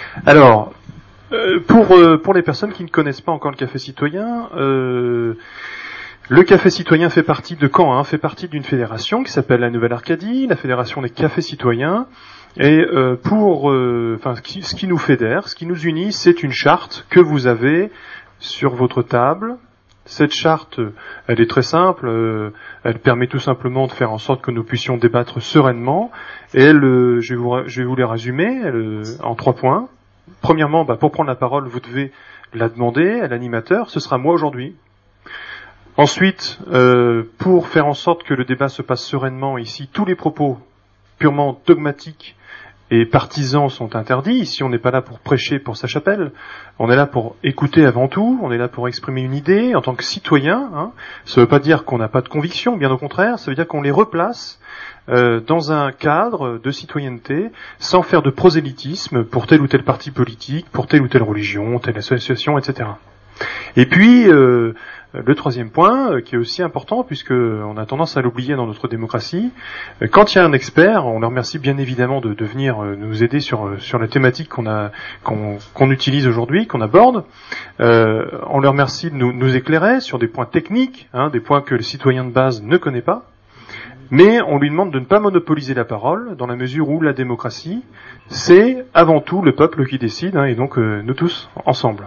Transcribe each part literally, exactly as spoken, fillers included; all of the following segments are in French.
Alors, euh, pour euh, pour les personnes qui ne connaissent pas encore le Café Citoyen, euh, le Café Citoyen fait partie de Caen, hein, fait partie d'une fédération qui s'appelle la Nouvelle Arcadie, la Fédération des Cafés Citoyens. Et euh, pour, enfin, euh, ce, qui, ce qui nous fédère, ce qui nous unit, c'est une charte que vous avez sur votre table. Cette charte, elle est très simple, euh, elle permet tout simplement de faire en sorte que nous puissions débattre sereinement. Et elle, euh, je, vais vous, je vais vous les résumer elle, euh, en trois points. Premièrement, bah, pour prendre la parole, vous devez la demander à l'animateur. Ce sera moi aujourd'hui. Ensuite, euh, pour faire en sorte que le débat se passe sereinement, ici, tous les propos purement dogmatiques et partisans sont interdits. Ici, on n'est pas là pour prêcher pour sa chapelle. On est là pour écouter avant tout. On est là pour exprimer une idée en tant que citoyen. Hein. Ça ne veut pas dire qu'on n'a pas de conviction, bien au contraire. Ça veut dire qu'on les replace euh, dans un cadre de citoyenneté, sans faire de prosélytisme pour tel ou tel parti politique, pour telle ou telle religion, telle association, et cetera. Et puis, euh, le troisième point, euh, qui est aussi important, puisque on a tendance à l'oublier dans notre démocratie, euh, quand il y a un expert, on le remercie bien évidemment de, de venir euh, nous aider sur euh, sur la thématique qu'on a qu'on, qu'on utilise aujourd'hui, qu'on aborde. Euh, on le remercie de nous, nous éclairer sur des points techniques, hein, des points que le citoyen de base ne connaît pas. Mais on lui demande de ne pas monopoliser la parole, dans la mesure où la démocratie, c'est avant tout le peuple qui décide, hein, et donc euh, nous tous ensemble.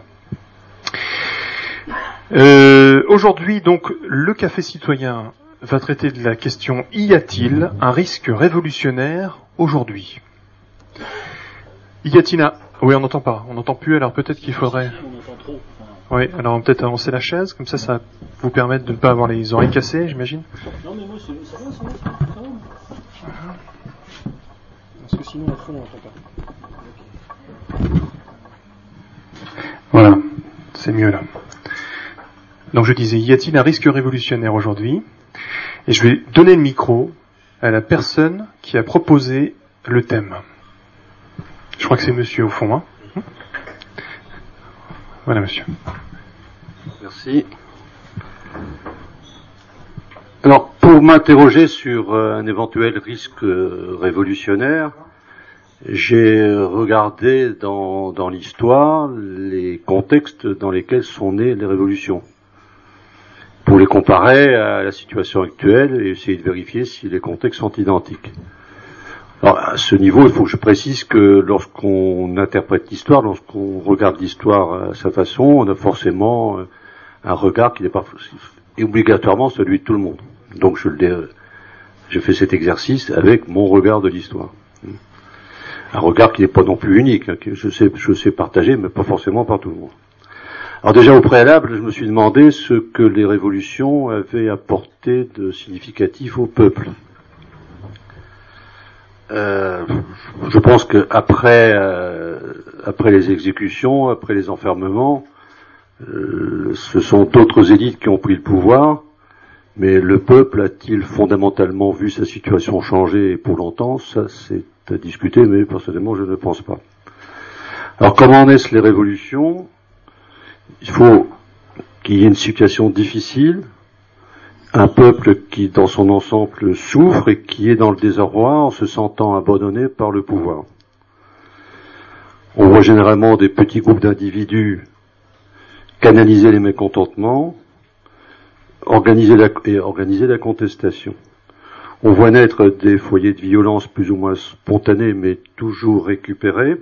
Euh, aujourd'hui, donc, le Café Citoyen va traiter de la question « Y a-t-il un risque révolutionnaire aujourd'hui ?» Y a-t-il un... Oui, on n'entend pas, on n'entend plus, alors peut-être qu'il faudrait... On entend trop. Oui, alors on va peut-être avancer la chaise, comme ça, ça va vous permettre de ne pas avoir les oreilles cassées, j'imagine. Non, mais moi, ça va, ça va, ça va. Ça va. Parce que sinon, à fond, on n'entend pas. Voilà, c'est mieux là. Donc je disais, y a-t-il un risque révolutionnaire aujourd'hui ? Et je vais donner le micro à la personne qui a proposé le thème. Je crois que c'est monsieur au fond. Hein ? Voilà, monsieur. Merci. Alors, pour m'interroger sur un éventuel risque révolutionnaire, j'ai regardé dans, dans l'histoire les contextes dans lesquels sont nées les révolutions, pour les comparer à la situation actuelle et essayer de vérifier si les contextes sont identiques. Alors, à ce niveau, il faut que je précise que lorsqu'on interprète l'histoire, lorsqu'on regarde l'histoire à sa façon, on a forcément un regard qui n'est pas obligatoirement celui de tout le monde. Donc, je le, j'ai fait cet exercice avec mon regard de l'histoire. Un regard qui n'est pas non plus unique, hein, que je sais, je sais partager, mais pas forcément par tout le monde. Alors déjà au préalable, je me suis demandé ce que les révolutions avaient apporté de significatif au peuple. Euh, je pense que après, euh, après les exécutions, après les enfermements, euh, ce sont d'autres élites qui ont pris le pouvoir, mais le peuple a-t-il fondamentalement vu sa situation changer pour longtemps ? Ça, c'est à discuter, mais personnellement, je ne pense pas. Alors comment naissent les révolutions ? Il faut qu'il y ait une situation difficile, un peuple qui, dans son ensemble, souffre et qui est dans le désarroi en se sentant abandonné par le pouvoir. On voit généralement des petits groupes d'individus canaliser les mécontentements, organiser la, et organiser la contestation. On voit naître des foyers de violence plus ou moins spontanés, mais toujours récupérés.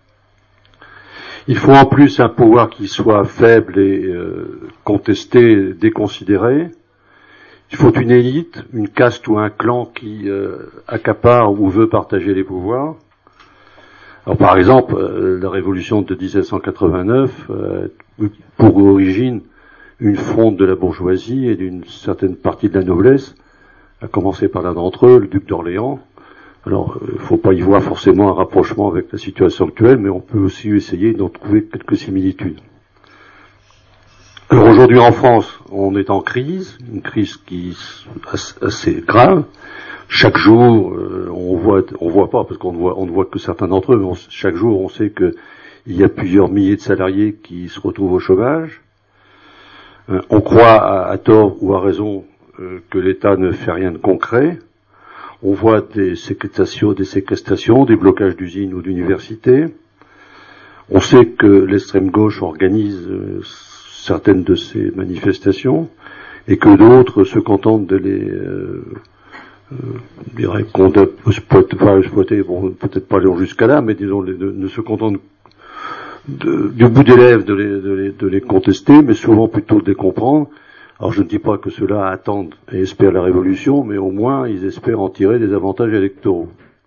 Il faut en plus un pouvoir qui soit faible et euh, contesté, déconsidéré. Il faut une élite, une caste ou un clan qui euh, accapare ou veut partager les pouvoirs. Alors par exemple, euh, la révolution de dix-sept cent quatre-vingt-neuf, euh, pour origine une fronde de la bourgeoisie et d'une certaine partie de la noblesse, à commencer par l'un d'entre eux, le duc d'Orléans. Alors, il ne faut pas y voir forcément un rapprochement avec la situation actuelle, mais on peut aussi essayer d'en trouver quelques similitudes. Alors aujourd'hui en France, on est en crise, une crise qui est assez grave. Chaque jour, euh, on voit, on voit pas, parce qu'on ne voit, on ne voit que certains d'entre eux, mais on, chaque jour, on sait que il y a plusieurs milliers de salariés qui se retrouvent au chômage. Euh, on croit à, à tort ou à raison euh, que l'État ne fait rien de concret. On voit des séquestrations, des séquestrations, des blocages d'usines ou d'universités. On sait que l'extrême gauche organise euh, certaines de ces manifestations et que d'autres se contentent de les euh, euh, dirais exploiter, enfin, exploiter, bon, peut-être pas aller jusqu'à là, mais disons les, de, ne se contentent de, du bout des lèvres de les, de, les, de les contester, mais souvent plutôt de les comprendre. Alors je ne dis pas que ceux-là attendent et espèrent la révolution, mais au moins ils espèrent en tirer des avantages électoraux.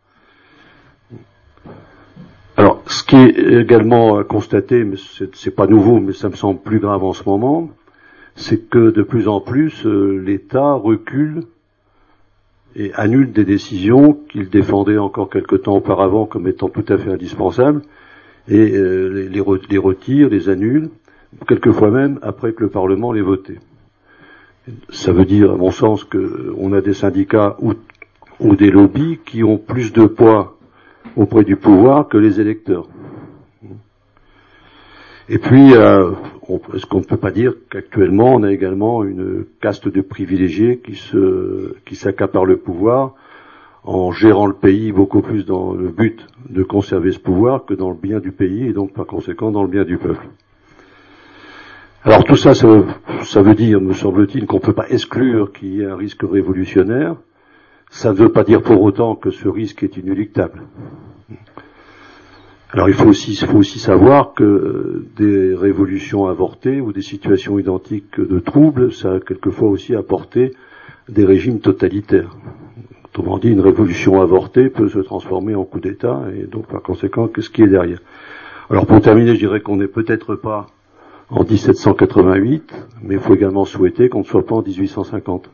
Alors, ce qui est également à constater, mais c'est, c'est pas nouveau, mais ça me semble plus grave en ce moment, c'est que de plus en plus euh, l'État recule et annule des décisions qu'il défendait encore quelque temps auparavant comme étant tout à fait indispensables, et euh, les, les, re, les retire, les annule, quelquefois même après que le Parlement l'ait voté. Ça veut dire, à mon sens, qu'on a des syndicats ou, ou des lobbies qui ont plus de poids auprès du pouvoir que les électeurs. Et puis, euh, on, est-ce qu'on ne peut pas dire qu'actuellement, on a également une caste de privilégiés qui se, qui s'accapare le pouvoir en gérant le pays beaucoup plus dans le but de conserver ce pouvoir que dans le bien du pays et donc par conséquent dans le bien du peuple. Alors tout ça, ça, ça veut dire, me semble-t-il, qu'on ne peut pas exclure qu'il y ait un risque révolutionnaire. Ça ne veut pas dire pour autant que ce risque est inéluctable. Alors il faut aussi, il faut aussi savoir que des révolutions avortées ou des situations identiques de troubles, ça a quelquefois aussi apporté des régimes totalitaires. Autrement dit, une révolution avortée peut se transformer en coup d'État et donc par conséquent, qu'est-ce qui est derrière? Alors pour terminer, je dirais qu'on n'est peut-être pas en dix-sept cent quatre-vingt-huit, mais il faut également souhaiter qu'on ne soit pas en dix-huit cent cinquante.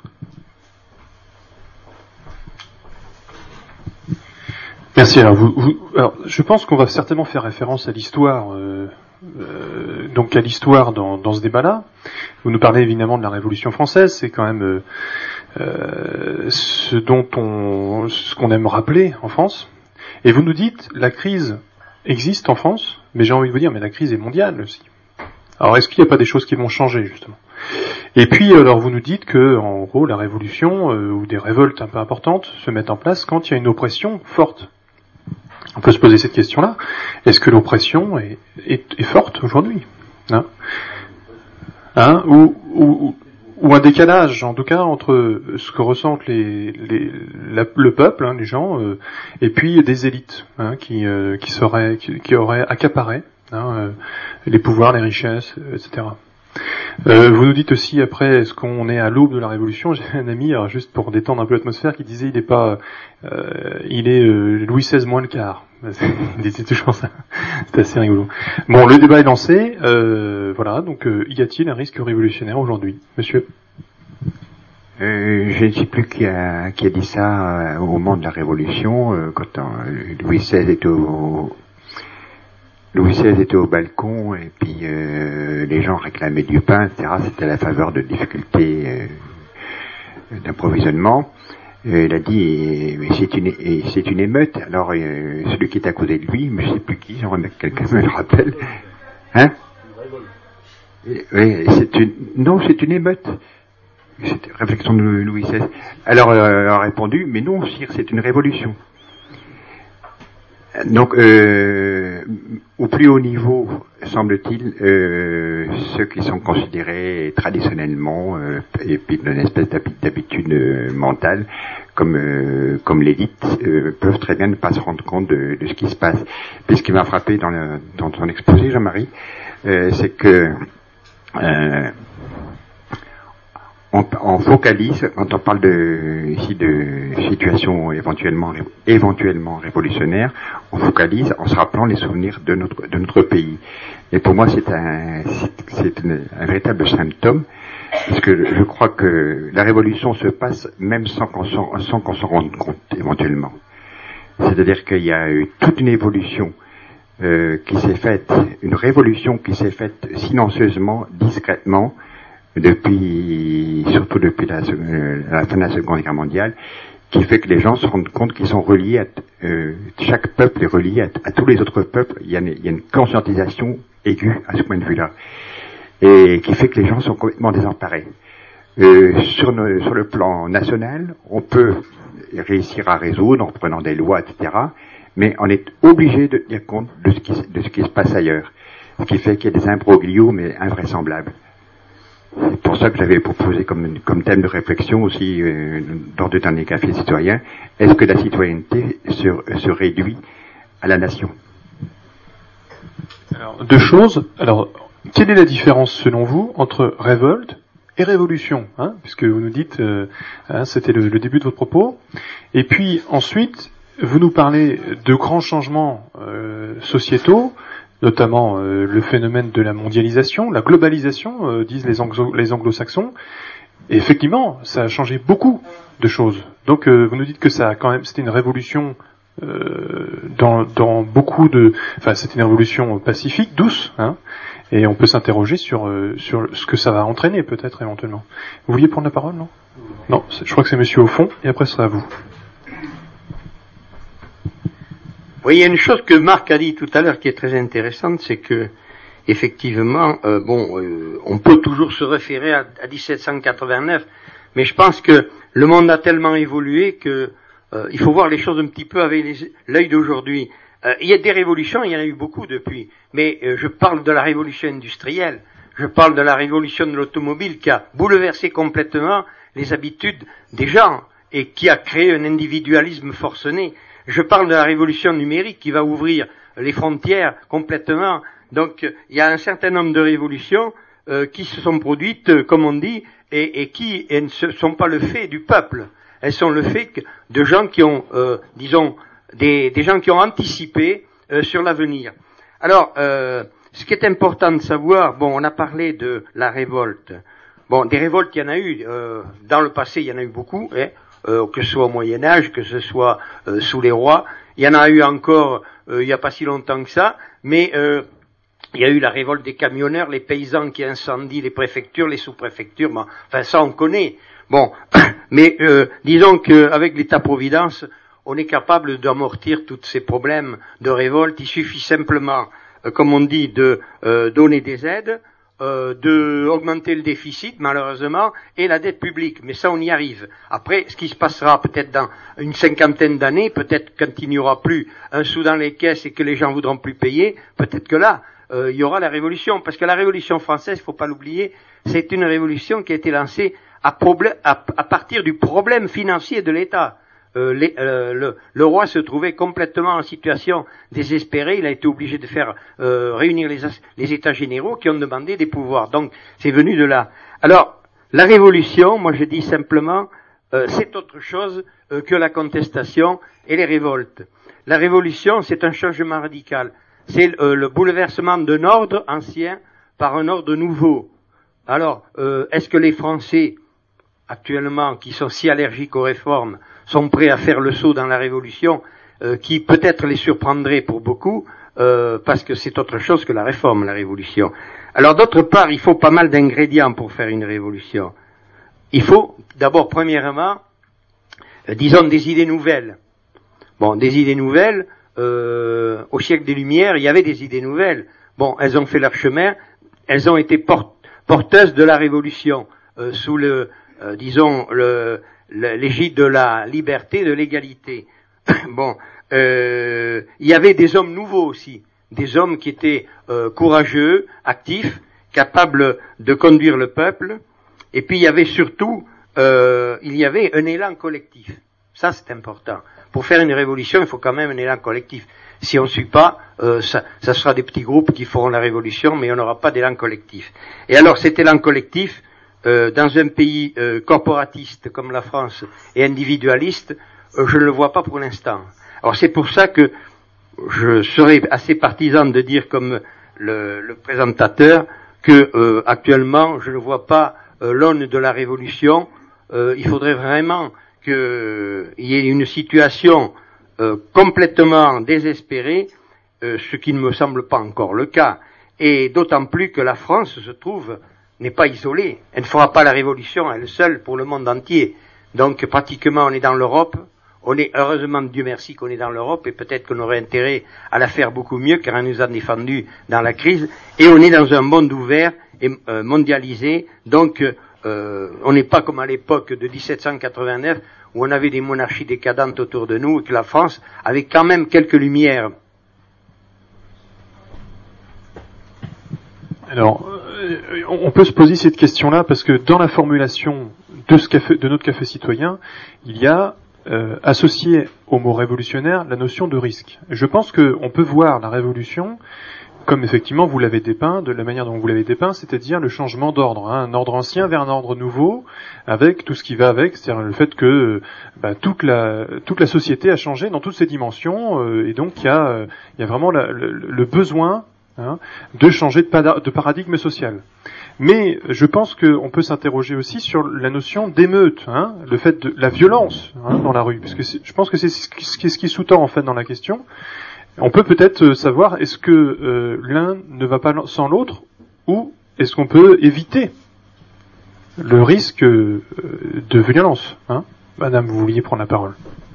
Merci. Alors, vous, vous, alors, je pense qu'on va certainement faire référence à l'histoire, euh, euh, donc à l'histoire dans, dans ce débat-là. Vous nous parlez évidemment de la Révolution française, c'est quand même euh, euh, ce dont on, ce qu'on aime rappeler en France. Et vous nous dites, la crise existe en France, mais j'ai envie de vous dire, mais la crise est mondiale aussi. Alors, est-ce qu'il n'y a pas des choses qui vont changer, justement? Et puis, alors, vous nous dites que, en gros, la révolution, euh, ou des révoltes un peu importantes se mettent en place quand il y a une oppression forte. On peut se poser cette question-là. Est-ce que l'oppression est, est, est forte aujourd'hui, hein, hein ou, ou, ou un décalage, en tout cas, entre ce que ressentent les, les, la, le peuple, hein, les gens, euh, et puis des élites, hein, qui, euh, qui, seraient, qui, qui auraient accaparé Hein, euh, les pouvoirs, les richesses, et cetera. Euh, vous nous dites aussi après, est-ce qu'on est à l'aube de la Révolution? J'ai un ami, alors juste pour détendre un peu l'atmosphère, qui disait il est pas, euh, il est euh, Louis seize moins le quart. Il disait toujours ça. C'est assez rigolo. Bon, le débat est lancé. Euh, voilà. Donc, euh, y a-t-il un risque révolutionnaire aujourd'hui, monsieur? Euh, je ne sais plus qui a, qui a dit ça euh, au moment de la Révolution, euh, quand euh, Louis seize était au Louis seize était au balcon et puis euh, les gens réclamaient du pain, et cetera. C'était à la faveur de difficultés euh, d'approvisionnement. Euh, il a dit, mais c'est une, c'est une émeute. Alors euh, celui qui est à côté de lui, mais je ne sais plus qui, j'aimerais bien que quelqu'un me le rappelle. Hein? Oui, c'est une, non, c'est une émeute. C'était une réflexion de Louis seize. Alors euh, elle a répondu, mais non, sire, c'est une révolution. Donc, euh, au plus haut niveau, semble-t-il, euh, ceux qui sont considérés traditionnellement, euh, et puis d'une espèce d'habitude euh, mentale, comme euh, comme l'élite, euh, peuvent très bien ne pas se rendre compte de, de ce qui se passe. Puis ce qui m'a frappé dans, le, dans ton exposé, Jean-Marie, euh, c'est que euh, On, on focalise, quand on parle de, ici de situation éventuellement, éventuellement révolutionnaire, on focalise en se rappelant les souvenirs de notre, de notre pays. Et pour moi, c'est un, c'est, c'est un, un véritable symptôme, parce que je crois que la révolution se passe même sans qu'on s'en, sans qu'on s'en rende compte, éventuellement. C'est-à-dire qu'il y a eu toute une évolution euh, qui s'est faite, une révolution qui s'est faite silencieusement, discrètement, depuis, surtout depuis la, la fin de la Seconde Guerre mondiale, qui fait que les gens se rendent compte qu'ils sont reliés à, euh, chaque peuple est relié à, à tous les autres peuples. Il y a une, il y a une conscientisation aiguë à ce point de vue-là. Et qui fait que les gens sont complètement désemparés. Euh, sur, nos, sur le plan national, on peut réussir à résoudre en prenant des lois, et cetera. mais on est obligé de tenir compte de ce qui, de ce qui se passe ailleurs. Ce qui fait qu'il y a des imbroglios, mais invraisemblables. C'est pour ça que j'avais proposé comme, comme thème de réflexion aussi, euh, lors du dernier café citoyen, est-ce que la citoyenneté se, se réduit à la nation? Alors, deux choses. Alors, quelle est la différence, selon vous, entre révolte et révolution, hein, puisque vous nous dites, euh, hein, c'était le, le début de votre propos. Et puis ensuite, vous nous parlez de grands changements euh, sociétaux, notamment euh, le phénomène de la mondialisation, la globalisation, euh, disent les, anglo- les anglo-saxons. Et effectivement, ça a changé beaucoup de choses. Donc, euh, vous nous dites que ça a quand même, c'était une révolution euh, dans, dans beaucoup de, enfin, c'était une révolution pacifique, douce, hein. Et on peut s'interroger sur, euh, sur ce que ça va entraîner, peut-être, éventuellement. Vous vouliez prendre la parole, non? Non, je crois que c'est monsieur au fond, et après ce sera à vous. Oui, il y a une chose que Marc a dit tout à l'heure qui est très intéressante, c'est que, effectivement, euh, bon, euh, on peut toujours se référer à, à dix-sept cent quatre-vingt-neuf, mais je pense que le monde a tellement évolué que euh, il faut voir les choses un petit peu avec les, l'œil d'aujourd'hui. Euh, il y a des révolutions, il y en a eu beaucoup depuis, mais euh, je parle de la révolution industrielle, je parle de la révolution de l'automobile qui a bouleversé complètement les habitudes des gens et qui a créé un individualisme forcené. Je parle de la révolution numérique qui va ouvrir les frontières complètement. Donc il y a un certain nombre de révolutions euh, qui se sont produites, euh, comme on dit, et, et qui et ne sont pas le fait du peuple. Elles sont le fait que, de gens qui ont, euh, disons, Des, des gens qui ont anticipé euh, sur l'avenir. Alors, euh, ce qui est important de savoir, bon, on a parlé de la révolte. Bon, des révoltes, il y en a eu. Euh, dans le passé, il y en a eu beaucoup, hein, euh, que ce soit au Moyen Âge, que ce soit euh, sous les rois. Il y en a eu encore euh, il n'y a pas si longtemps que ça, mais euh, il y a eu la révolte des camionneurs, les paysans qui incendient les préfectures, les sous-préfectures. Bon, enfin, ça, on connaît. Bon, mais euh, disons qu'avec l'État-providence, on est capable d'amortir tous ces problèmes de révolte. Il suffit simplement, euh, comme on dit, de euh, donner des aides, euh, de augmenter le déficit, malheureusement, et la dette publique. Mais ça, on y arrive. Après, ce qui se passera peut-être dans une cinquantaine d'années, peut-être quand il n'y aura plus un sou dans les caisses et que les gens voudront plus payer, peut-être que là, euh, il y aura la révolution. Parce que la révolution française, il faut pas l'oublier, c'est une révolution qui a été lancée à, problè- à, à partir du problème financier de l'État. Euh, les, euh, le, le roi se trouvait complètement en situation désespérée. Il a été obligé de faire euh, réunir les, les États généraux qui ont demandé des pouvoirs. Donc, c'est venu de là. Alors, la révolution, moi je dis simplement, euh, c'est autre chose euh, que la contestation et les révoltes. La révolution, c'est un changement radical. C'est euh, le bouleversement d'un ordre ancien par un ordre nouveau. Alors, euh, est-ce que les Français, actuellement, qui sont si allergiques aux réformes, sont prêts à faire le saut dans la révolution, euh, qui peut-être les surprendrait pour beaucoup, euh, parce que c'est autre chose que la réforme, la révolution. Alors d'autre part, il faut pas mal d'ingrédients pour faire une révolution. Il faut, d'abord, premièrement, euh, disons des idées nouvelles. Bon, des idées nouvelles, euh, au siècle des Lumières, il y avait des idées nouvelles. Bon, elles ont fait leur chemin, elles ont été port- porteuses de la révolution, euh, sous le, euh, disons, le l'égide de la liberté, de l'égalité. Bon, euh, il y avait des hommes nouveaux aussi, des hommes qui étaient euh, courageux, actifs, capables de conduire le peuple, et puis il y avait surtout, euh, il y avait un élan collectif. Ça, c'est important. Pour faire une révolution, il faut quand même un élan collectif. Si on ne suit pas, euh, ça, ça sera des petits groupes qui feront la révolution, mais on n'aura pas d'élan collectif. Et alors, cet élan collectif, Euh, dans un pays euh, corporatiste comme la France et individualiste, euh, je ne le vois pas pour l'instant. Alors c'est pour ça que je serais assez partisan de dire comme le, le présentateur que euh, actuellement je ne vois pas euh, l'aune de la révolution. Euh, il faudrait vraiment qu'il euh, y ait une situation euh, complètement désespérée, euh, ce qui ne me semble pas encore le cas, et d'autant plus que la France se trouve n'est pas isolée. Elle ne fera pas la révolution elle seule pour le monde entier. Donc pratiquement on est dans l'Europe. On est heureusement, Dieu merci, qu'on est dans l'Europe et peut-être qu'on aurait intérêt à la faire beaucoup mieux car elle nous a défendus dans la crise. Et on est dans un monde ouvert et euh, mondialisé. Donc euh, on n'est pas comme à l'époque de dix-sept cent quatre-vingt-neuf où on avait des monarchies décadentes autour de nous et que la France avait quand même quelques lumières. Alors, euh, on peut se poser cette question-là parce que dans la formulation de, ce café, de notre café citoyen, il y a euh, associé au mot révolutionnaire la notion de risque. Je pense qu'on peut voir la révolution comme effectivement vous l'avez dépeint, de la manière dont vous l'avez dépeint, c'est-à-dire le changement d'ordre, hein, un ordre ancien vers un ordre nouveau, avec tout ce qui va avec, c'est-à-dire le fait que bah, toute la toute la société a changé dans toutes ses dimensions, euh, et donc il y a euh, il y a vraiment la, le, le besoin hein, de changer de, pada- de paradigme social. Mais je pense qu'on peut s'interroger aussi sur la notion d'émeute, hein, le fait de la violence hein, dans la rue, parce que c'est, je pense que c'est ce qui, ce qui sous-tend en fait dans la question. On peut peut-être savoir est-ce que euh, l'un ne va pas sans l'autre, ou est-ce qu'on peut éviter le risque euh, de violence hein. Madame, vous vouliez prendre la parole.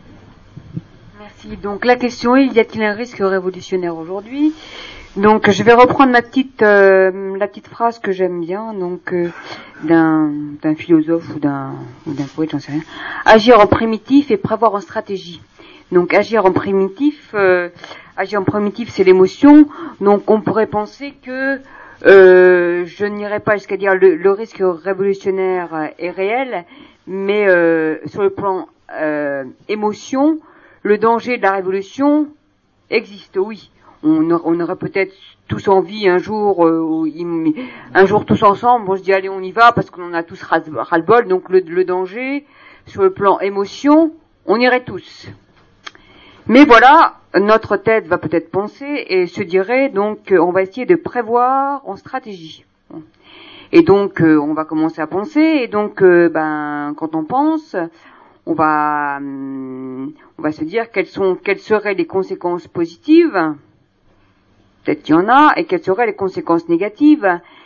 Merci. Donc la question est, y a-t-il un risque révolutionnaire aujourd'hui ? Donc je vais reprendre ma petite euh, la petite phrase que j'aime bien, donc euh, d'un d'un philosophe ou d'un ou d'un poète, j'en sais rien. Agir en primitif et prévoir en stratégie. Donc agir en primitif, euh, agir en primitif, c'est l'émotion. Donc on pourrait penser que euh, je n'irai pas jusqu'à dire le, le risque révolutionnaire est réel, mais euh, sur le plan euh, émotion, le danger de la révolution existe, oui. On, on aurait peut-être tous envie un jour, euh, un jour tous ensemble, bon je dis allez on y va parce qu'on en a tous ras-le-bol, donc le, le danger, sur le plan émotion, on irait tous. Mais voilà, notre tête va peut-être penser et se dirait donc on va essayer de prévoir en stratégie. Et donc euh, on va commencer à penser et donc euh, ben quand on pense, on va hum, on va se dire quelles sont quelles seraient les conséquences positives. Peut-être qu'il y en a, et quelles seraient les conséquences négatives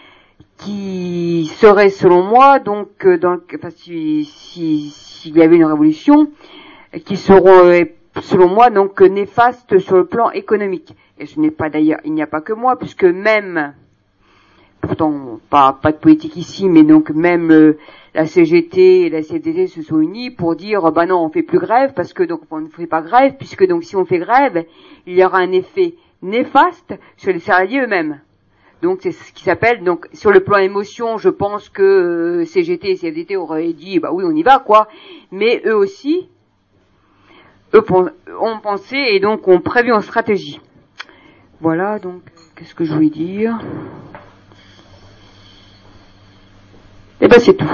qui seraient, selon moi, donc, dans le, enfin, si, si, s'il y avait une révolution, qui seront, selon moi, donc, néfastes sur le plan économique. Et ce n'est pas d'ailleurs, il n'y a pas que moi, puisque même, pourtant, pas, pas de politique ici, mais donc, même, euh, la C G T et la C D T se sont unis pour dire, bah non, on fait plus grève, parce que, donc, on ne fait pas grève, puisque, donc, si on fait grève, il y aura un effet néfaste sur les salariés eux-mêmes. Donc c'est ce qui s'appelle, donc sur le plan émotion, je pense que euh, C G T et C F D T auraient dit bah oui on y va quoi, mais eux aussi eux ont pensé et donc ont prévu en stratégie. Voilà donc qu'est-ce que je voulais dire. Et ben c'est tout.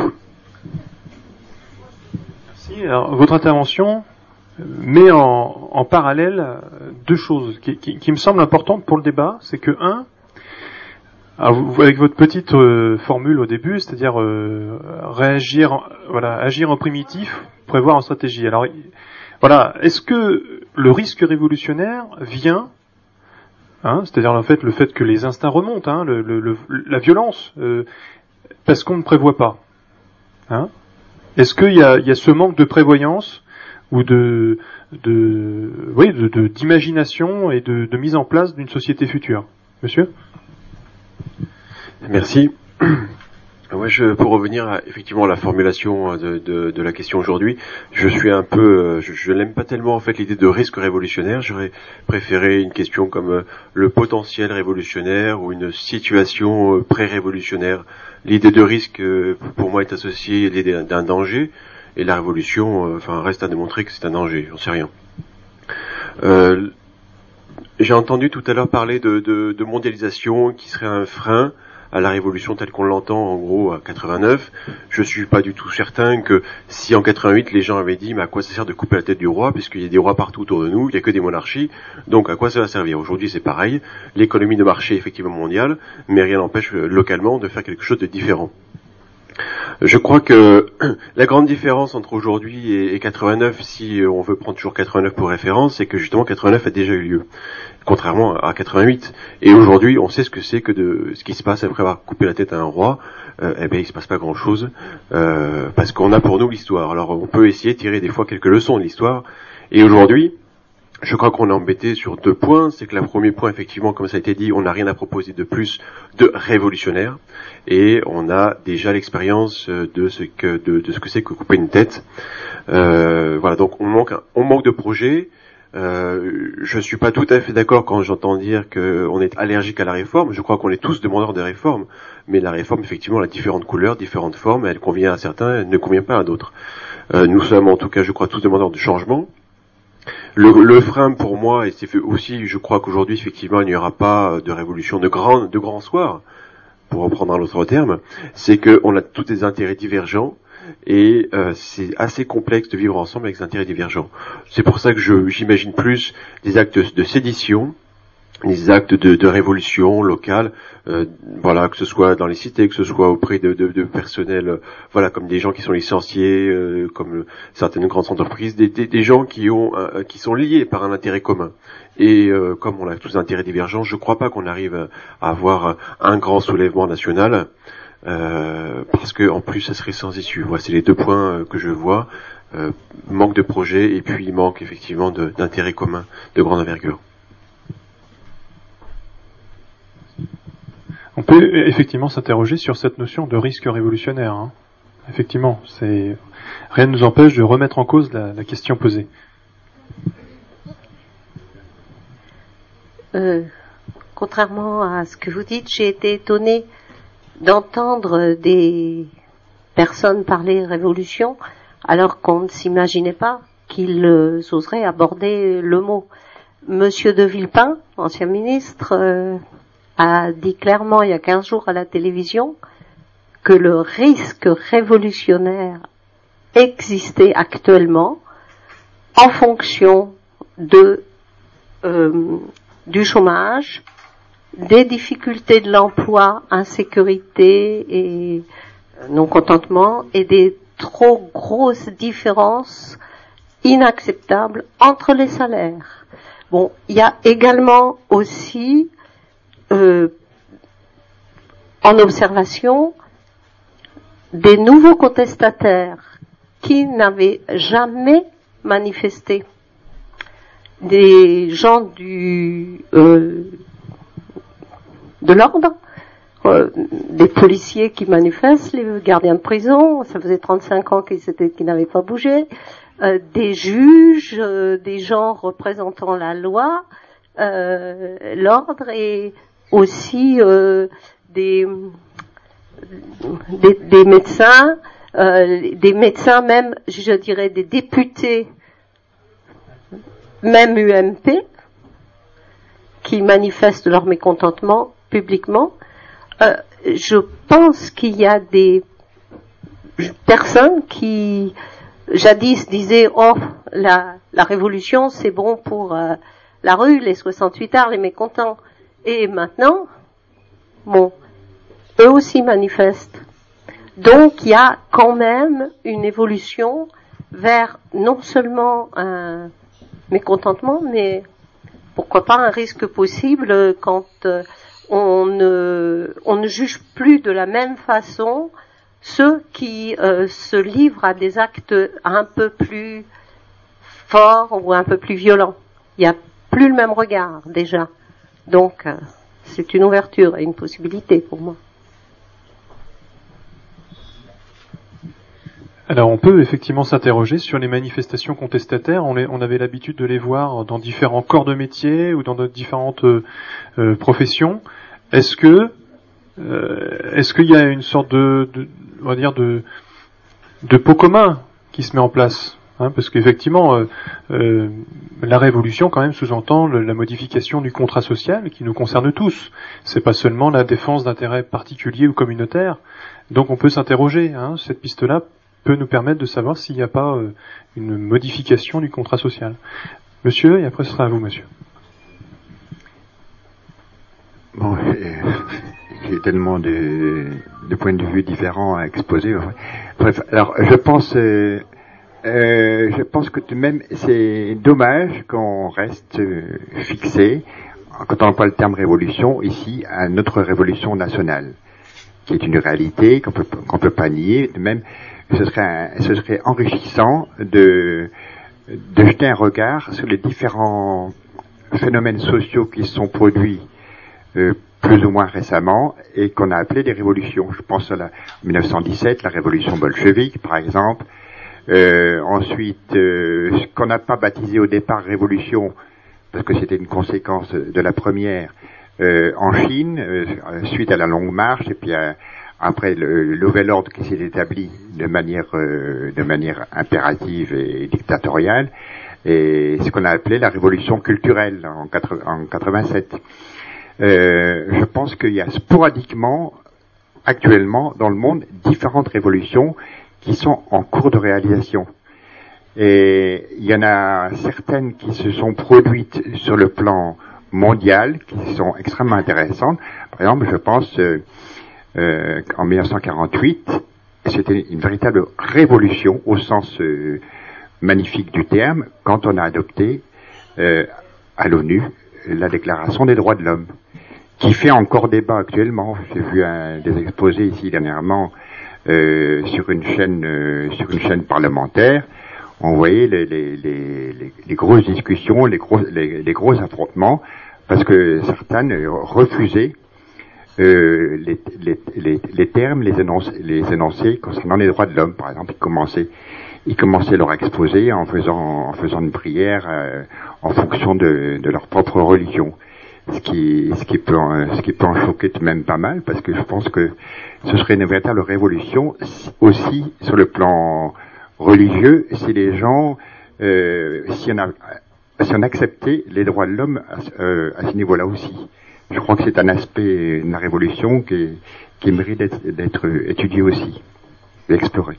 Merci. Alors votre intervention met en, en parallèle deux choses qui, qui, qui me semblent importantes pour le débat. C'est que, un, alors vous, avec votre petite euh, formule au début, c'est-à-dire euh, réagir, voilà, agir en primitif, prévoir en stratégie. Alors, voilà, est-ce que le risque révolutionnaire vient, hein, c'est-à-dire en fait le fait que les instincts remontent, hein, le, le, le, la violence, euh, parce qu'on ne prévoit pas, hein, est-ce qu'il y a, il y a ce manque de prévoyance ou de, de, oui, de, de, d'imagination et de, de mise en place d'une société future. Monsieur ? Merci. Moi, je, pour revenir à, effectivement à la formulation de, de, de la question aujourd'hui, je suis un peu, je, je n'aime pas tellement en fait l'idée de risque révolutionnaire. J'aurais préféré une question comme le potentiel révolutionnaire ou une situation pré-révolutionnaire. L'idée de risque, pour moi, est associée à l'idée d'un danger. Et la révolution, euh, enfin, reste à démontrer que c'est un danger, j'en sais rien. Euh, j'ai entendu tout à l'heure parler de, de, de mondialisation qui serait un frein à la révolution telle qu'on l'entend, en gros, à quatre-vingt-neuf. Je suis pas du tout certain que si en quatre-vingt-huit les gens avaient dit, mais à quoi ça sert de couper la tête du roi, puisqu'il y a des rois partout autour de nous, il y a que des monarchies, donc à quoi ça va servir? Aujourd'hui, c'est pareil. L'économie de marché est effectivement mondiale, mais rien n'empêche euh, localement de faire quelque chose de différent. Je crois que la grande différence entre aujourd'hui et quatre-vingt-neuf, si on veut prendre toujours quatre-vingt-neuf pour référence, c'est que justement quatre-vingt-neuf a déjà eu lieu, contrairement à quatre-vingt-huit. Et aujourd'hui, on sait ce que c'est que de ce qui se passe après avoir coupé la tête à un roi. Euh, eh bien, il se passe pas grand-chose euh, parce qu'on a pour nous l'histoire. Alors, on peut essayer de tirer des fois quelques leçons de l'histoire. Et aujourd'hui, je crois qu'on est embêté sur deux points. C'est que le premier point, effectivement, comme ça a été dit, on n'a rien à proposer de plus de révolutionnaire, et on a déjà l'expérience de ce que de, de ce que c'est que couper une tête. Euh, voilà, donc on manque on manque de projets. Euh, je suis pas tout à fait d'accord quand j'entends dire qu'on est allergique à la réforme. Je crois qu'on est tous demandeurs de réforme, mais la réforme, effectivement, elle a différentes couleurs, différentes formes. Elle convient à certains, elle ne convient pas à d'autres. Euh, nous sommes, en tout cas, je crois, tous demandeurs de changement. Le, le frein pour moi, et c'est fait aussi, je crois qu'aujourd'hui, effectivement, il n'y aura pas de révolution de grand, de grand soir, pour reprendre un autre terme, c'est qu'on a tous des intérêts divergents, et euh, c'est assez complexe de vivre ensemble avec des intérêts divergents. C'est pour ça que je, j'imagine plus des actes de sédition, des actes de, de révolution locale, euh, voilà, que ce soit dans les cités, que ce soit auprès de, de, de personnel, euh, voilà, comme des gens qui sont licenciés, euh, comme certaines grandes entreprises, des, des, des gens qui ont, euh, qui sont liés par un intérêt commun. Et euh, comme on a tous des intérêts divergents, je ne crois pas qu'on arrive à avoir un grand soulèvement national, euh, parce que en plus, ça serait sans issue. Voilà, c'est les deux points que je vois. Euh, manque de projet, et puis manque effectivement de, d'intérêts communs de grande envergure. On peut effectivement s'interroger sur cette notion de risque révolutionnaire. Hein. Effectivement, c'est rien ne nous empêche de remettre en cause la, la question posée. Euh, contrairement à ce que vous dites, j'ai été étonnée d'entendre des personnes parler révolution alors qu'on ne s'imaginait pas qu'ils euh, oseraient aborder le mot. Monsieur de Villepin, ancien ministre, euh, a dit clairement il y a quinze jours à la télévision que le risque révolutionnaire existait actuellement en fonction de euh, du chômage, des difficultés de l'emploi, insécurité et non-contentement, et des trop grosses différences inacceptables entre les salaires. Bon, il y a également aussi Euh, en observation des nouveaux contestataires qui n'avaient jamais manifesté, des gens du euh, de l'ordre, euh, des policiers qui manifestent, les gardiens de prison, ça faisait trente-cinq ans qu'ils étaient, qu'ils n'avaient pas bougé, euh, des juges, euh, des gens représentant la loi, euh, l'ordre, et aussi euh, des, des des médecins, euh, des médecins même, je dirais des députés, même U M P, qui manifestent leur mécontentement publiquement. Euh, je pense qu'il y a des personnes qui jadis disaient oh la la révolution c'est bon pour euh, la rue, les soixante-huit arts, les mécontents. Et maintenant, bon, eux aussi manifestent. Donc, il y a quand même une évolution vers non seulement un mécontentement, mais pourquoi pas un risque possible quand euh, on ne, on ne juge plus de la même façon ceux qui euh, se livrent à des actes un peu plus forts ou un peu plus violents. Il n'y a plus le même regard, déjà. Donc, euh, c'est une ouverture et une possibilité pour moi. Alors, on peut effectivement s'interroger sur les manifestations contestataires. On, les, on avait l'habitude de les voir dans différents corps de métier ou dans de différentes euh, euh, professions. Est-ce que, euh, est-ce qu'il y a une sorte de, de on va dire de, de pot commun qui se met en place? Hein, parce qu'effectivement, euh, euh, la révolution quand même sous-entend le, la modification du contrat social qui nous concerne tous. C'est pas seulement la défense d'intérêts particuliers ou communautaires. Donc on peut s'interroger. Hein, cette piste-là peut nous permettre de savoir s'il n'y a pas euh, une modification du contrat social. Monsieur, et après ce sera à vous, monsieur. Bon, euh, j'ai tellement de, de points de vue différents à exposer. Bref, alors je pense. Euh, Euh, je pense que tout de même c'est dommage qu'on reste euh, fixé, quand on emploie le terme révolution, ici à notre révolution nationale, qui est une réalité qu'on peut qu'on peut pas nier. De même, ce serait un, ce serait enrichissant de de jeter un regard sur les différents phénomènes sociaux qui se sont produits euh, plus ou moins récemment et qu'on a appelé des révolutions. Je pense à la mille neuf cent dix-sept, la révolution bolchevique par exemple. Euh, ensuite, euh, ce qu'on n'a pas baptisé au départ révolution, parce que c'était une conséquence de la première, euh, en Chine, euh, suite à la longue marche, et puis euh, après le, le nouvel ordre qui s'est établi de manière euh, de manière impérative et dictatoriale, et ce qu'on a appelé la révolution culturelle en, en quatre-vingt-sept. Euh, je pense qu'il y a sporadiquement, actuellement, dans le monde, différentes révolutions qui sont en cours de réalisation. Et il y en a certaines qui se sont produites sur le plan mondial, qui sont extrêmement intéressantes. Par exemple, je pense euh, euh, qu'en mille neuf cent quarante-huit, c'était une véritable révolution au sens euh, magnifique du terme, quand on a adopté euh, à l'ONU la Déclaration des droits de l'homme, qui fait encore débat actuellement. J'ai vu un, des exposés ici dernièrement euh, sur une chaîne euh, sur une chaîne parlementaire. On voyait les, les, les, les, les grosses discussions, les gros, les, les gros affrontements, parce que certains refusaient euh, les, les, les, les termes, les énoncés, les énoncés concernant les droits de l'homme. Par exemple, ils commençaient, ils commençaient leur exposé en faisant, en faisant une prière euh, en fonction de, de leur propre religion. Ce qui, ce qui peut, en, ce qui peut en choquer tout de même pas mal, parce que je pense que ce serait une véritable révolution aussi sur le plan religieux, si les gens, euh, si on a, si on acceptait les droits de l'homme à, euh, à ce niveau-là aussi. Je crois que c'est un aspect de la révolution qui, qui mérite d'être, d'être étudié aussi, et exploré.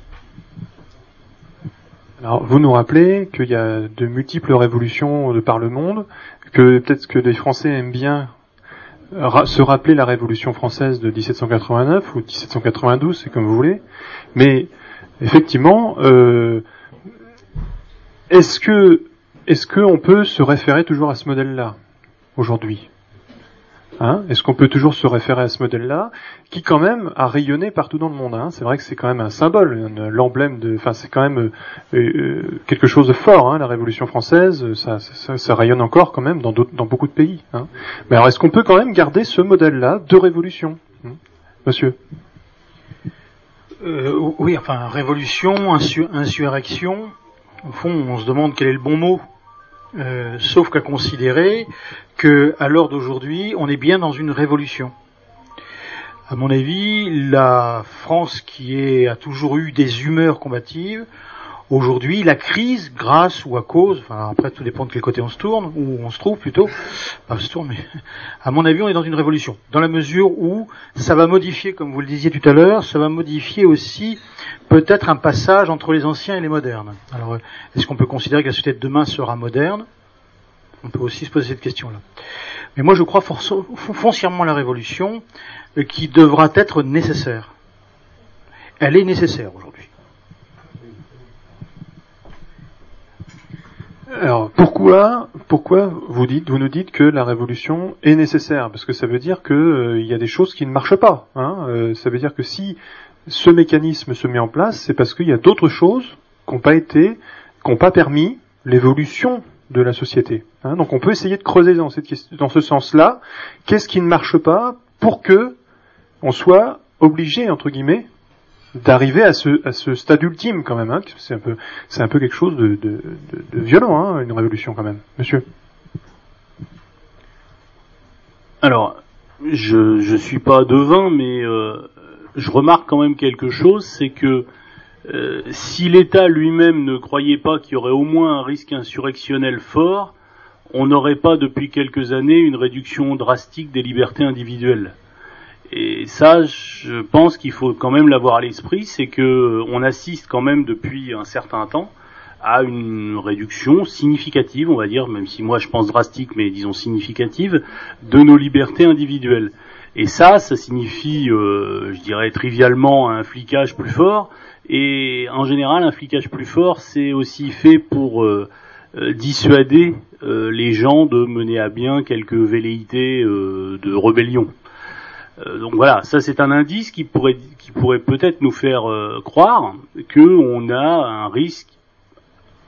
Alors, vous nous rappelez qu'il y a de multiples révolutions de par le monde, que peut-être que les Français aiment bien ra- se rappeler la Révolution française de dix-sept cent quatre-vingt-neuf ou dix-sept cent quatre-vingt-douze, c'est comme vous voulez, mais effectivement, euh, est-ce que est-ce qu'on peut se référer toujours à ce modèle-là aujourd'hui ? Hein, est-ce qu'on peut toujours se référer à ce modèle-là, qui quand même a rayonné partout dans le monde, hein. C'est vrai que c'est quand même un symbole, une, l'emblème de, enfin c'est quand même euh, euh, quelque chose de fort, hein, la Révolution française, ça, ça, ça rayonne encore quand même dans, d'autres, dans beaucoup de pays. Hein. Mais alors est-ce qu'on peut quand même garder ce modèle-là de révolution, hein, monsieur ? euh, Oui, enfin révolution, insu- insurrection. Au fond, on se demande quel est le bon mot. Euh, sauf qu'à considérer que, à l'heure d'aujourd'hui, on est bien dans une révolution. À mon avis, la France qui est, a toujours eu des humeurs combatives, aujourd'hui, la crise, grâce ou à cause, enfin après tout dépend de quel côté on se tourne, ou on se trouve plutôt, pas se tourne, mais à mon avis, on est dans une révolution. Dans la mesure où ça va modifier, comme vous le disiez tout à l'heure, ça va modifier aussi peut-être un passage entre les anciens et les modernes. Alors, est-ce qu'on peut considérer que la société de demain sera moderne ? On peut aussi se poser cette question-là. Mais moi, je crois forc- foncièrement à la révolution euh, qui devra être nécessaire. Elle est nécessaire aujourd'hui. Alors pourquoi, pourquoi vous dites, vous nous dites que la révolution est nécessaire ? Parce que ça veut dire que euh, il y a des choses qui ne marchent pas. Hein, euh, ça veut dire que si ce mécanisme se met en place, c'est parce qu'il y a d'autres choses qui n'ont pas été, qui n'ont pas permis l'évolution de la société. Hein, donc on peut essayer de creuser dans, cette, dans ce sens-là, qu'est-ce qui ne marche pas pour que on soit obligé, entre guillemets, d'arriver à ce, à ce stade ultime quand même. Hein, c'est un peu, c'est un peu quelque chose de, de, de, de violent, hein, une révolution quand même. Monsieur. Alors, je je suis pas devin, mais euh, je remarque quand même quelque chose, c'est que euh, si l'État lui-même ne croyait pas qu'il y aurait au moins un risque insurrectionnel fort, on n'aurait pas depuis quelques années une réduction drastique des libertés individuelles. Et ça, je pense qu'il faut quand même l'avoir à l'esprit, c'est que on assiste quand même depuis un certain temps à une réduction significative, on va dire, même si moi je pense drastique, mais disons significative, de nos libertés individuelles. Et ça, ça signifie, euh, je dirais trivialement, un flicage plus fort. Et en général, un flicage plus fort, c'est aussi fait pour euh, euh, dissuader euh, les gens de mener à bien quelques velléités euh, de rébellion. Euh, donc voilà, ça c'est un indice qui pourrait, qui pourrait peut-être nous faire euh, croire qu'on a un risque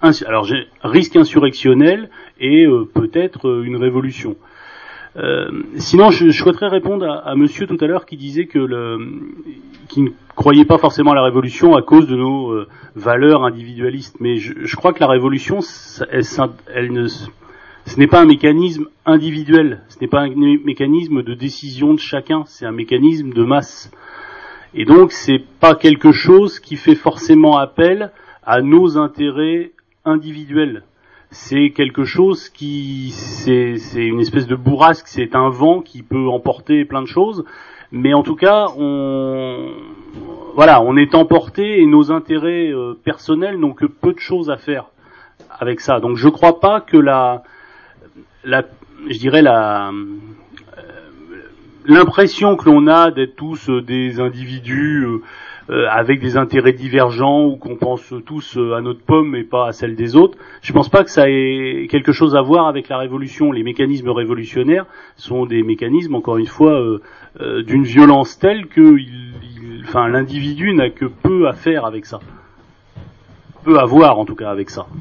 ins- alors j'ai risque insurrectionnel et euh, peut-être euh, une révolution. Euh, sinon, je, je souhaiterais répondre à, à Monsieur tout à l'heure qui disait que le, qui ne croyait pas forcément à la révolution à cause de nos euh, valeurs individualistes. Mais je, je crois que la révolution, ça, elle, elle ne, ce n'est pas un mécanisme individuel, ce n'est pas un mécanisme de décision de chacun, c'est un mécanisme de masse. Et donc, c'est pas quelque chose qui fait forcément appel à nos intérêts individuels. C'est quelque chose qui, c'est, c'est une espèce de bourrasque, c'est un vent qui peut emporter plein de choses, mais en tout cas, on, voilà, on est emporté et nos intérêts euh, personnels n'ont que peu de choses à faire avec ça. Donc, je crois pas que la, la, je dirais la, euh, l'impression que l'on a d'être tous euh, des individus euh, Euh, avec des intérêts divergents ou qu'on pense tous euh, à notre pomme et pas à celle des autres. Je pense pas que ça ait quelque chose à voir avec la révolution. Les mécanismes révolutionnaires sont des mécanismes, encore une fois, euh, euh, d'une violence telle que il, il, enfin, l'individu n'a que peu à faire avec ça. Peu à voir, en tout cas, avec ça.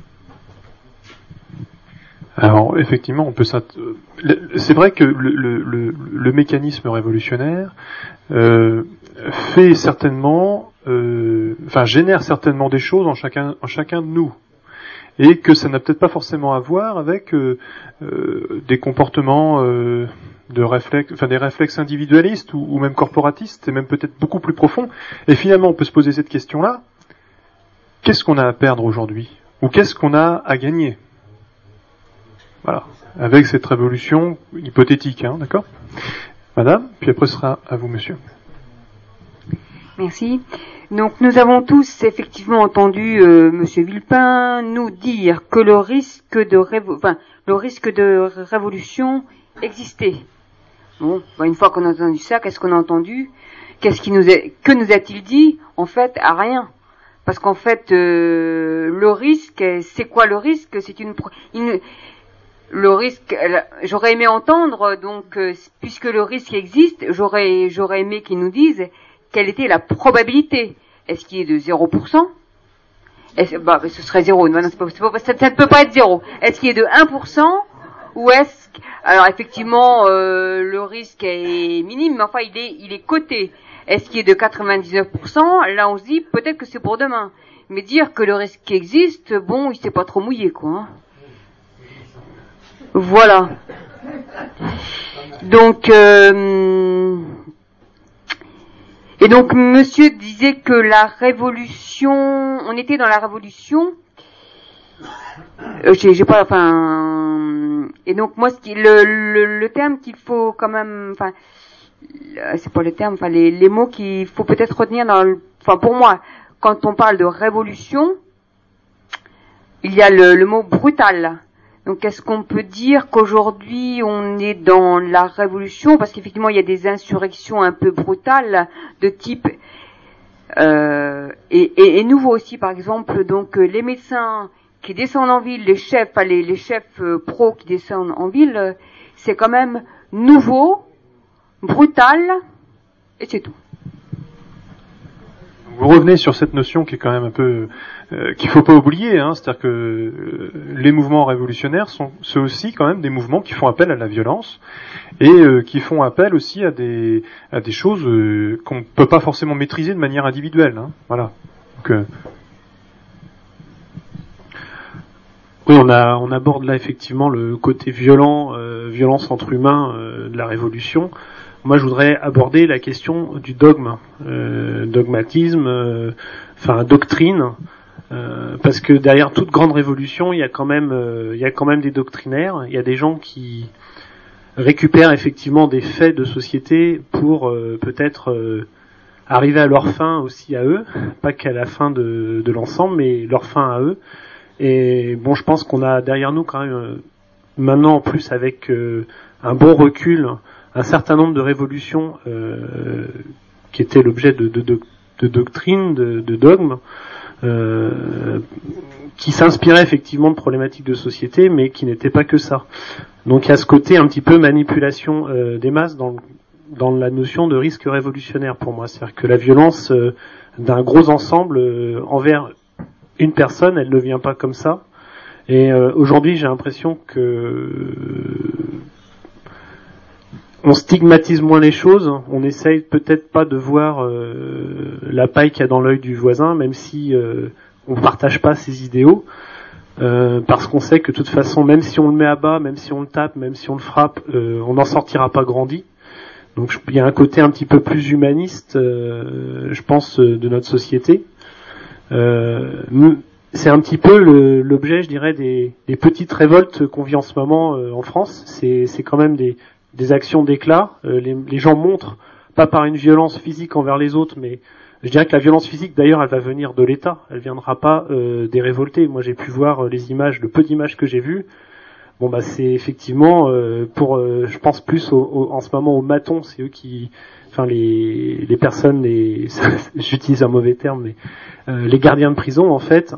Alors, effectivement, on peut s'int- c'est vrai que le, le, le, le mécanisme révolutionnaire euh, fait certainement, euh, enfin génère certainement des choses en chacun, en chacun de nous, et que ça n'a peut-être pas forcément à voir avec euh, euh, des comportements euh, de réflexes, enfin des réflexes individualistes ou, ou même corporatistes, et même peut-être beaucoup plus profonds. Et finalement, on peut se poser cette question-là : qu'est-ce qu'on a à perdre aujourd'hui, ou qu'est-ce qu'on a à gagner ? Voilà, avec cette révolution hypothétique, hein, d'accord ? Madame, puis après ce sera à vous, monsieur. Merci. Donc nous avons tous effectivement entendu euh, Monsieur Villepin nous dire que le risque de révo- enfin, le risque de révolution existait. Bon, bah, une fois qu'on a entendu ça, qu'est-ce qu'on a entendu ? Qu'est-ce qui nous est, que nous a-t-il dit ? En fait, à rien. Parce qu'en fait, euh, le risque, c'est quoi le risque ? C'est une, une le risque, j'aurais aimé entendre, donc, euh, puisque le risque existe, j'aurais, j'aurais aimé qu'ils nous disent quelle était la probabilité. Est-ce qu'il est de zéro pour cent ? Est-ce, bah, ce serait zéro. Non, non, c'est pas, c'est pas, ça, ça ne peut pas être zéro. Est-ce qu'il est de un pour cent ? Ou est-ce, alors effectivement, euh, le risque est minime, mais enfin, il est, il est coté. Est-ce qu'il est de quatre-vingt-dix-neuf pour cent ? Là, on se dit, peut-être que c'est pour demain. Mais dire que le risque existe, bon, il s'est pas trop mouillé, quoi, hein. Voilà. Donc, euh, et donc, monsieur disait que la révolution, on était dans la révolution, euh, j'ai, j'ai pas, enfin, et donc moi, ce qui, le, le, le terme qu'il faut quand même, enfin, c'est pas le terme, enfin, les, les mots qu'il faut peut-être retenir dans le, enfin, pour moi, quand on parle de révolution, il y a le, le mot brutal. Donc, est-ce qu'on peut dire qu'aujourd'hui, on est dans la révolution ? Parce qu'effectivement, il y a des insurrections un peu brutales de type... Euh, et, et, et nouveau aussi, par exemple, donc les médecins qui descendent en ville, les chefs, enfin, les, les chefs euh, pros qui descendent en ville, euh, c'est quand même nouveau, brutal, et c'est tout. Vous revenez sur cette notion qui est quand même un peu euh, qu'il faut pas oublier, hein, c'est-à-dire que euh, les mouvements révolutionnaires sont ceux aussi quand même des mouvements qui font appel à la violence et euh, qui font appel aussi à des à des choses euh, qu'on ne peut pas forcément maîtriser de manière individuelle, hein, voilà. Donc, euh... Oui, on a on aborde là effectivement le côté violent, euh, violence entre humains euh, de la révolution. Moi, je voudrais aborder la question du dogme, euh, dogmatisme, euh, enfin doctrine, euh, parce que derrière toute grande révolution, il y a quand même, euh, il y a quand même des doctrinaires. Il y a des gens qui récupèrent effectivement des faits de société pour euh, peut-être euh, arriver à leur fin aussi à eux, pas qu'à la fin de, de l'ensemble, mais leur fin à eux. Et bon, je pense qu'on a derrière nous quand même euh, maintenant en plus avec euh, un bon recul. Un certain nombre de révolutions euh, qui étaient l'objet de, de, de, de doctrines, de, de dogmes, euh, qui s'inspiraient effectivement de problématiques de société, mais qui n'étaient pas que ça. Donc il y a ce côté un petit peu manipulation euh, des masses dans, dans la notion de risque révolutionnaire pour moi. C'est-à-dire que la violence euh, d'un gros ensemble euh, envers une personne, elle ne vient pas comme ça. Et euh, aujourd'hui, j'ai l'impression que on stigmatise moins les choses, on essaye peut-être pas de voir euh, la paille qu'il y a dans l'œil du voisin, même si euh, on partage pas ses idéaux, euh, parce qu'on sait que de toute façon, même si on le met à bas, même si on le tape, même si on le frappe, euh, on n'en sortira pas grandi. Donc il y a un côté un petit peu plus humaniste, euh, je pense, de notre société. Euh, c'est un petit peu le, l'objet, je dirais, des, des petites révoltes qu'on vit en ce moment euh, en France. C'est, c'est quand même des des actions d'éclat, euh, les, les gens montrent, pas par une violence physique envers les autres, mais je dirais que la violence physique, d'ailleurs, elle va venir de l'État, elle viendra pas euh, des révoltés. Moi, j'ai pu voir euh, les images, le peu d'images que j'ai vues. Bon, bah, c'est effectivement euh, pour, euh, je pense plus au, au, en ce moment aux matons, c'est eux qui, enfin les les personnes, les, j'utilise un mauvais terme, mais euh, les gardiens de prison, en fait.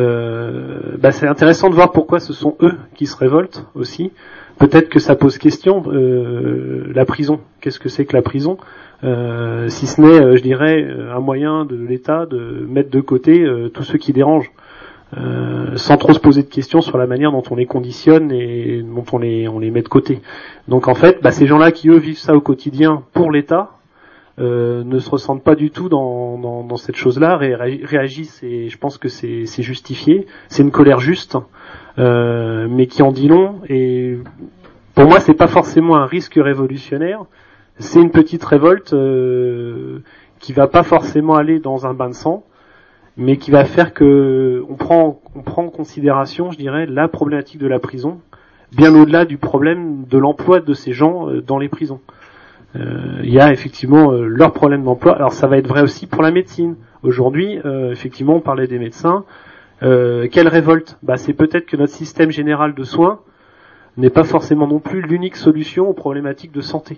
Euh, bah, c'est intéressant de voir pourquoi ce sont eux qui se révoltent aussi. Peut-être que ça pose question, euh, la prison. Qu'est-ce que c'est que la prison euh, si ce n'est, euh, je dirais, un moyen de l'État de mettre de côté euh, tous ceux qui dérangent, euh, sans trop se poser de questions sur la manière dont on les conditionne et dont on les on les met de côté. Donc en fait, bah, ces gens-là qui eux vivent ça au quotidien pour l'État euh, ne se ressentent pas du tout dans dans, dans cette chose-là, ré- réagissent et je pense que c'est c'est justifié. C'est une colère juste. Euh, mais qui en dit long, et pour moi c'est pas forcément un risque révolutionnaire, c'est une petite révolte euh, qui va pas forcément aller dans un bain de sang, mais qui va faire que on prend on prend en considération, je dirais, la problématique de la prison, bien au-delà du problème de l'emploi de ces gens euh, dans les prisons. Euh, il y a effectivement euh, leur problème d'emploi. Alors ça va être vrai aussi pour la médecine. Aujourd'hui, euh, effectivement, on parlait des médecins. Euh, quelle révolte ? Bah, c'est peut-être que notre système général de soins n'est pas forcément non plus l'unique solution aux problématiques de santé.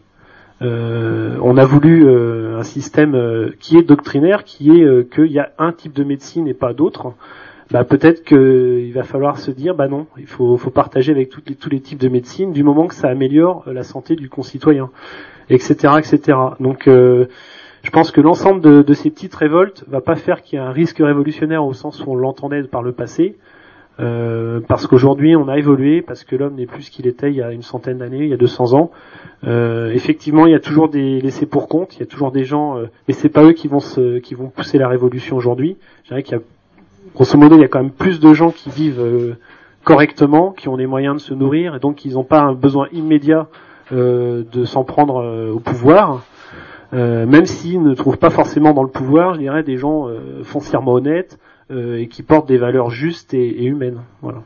Euh, on a voulu euh, un système euh, qui est doctrinaire, qui est euh, qu'il y a un type de médecine et pas d'autre. Bah, peut-être qu'il va falloir se dire, bah non, il faut, faut partager avec toutes les, tous les types de médecine, du moment que ça améliore la santé du concitoyen, et cetera, et cetera. Donc euh, je pense que l'ensemble de, de ces petites révoltes va pas faire qu'il y a un risque révolutionnaire au sens où on l'entendait par le passé, euh, parce qu'aujourd'hui on a évolué, parce que l'homme n'est plus ce qu'il était il y a une centaine d'années, il y a deux cents ans. Euh, effectivement, il y a toujours des laissés pour compte, il y a toujours des gens, euh, mais c'est pas eux qui vont se, qui vont pousser la révolution aujourd'hui. Je dirais qu'il y a, grosso modo, il y a quand même plus de gens qui vivent euh, correctement, qui ont les moyens de se nourrir, et donc ils n'ont pas un besoin immédiat euh, de s'en prendre euh, au pouvoir. Euh, même s'ils ne trouvent pas forcément dans le pouvoir, je dirais, des gens euh, foncièrement honnêtes euh, et qui portent des valeurs justes et, et humaines. Voilà.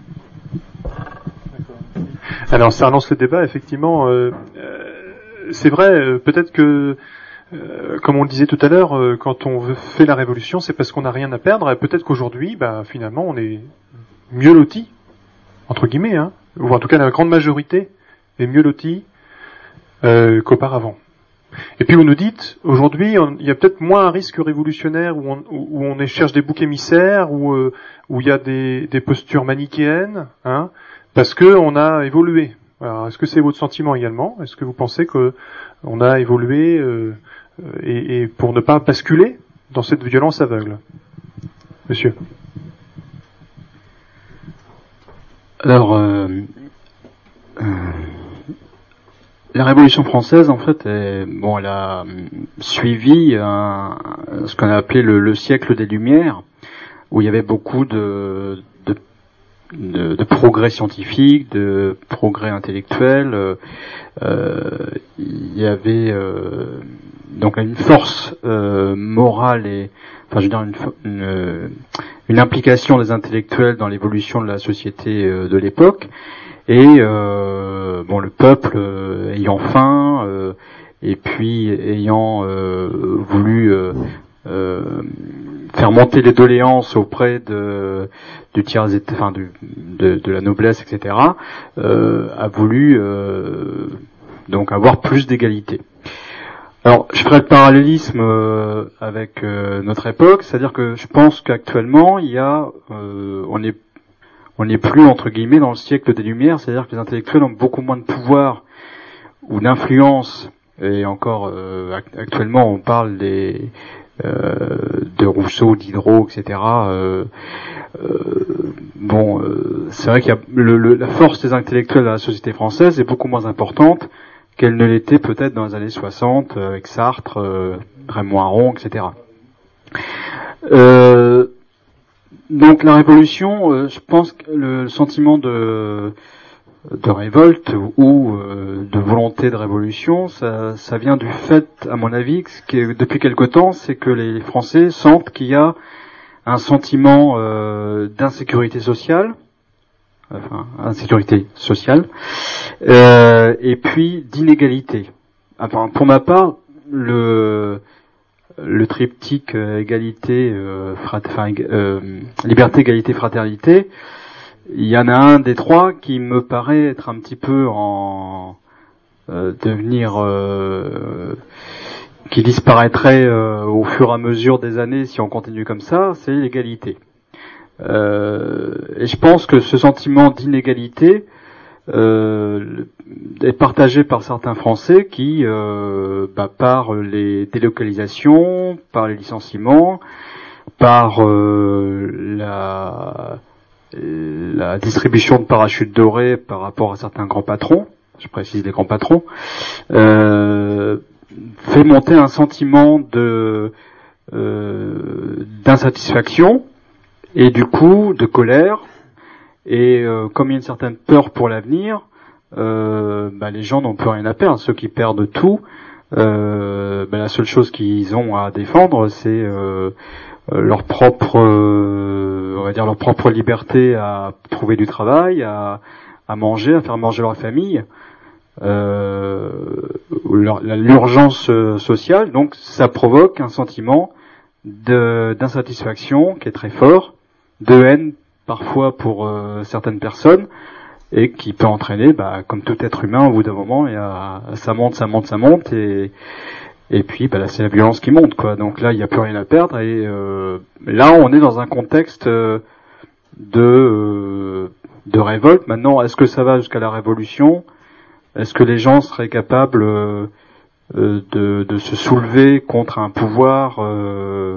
Alors ça relance le débat, effectivement. Euh, euh, c'est vrai, euh, peut-être que, euh, comme on le disait tout à l'heure, euh, quand on fait la révolution, c'est parce qu'on n'a rien à perdre. Et peut-être qu'aujourd'hui, bah, finalement, on est mieux loti, entre guillemets, hein, ou en tout cas la grande majorité est mieux loti euh, qu'auparavant. Et puis vous nous dites, aujourd'hui, on, il y a peut-être moins un risque révolutionnaire où on, où on cherche des boucs émissaires, où, euh, où il y a des, des postures manichéennes, hein, parce que on a évolué. Alors, est-ce que c'est votre sentiment également ? Est-ce que vous pensez que on a évolué euh, et, et pour ne pas basculer dans cette violence aveugle ? Monsieur. Alors, euh, euh, la Révolution française, en fait, est, bon, elle a suivi un, ce qu'on a appelé le, le siècle des Lumières, où il y avait beaucoup de, de, de, de progrès scientifiques, de progrès intellectuels. Euh, il y avait euh, donc une force euh, morale et, enfin, je veux dire, une, une, une implication des intellectuels dans l'évolution de la société euh, de l'époque. Et euh, bon, le peuple euh, ayant faim euh, et puis ayant euh, voulu euh, euh, faire monter les doléances auprès de du tiers, enfin du, de, de la noblesse, et cetera, euh, a voulu euh, donc avoir plus d'égalité. Alors, je ferai le parallélisme euh, avec euh, notre époque, c'est-à-dire que je pense qu'actuellement il y a, euh, on est On n'est plus, entre guillemets, dans le siècle des Lumières, c'est-à-dire que les intellectuels ont beaucoup moins de pouvoir ou d'influence, et encore euh, actuellement on parle des, euh, de Rousseau, Diderot, et cetera. Euh, euh, bon, euh, c'est vrai qu'il y a le, le, la force des intellectuels de la société française est beaucoup moins importante qu'elle ne l'était peut-être dans les années soixante euh, avec Sartre, euh, Raymond Aron, et cetera. Euh, donc la révolution, euh, je pense que le sentiment de de révolte ou euh, de volonté de révolution, ça, ça vient du fait, à mon avis, que, que depuis quelque temps, c'est que les Français sentent qu'il y a un sentiment euh, d'insécurité sociale, enfin insécurité sociale, euh, et puis d'inégalité. Enfin, pour ma part, le le triptyque euh, égalité, euh, frat, enfin, euh, liberté, égalité, fraternité. Il y en a un des trois qui me paraît être un petit peu en euh, devenir euh, qui disparaîtrait euh, au fur et à mesure des années si on continue comme ça, c'est l'égalité. Euh, et je pense que ce sentiment d'inégalité euh, est partagé par certains Français qui, euh, bah, par les délocalisations, par les licenciements, par euh, la la distribution de parachutes dorés par rapport à certains grands patrons, je précise les grands patrons, euh, fait monter un sentiment de euh, d'insatisfaction et du coup de colère. Et euh, comme il y a une certaine peur pour l'avenir, euh, bah, les gens n'ont plus rien à perdre. Ceux qui perdent tout, euh, bah, la seule chose qu'ils ont à défendre, c'est euh, leur propre, euh, on va dire leur propre liberté à trouver du travail, à, à manger, à faire manger leur famille, euh, leur, l'urgence sociale. Donc ça provoque un sentiment de, d'insatisfaction qui est très fort, de haine parfois pour euh, certaines personnes, et qui peut entraîner, bah, comme tout être humain, au bout d'un moment, il y a, ça monte, ça monte, ça monte, et Et puis, bah là, c'est la violence qui monte, quoi. Donc là, il n'y a plus rien à perdre. Et euh, là, on est dans un contexte euh, de euh, de révolte. Maintenant, est-ce que ça va jusqu'à la révolution? Est-ce que les gens seraient capables euh, de de se soulever contre un pouvoir euh,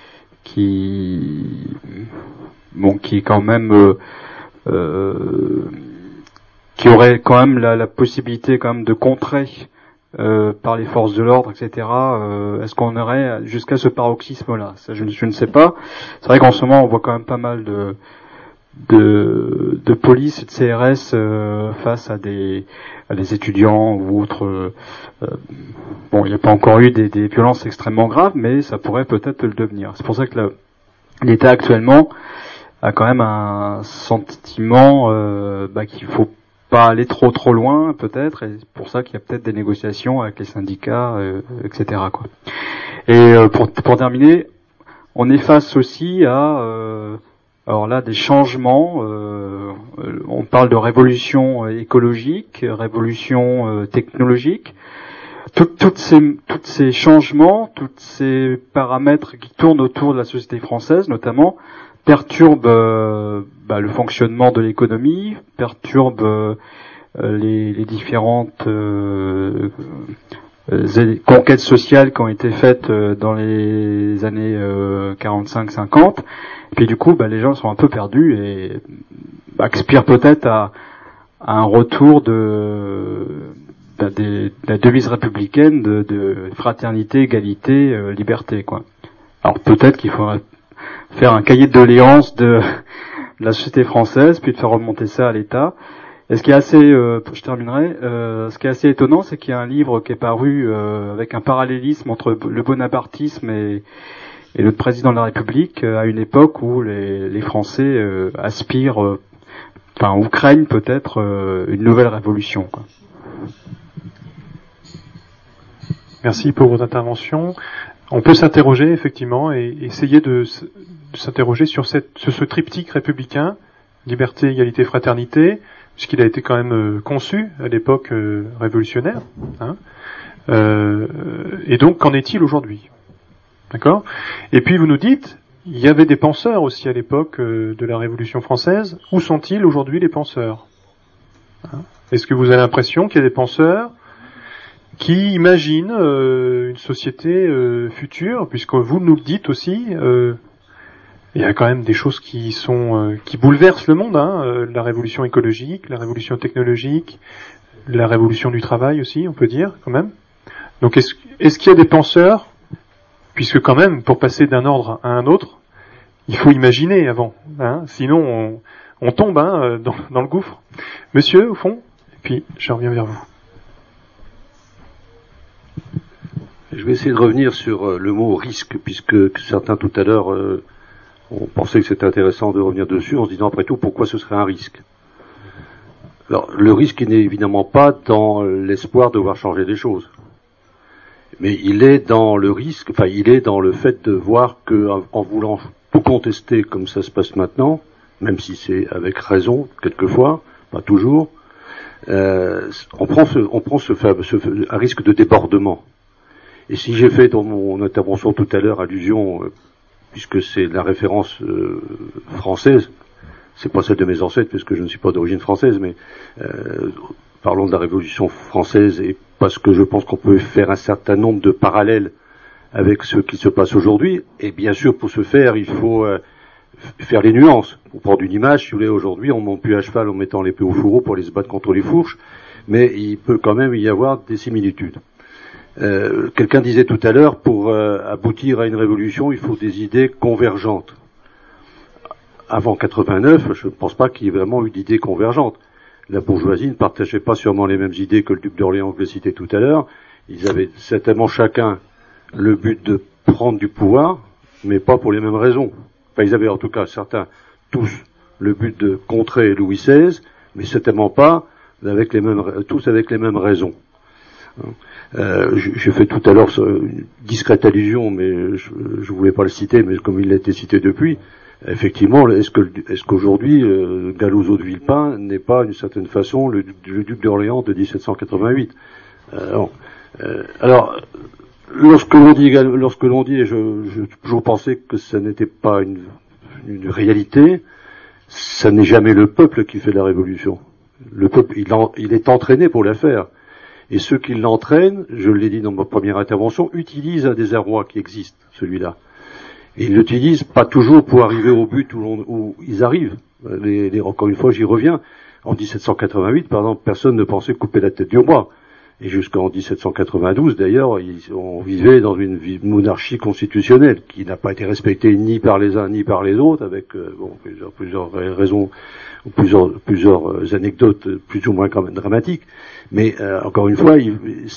qui bon, qui est quand même euh, euh, qui aurait quand même la, la possibilité quand même de contrer Euh, par les forces de l'ordre, et cetera. Euh, est-ce qu'on irait jusqu'à ce paroxysme-là? Ça, je, je ne sais pas. C'est vrai qu'en ce moment, on voit quand même pas mal de de, de police et de C R S euh, face à des à des étudiants ou autres. Euh, bon, il n'y a pas encore eu des, des violences extrêmement graves, mais ça pourrait peut-être le devenir. C'est pour ça que la, l'État actuellement a quand même un sentiment euh, bah, qu'il faut pas aller trop trop loin peut-être, et c'est pour ça qu'il y a peut-être des négociations avec les syndicats, euh, et cetera quoi. Et euh, pour pour terminer, on est face aussi à euh, alors là des changements. Euh, on parle de révolution écologique, révolution euh, technologique. Tout, toutes ces toutes ces changements, tous ces paramètres qui tournent autour de la société française, notamment, perturbe euh, bah, le fonctionnement de l'économie, perturbe euh, les, les différentes euh, euh, conquêtes sociales qui ont été faites euh, dans les années euh, quarante-cinq cinquante. Et puis du coup, bah, les gens sont un peu perdus et bah, aspirent peut-être à, à un retour de, de, de, de la devise républicaine de, de fraternité, égalité, euh, liberté, quoi. Alors peut-être qu'il faudrait faire un cahier de doléances de, de la société française, puis de faire remonter ça à l'État. Et ce qui est assez, euh, je terminerai, euh, ce qui est assez étonnant, c'est qu'il y a un livre qui est paru euh, avec un parallélisme entre le bonapartisme et, et le président de la République euh, à une époque où les, les Français euh, aspirent, euh, enfin, ou craignent peut-être euh, une nouvelle révolution, quoi. Merci pour votre intervention. On peut s'interroger effectivement et essayer de, de s'interroger sur, cette, sur ce triptyque républicain, liberté, égalité, fraternité, puisqu'il a été quand même euh, conçu à l'époque euh, révolutionnaire. Hein. Euh, et donc, qu'en est-il aujourd'hui? D'accord? Et puis vous nous dites, il y avait des penseurs aussi à l'époque euh, de la Révolution française. Où sont-ils aujourd'hui les penseurs? Hein? Est-ce que vous avez l'impression qu'il y a des penseurs qui imagine euh, une société euh, future, puisque vous nous le dites aussi, euh, il y a quand même des choses qui sont euh, qui bouleversent le monde, hein, euh, la révolution écologique, la révolution technologique, la révolution du travail aussi, on peut dire quand même. Donc est-ce, est-ce qu'il y a des penseurs, puisque quand même pour passer d'un ordre à un autre, il faut imaginer avant, hein, sinon on, on tombe hein, dans, dans le gouffre. Monsieur, au fond, et puis je reviens vers vous. Je vais essayer de revenir sur le mot risque, puisque certains tout à l'heure euh, ont pensé que c'était intéressant de revenir dessus en se disant après tout pourquoi ce serait un risque. Alors le risque n'est évidemment pas dans l'espoir de voir changer des choses, mais il est dans le risque, enfin il est dans le fait de voir que en voulant tout contester comme ça se passe maintenant, même si c'est avec raison quelquefois, pas toujours, euh, on prend ce, on prend ce, ce un risque de débordement. Et si j'ai fait dans mon intervention tout à l'heure allusion, euh, puisque c'est la référence euh, française, c'est pas celle de mes ancêtres, puisque je ne suis pas d'origine française, mais euh, parlons de la Révolution française, et parce que je pense qu'on peut faire un certain nombre de parallèles avec ce qui se passe aujourd'hui, et bien sûr pour ce faire, il faut euh, faire les nuances. Pour prendre une image, si vous voulez, aujourd'hui, on ne monte plus à cheval en mettant l'épée au fourreau pour aller se battre contre les fourches, mais il peut quand même y avoir des similitudes. Euh, quelqu'un disait tout à l'heure, pour euh, aboutir à une révolution, il faut des idées convergentes. Avant quatre-vingt-neuf, je ne pense pas qu'il y ait vraiment eu d'idées convergentes. La bourgeoisie ne partageait pas sûrement les mêmes idées que le duc d'Orléans que je citais tout à l'heure. Ils avaient certainement chacun le but de prendre du pouvoir, mais pas pour les mêmes raisons. Enfin, ils avaient en tout cas, certains, tous, le but de contrer Louis seize, mais certainement pas avec les mêmes, tous avec les mêmes raisons. Euh, j'ai fait tout à l'heure une discrète allusion, mais je ne voulais pas le citer, mais comme il a été cité depuis, effectivement, est-ce que est-ce qu'aujourd'hui euh, Gallouzot de Villepin n'est pas d'une certaine façon le, le duc d'Orléans de dix-sept cent quatre-vingt-huit? euh, euh, Alors, lorsque l'on dit, lorsque l'on dit, et je, je toujours pensé que ça n'était pas une, une réalité, ça n'est jamais le peuple qui fait la révolution. Le peuple, il, en, il est entraîné pour la faire. Et ceux qui l'entraînent, je l'ai dit dans ma première intervention, utilisent un désarroi qui existe, celui-là. Et ils l'utilisent pas toujours pour arriver au but où, l'on, où ils arrivent. Les, les, encore une fois, j'y reviens. En dix-sept cent quatre-vingt-huit, par exemple, personne ne pensait couper la tête du roi. Et jusqu'en dix-sept cent quatre-vingt-douze, d'ailleurs, ils, on vivait dans une monarchie constitutionnelle qui n'a pas été respectée ni par les uns ni par les autres, avec euh, bon, plusieurs, plusieurs raisons, plusieurs, plusieurs anecdotes plus ou moins quand même dramatiques. Mais euh, encore une fois, ils,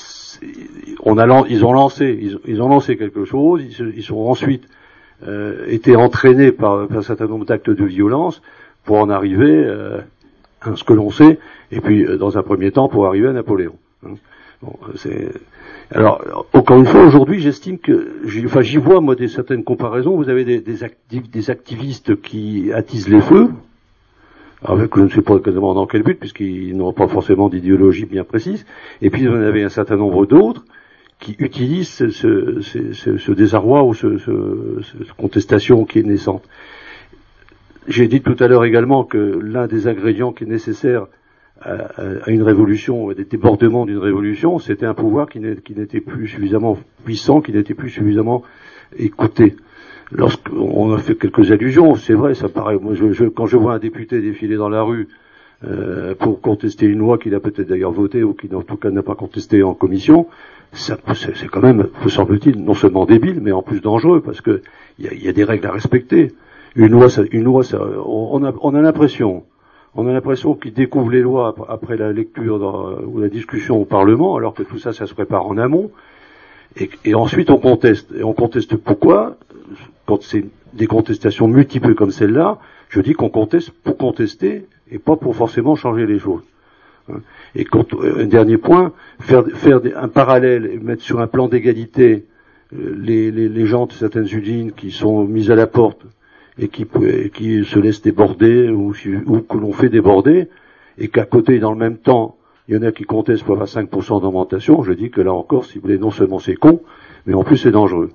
on a, ils ont lancé, ils, ils ont lancé quelque chose. Ils, se, ils sont ensuite euh, été entraînés par, par un certain nombre d'actes de violence pour en arriver euh, à ce que l'on sait. Et puis, euh, dans un premier temps, pour arriver à Napoléon. Hein. Bon, c'est... Alors, encore une fois, aujourd'hui, j'estime que, j'y, enfin, j'y vois, moi, des certaines comparaisons. Vous avez des, des, activ, des activistes qui attisent les feux, avec, je ne sais pas exactement dans quel but, puisqu'ils n'ont pas forcément d'idéologie bien précise. Et puis, vous en avez un certain nombre d'autres qui utilisent ce, ce, ce, ce désarroi ou ce, ce, cette contestation qui est naissante. J'ai dit tout à l'heure également que l'un des ingrédients qui est nécessaire à une révolution, des débordements d'une révolution, c'était un pouvoir qui n'était plus suffisamment puissant, qui n'était plus suffisamment écouté. Lorsqu'on a fait quelques allusions, c'est vrai, ça paraît, moi je, je, quand je vois un député défiler dans la rue euh, pour contester une loi qu'il a peut-être d'ailleurs votée ou qui en tout cas n'a pas contestée en commission, ça, c'est, c'est quand même, me semble-t-il, non seulement débile, mais en plus dangereux, parce que il y a, y a des règles à respecter. Une loi, ça, une loi, ça, on a, on a l'impression On a l'impression qu'ils découvrent les lois après la lecture dans, ou la discussion au Parlement, alors que tout ça, ça se prépare en amont. Et, et ensuite, on conteste. Et on conteste pourquoi? Quand c'est des contestations multiples comme celle-là, je dis qu'on conteste pour contester et pas pour forcément changer les choses. Et quand, un dernier point, faire, faire des, un parallèle et mettre sur un plan d'égalité les, les, les gens de certaines usines qui sont mises à la porte et qui, qui se laissent déborder ou, ou que l'on fait déborder, et qu'à côté, dans le même temps, il y en a qui contestent pour vingt-cinq pour cent d'augmentation, je dis que là encore, si vous voulez, non seulement c'est con, mais en plus c'est dangereux.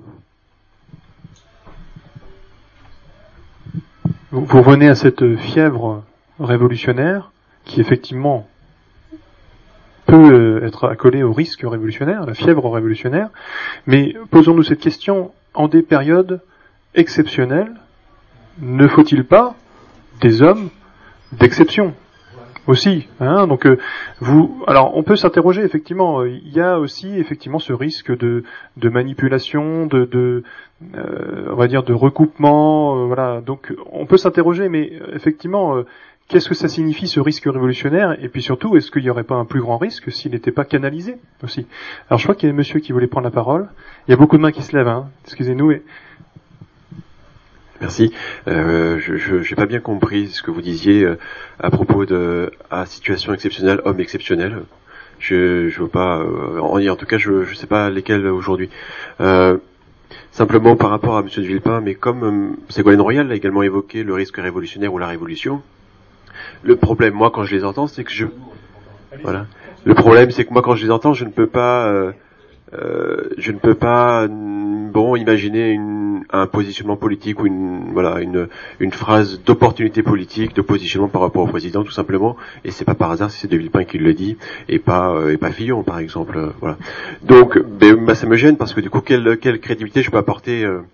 Vous revenez à cette fièvre révolutionnaire qui effectivement peut être accolé au risque révolutionnaire, la fièvre révolutionnaire, mais posons-nous cette question, en des périodes exceptionnelles, ne faut-il pas des hommes d'exception aussi, hein, donc euh, vous, alors on peut s'interroger effectivement. Il y a aussi effectivement ce risque de, de manipulation, de, de euh, on va dire de recoupement, euh, voilà. Donc on peut s'interroger, mais effectivement, euh, qu'est-ce que ça signifie ce risque révolutionnaire? Et puis surtout, est-ce qu'il n'y aurait pas un plus grand risque s'il n'était pas canalisé aussi? Alors je crois qu'il y a un monsieur qui voulait prendre la parole. Il y a beaucoup de mains qui se lèvent, hein. Excusez-nous. Et... Merci. Euh, je n'ai pas bien compris ce que vous disiez euh, à propos de à situation exceptionnelle, homme exceptionnel. Je je veux pas. Euh, en, en tout cas, je je sais pas lesquels aujourd'hui. Euh, simplement par rapport à Monsieur de Villepin, mais comme euh, Ségolène Royal l'a également évoqué, le risque révolutionnaire ou la révolution. Le problème, moi, quand je les entends, c'est que je voilà. Le problème, c'est que moi, quand je les entends, je ne peux pas. Euh, Euh, je ne peux pas, bon, imaginer une, un positionnement politique ou une, voilà, une, une phrase d'opportunité politique, de positionnement par rapport au président, tout simplement. Et c'est pas par hasard si c'est de Villepin qui le dit et pas, euh, et pas Fillon, par exemple. Euh, voilà. Donc, ben, bah, ça me gêne parce que du coup, quelle, quelle crédibilité je peux apporter euh,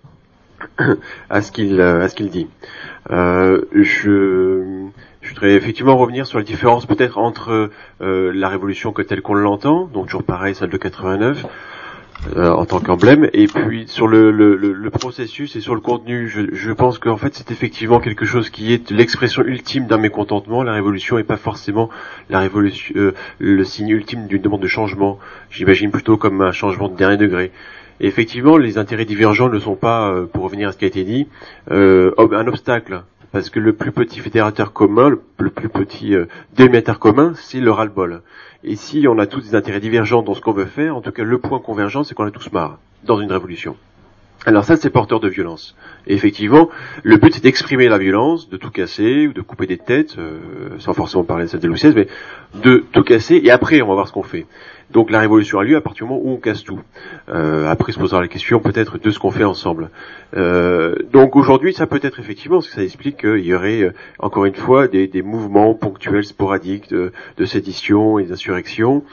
à ce qu'il, à ce qu'il dit. Euh, je, je voudrais effectivement revenir sur la différence peut-être entre euh, la révolution que telle qu'on l'entend, donc toujours pareil, celle de quatre-vingt-neuf, euh, en tant qu'emblème, et puis sur le, le, le, le processus et sur le contenu. Je, je pense qu'en fait c'est effectivement quelque chose qui est l'expression ultime d'un mécontentement. La révolution n'est pas forcément la révolution, euh, le signe ultime d'une demande de changement. J'imagine plutôt comme un changement de dernier degré. Et effectivement, les intérêts divergents ne sont pas, euh, pour revenir à ce qui a été dit, euh, un obstacle. Parce que le plus petit fédérateur commun, le, le plus petit euh, dénominateur commun, c'est le ras-le-bol. Et si on a tous des intérêts divergents dans ce qu'on veut faire, en tout cas le point convergent, c'est qu'on a tous marre dans une révolution. Alors ça, c'est porteur de violence. Et effectivement, le but, c'est d'exprimer la violence, de tout casser, ou de couper des têtes, euh, sans forcément parler de celle de Louis seize, mais de tout casser, et après, on va voir ce qu'on fait. Donc la révolution a lieu à partir du moment où on casse tout. Euh, après se posera la question peut-être de ce qu'on fait ensemble. Euh, donc aujourd'hui, ça peut être effectivement, parce que ça explique qu'il y aurait, euh, encore une fois, des, des mouvements ponctuels, sporadiques de, de sédition et d'insurrection.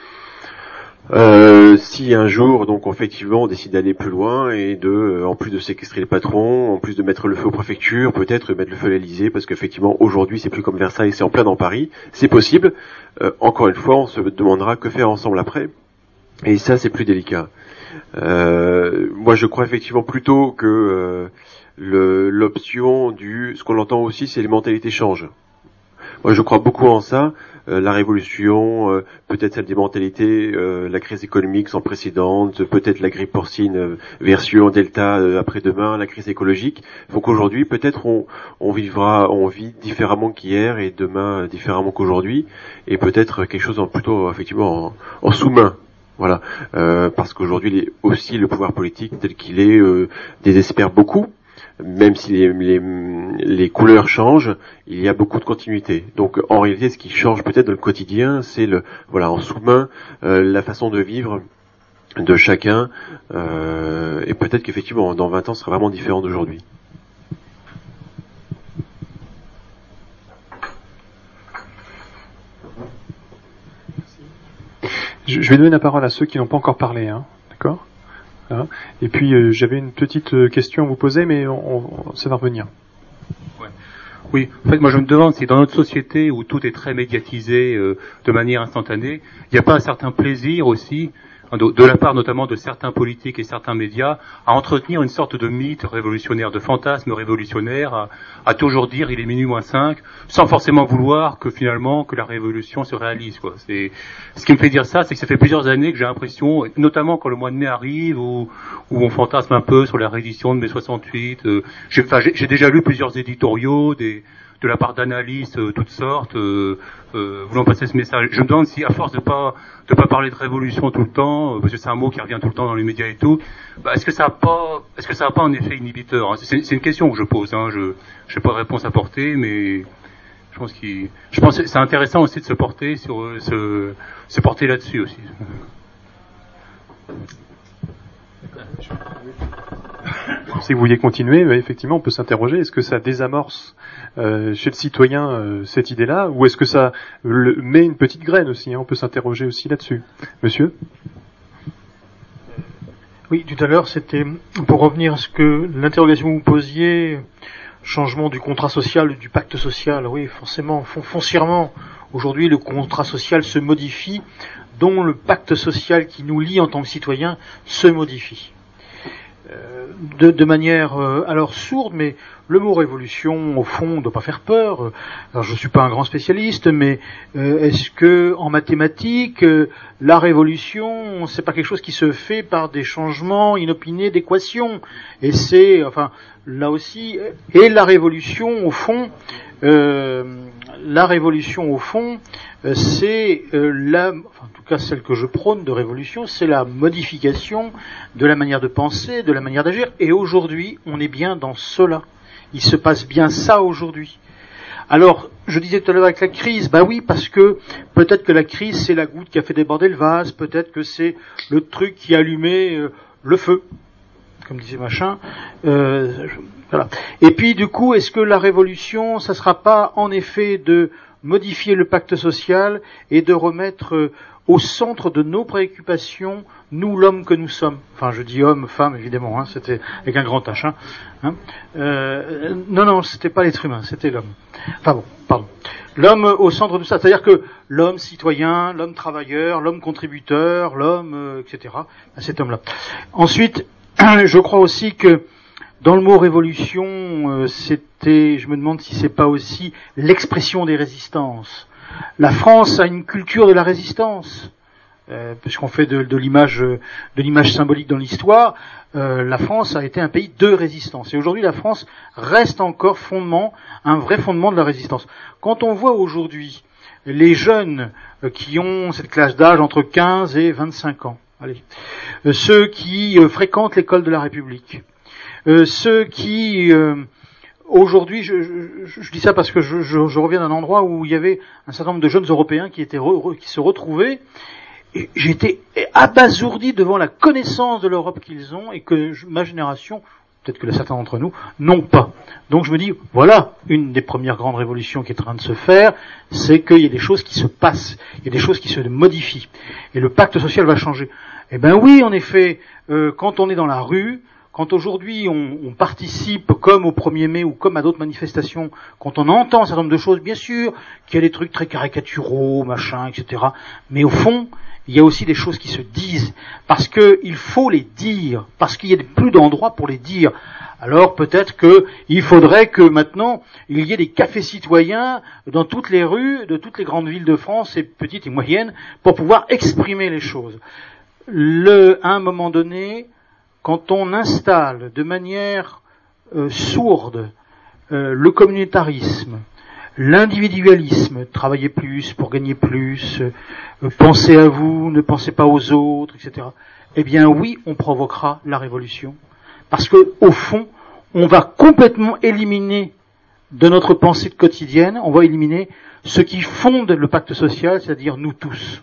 Euh, si un jour, donc effectivement, on décide d'aller plus loin et de, euh, en plus de séquestrer les patrons, en plus de mettre le feu aux préfectures, peut-être mettre le feu à l'Élysée, parce qu'effectivement, aujourd'hui, c'est plus comme Versailles, c'est en plein dans Paris, c'est possible. Euh, encore une fois, on se demandera que faire ensemble après, et ça, c'est plus délicat. Euh, moi, je crois effectivement plutôt que euh, le, l'option du, ce qu'on entend aussi, c'est les mentalités changent. Moi, je crois beaucoup en ça. Euh, la révolution, euh, peut-être celle des mentalités, euh, la crise économique sans précédent, peut-être la grippe porcine euh, version Delta euh, après-demain, la crise écologique. Il faut qu'aujourd'hui, peut-être, on, on vivra, on vit différemment qu'hier et demain euh, différemment qu'aujourd'hui, et peut-être quelque chose en plutôt effectivement en, en sous-main. Voilà, euh, parce qu'aujourd'hui, les, aussi le pouvoir politique tel qu'il est euh, désespère beaucoup. Même si les, les, les couleurs changent, il y a beaucoup de continuité. Donc en réalité, ce qui change peut-être dans le quotidien, c'est le voilà en sous-main euh, la façon de vivre de chacun. Euh, et peut-être qu'effectivement, dans vingt ans, ce sera vraiment différent d'aujourd'hui. Je, je vais donner la parole à ceux qui n'ont pas encore parlé, hein, d'accord ? Hein. Et puis euh, j'avais une petite euh, question à vous poser, mais on, on, ça va revenir. Ouais. Oui, en fait, moi je me demande si dans notre société où tout est très médiatisé euh, de manière instantanée, il n'y a pas un certain plaisir aussi, de, de la part notamment de certains politiques et certains médias, à entretenir une sorte de mythe révolutionnaire, de fantasme révolutionnaire, à, à toujours dire il est minuit moins cinq, sans forcément vouloir que finalement que la révolution se réalise, quoi. C'est, ce qui me fait dire ça, c'est que ça fait plusieurs années que j'ai l'impression, notamment quand le mois de mai arrive, où, où on fantasme un peu sur la réédition de mai soixante-huit, euh, j'ai, enfin, j'ai, j'ai déjà lu plusieurs éditoriaux, des de la part d'analystes euh, toutes sortes, euh, euh, voulant passer ce message. Je me demande si, à force de pas de pas parler de révolution tout le temps, euh, parce que c'est un mot qui revient tout le temps dans les médias et tout, bah, est-ce que ça a pas, est-ce que ça a pas un effet inhibiteur, hein? c'est, c'est une question que je pose. Hein. Je n'ai pas de réponse à apporter, mais je pense qu'il, je pense que c'est intéressant aussi de se porter sur, euh, se, se porter là-dessus aussi. si vous vouliez continuer, bah, effectivement, on peut s'interroger, est-ce que ça désamorce euh, chez le citoyen euh, cette idée-là, ou est-ce que ça le, met une petite graine aussi, hein, on peut s'interroger aussi là-dessus. Monsieur ? Oui, tout à l'heure, c'était pour revenir à ce que l'interrogation que vous posiez, changement du contrat social, du pacte social. Oui, forcément, foncièrement, aujourd'hui, le contrat social se modifie, dont le pacte social qui nous lie en tant que citoyens se modifie. Euh, de, de manière, euh, alors sourde, mais le mot révolution, au fond, ne doit pas faire peur. Alors, je suis pas un grand spécialiste, mais euh, est-ce que en mathématiques, euh, la révolution, c'est pas quelque chose qui se fait par des changements inopinés d'équations? Et c'est, enfin, là aussi, et la révolution, au fond, euh, la révolution, au fond, euh, c'est euh, la, enfin, en tout cas celle que je prône de révolution, c'est la modification de la manière de penser, de la manière d'agir. Et aujourd'hui, on est bien dans cela. Il se passe bien ça aujourd'hui. Alors, je disais tout à l'heure avec la crise, bah oui, parce que peut-être que la crise, c'est la goutte qui a fait déborder le vase, peut-être que c'est le truc qui a allumé euh, le feu, comme disait machin. Euh, je, voilà. Et puis, du coup, est-ce que la révolution, ça sera pas en effet de modifier le pacte social et de remettre euh, au centre de nos préoccupations, nous, l'homme que nous sommes. Enfin, je dis homme, femme, évidemment, hein, c'était avec un grand H. Hein, hein. Euh, non, non, c'était pas l'être humain, c'était l'homme. Enfin bon, pardon. L'homme au centre de ça, c'est-à-dire que l'homme citoyen, l'homme travailleur, l'homme contributeur, l'homme, euh, et cetera. Cet homme-là. Ensuite, je crois aussi que dans le mot révolution, euh, c'était, je me demande si c'est pas aussi l'expression des résistances. La France a une culture de la résistance, euh, puisqu'on fait de, de l'image, de l'image symbolique dans l'histoire. Euh, la France a été un pays de résistance, et aujourd'hui la France reste encore fondement, un vrai fondement de la résistance. Quand on voit aujourd'hui les jeunes euh, qui ont cette classe d'âge entre quinze et vingt-cinq ans, allez, euh, ceux qui euh, fréquentent l'école de la République, euh, ceux qui euh, aujourd'hui, je, je, je dis ça parce que je, je, je reviens d'un endroit où il y avait un certain nombre de jeunes Européens qui étaient re, re, qui se retrouvaient, et j'étais abasourdi devant la connaissance de l'Europe qu'ils ont et que je, ma génération, peut-être que certains d'entre nous, n'ont pas. Donc je me dis, voilà, une des premières grandes révolutions qui est en train de se faire, c'est qu'il y a des choses qui se passent, il y a des choses qui se modifient, et le pacte social va changer. Eh ben oui, en effet, euh, quand on est dans la rue, quand aujourd'hui on, on participe comme au premier mai ou comme à d'autres manifestations, quand on entend un certain nombre de choses, bien sûr qu'il y a des trucs très caricaturaux, machin, et cetera. Mais au fond, il y a aussi des choses qui se disent, parce qu'il faut les dire, parce qu'il y a plus d'endroits pour les dire. Alors peut-être qu'il faudrait que maintenant il y ait des cafés citoyens dans toutes les rues de toutes les grandes villes de France, et petites et moyennes, pour pouvoir exprimer les choses. Le, à un moment donné, quand on installe de manière euh, sourde euh, le communautarisme, l'individualisme, travailler plus pour gagner plus, euh, pensez à vous, ne pensez pas aux autres, et cetera. Eh bien oui, on provoquera la révolution, parce que au fond, on va complètement éliminer de notre pensée quotidienne, on va éliminer ce qui fonde le pacte social, c'est-à-dire nous tous.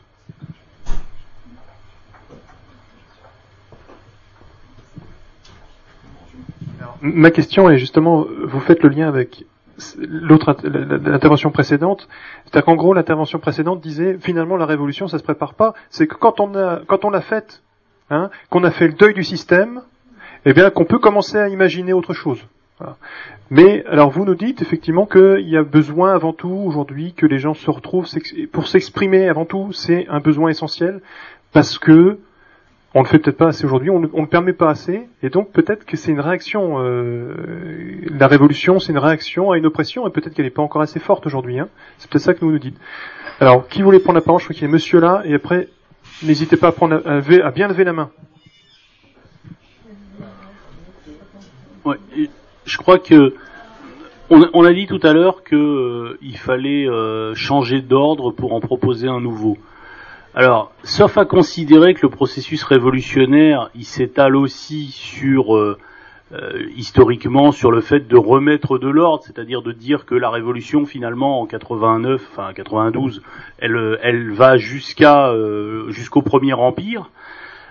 Ma question est justement, vous faites le lien avec l'autre l'intervention précédente, c'est-à-dire qu'en gros l'intervention précédente disait finalement la révolution ça se prépare pas, c'est que quand on a quand on l'a faite, hein, qu'on a fait le deuil du système, eh bien qu'on peut commencer à imaginer autre chose. Voilà. Mais alors vous nous dites effectivement qu'il y a besoin avant tout aujourd'hui que les gens se retrouvent pour s'exprimer avant tout, c'est un besoin essentiel parce que on le fait peut-être pas assez aujourd'hui, on ne le permet pas assez, et donc peut-être que c'est une réaction, euh, la révolution c'est une réaction à une oppression, et peut-être qu'elle n'est pas encore assez forte aujourd'hui, hein. C'est peut-être ça que vous nous dites. Alors, qui voulait prendre la parole? Je crois qu'il y a monsieur là, et après, n'hésitez pas à, prendre, à, lever, à bien lever la main. Ouais, je crois que on, on a dit tout à l'heure que euh, il fallait euh, changer d'ordre pour en proposer un nouveau. Alors, sauf à considérer que le processus révolutionnaire, il s'étale aussi sur, euh, euh, historiquement, sur le fait de remettre de l'ordre, c'est-à-dire de dire que la révolution, finalement, en quatre-vingt-neuf, enfin quatre-vingt-douze, elle, elle va jusqu'à euh, jusqu'au Premier Empire.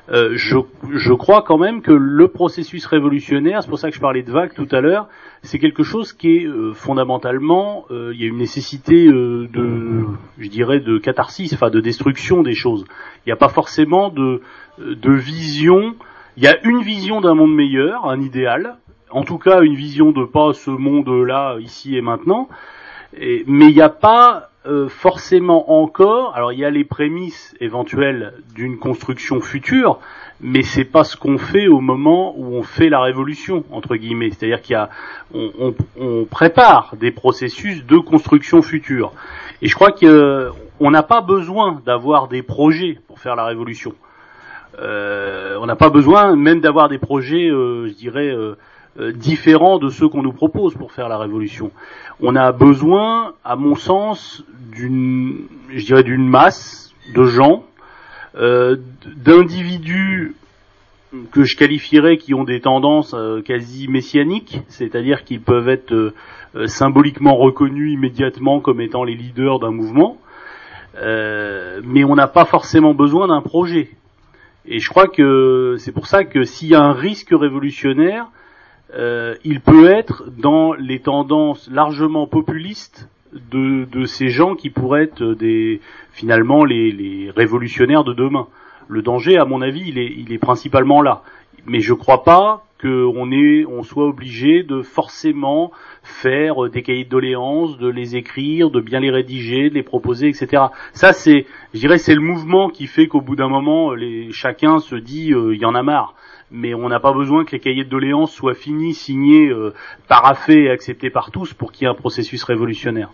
Euh, je, je crois quand même que le processus révolutionnaire, c'est pour ça que je parlais de vague tout à l'heure, c'est quelque chose qui est euh, fondamentalement, euh, il y a une nécessité euh, de, je dirais, de catharsis, enfin de destruction des choses. Il n'y a pas forcément de, de vision. Il y a une vision d'un monde meilleur, un idéal. En tout cas, une vision de pas ce monde-là, ici et maintenant. Et, mais il n'y a pas euh, forcément encore. Alors, il y a les prémices éventuelles d'une construction future, mais c'est pas ce qu'on fait au moment où on fait la révolution, entre guillemets. C'est-à-dire qu'il y a, on, on, on prépare des processus de construction future. Et je crois qu'on n'a pas besoin d'avoir des projets pour faire la révolution. Euh, on n'a pas besoin même d'avoir des projets, euh, je dirais. Euh, Euh, différents de ceux qu'on nous propose pour faire la révolution. On a besoin, à mon sens, d'une, je dirais, d'une masse de gens, euh, d'individus que je qualifierais qui ont des tendances euh, quasi messianiques, c'est-à-dire qu'ils peuvent être euh, symboliquement reconnus immédiatement comme étant les leaders d'un mouvement, euh, mais on n'a pas forcément besoin d'un projet. Et je crois que c'est pour ça que s'il y a un risque révolutionnaire, Euh, il peut être dans les tendances largement populistes de, de ces gens qui pourraient être des, finalement les, les révolutionnaires de demain. Le danger, à mon avis, il est, il est principalement là. Mais je crois pas qu'on est, on soit obligé de forcément faire des cahiers de doléances, de les écrire, de bien les rédiger, de les proposer, et cetera. Ça, c'est, je dirais, c'est le mouvement qui fait qu'au bout d'un moment, les, chacun se dit, il euh, y en a marre. Mais on n'a pas besoin que les cahiers de doléances soient finis, signés, euh, paraphés et acceptés par tous pour qu'il y ait un processus révolutionnaire.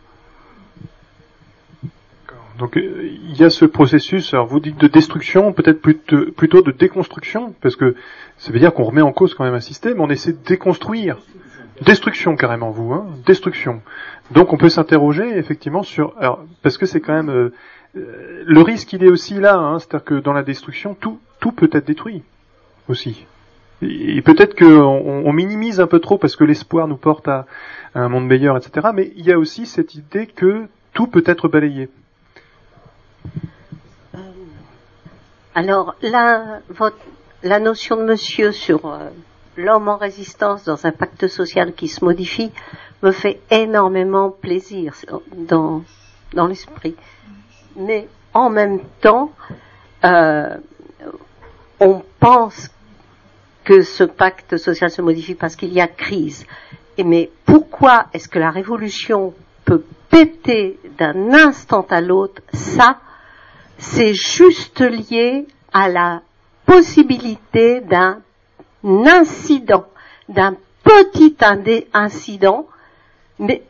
Donc euh, il y a ce processus, alors vous dites de destruction, peut-être plutôt, plutôt de déconstruction, parce que ça veut dire qu'on remet en cause quand même un système, on essaie de déconstruire. Destruction carrément vous, hein, destruction. Donc on peut s'interroger effectivement sur, alors, parce que c'est quand même, euh, le risque il est aussi là, hein, c'est-à-dire que dans la destruction, tout, tout peut être détruit. Aussi. Et peut-être qu'on on minimise un peu trop parce que l'espoir nous porte à, à un monde meilleur, et cetera. Mais il y a aussi cette idée que tout peut être balayé. Euh, alors, la, votre, la notion de monsieur sur euh, l'homme en résistance dans un pacte social qui se modifie me fait énormément plaisir dans, dans l'esprit. Mais en même temps, euh, on pense que ce pacte social se modifie parce qu'il y a crise. Et mais pourquoi est-ce que la révolution peut péter d'un instant à l'autre? Ça, c'est juste lié à la possibilité d'un incident, d'un petit incident, mais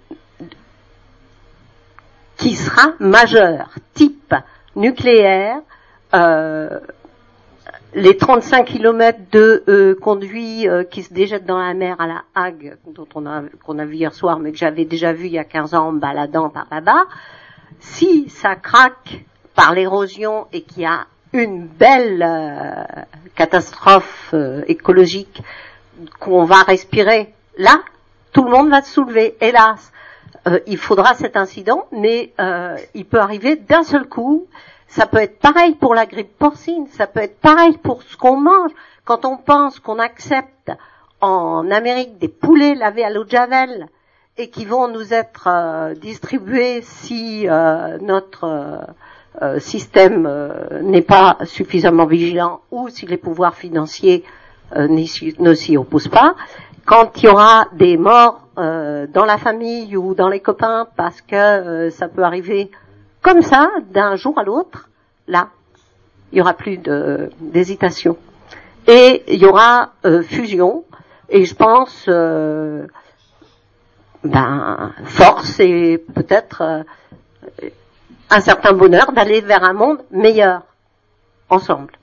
qui sera majeur, type nucléaire, euh, les trente-cinq kilomètres de euh, conduits euh, qui se déjettent dans la mer à la Hague, dont on a, qu'on a vu hier soir, mais que j'avais déjà vu il y a quinze ans en me baladant par là-bas, si ça craque par l'érosion et qu'il y a une belle euh, catastrophe euh, écologique qu'on va respirer, là, tout le monde va se soulever, hélas. Euh, il faudra cet incident, mais euh, il peut arriver d'un seul coup. Ça peut être pareil pour la grippe porcine, ça peut être pareil pour ce qu'on mange. Quand on pense qu'on accepte en Amérique des poulets lavés à l'eau de Javel et qui vont nous être euh, distribués si euh, notre euh, système euh, n'est pas suffisamment vigilant ou si les pouvoirs financiers euh, ne s'y opposent pas, quand il y aura des morts euh, dans la famille ou dans les copains parce que euh, ça peut arriver comme ça, d'un jour à l'autre, là, il y aura plus de, d'hésitation. Et il y aura euh, fusion, et je pense, euh, ben, force et peut-être euh, un certain bonheur d'aller vers un monde meilleur, ensemble.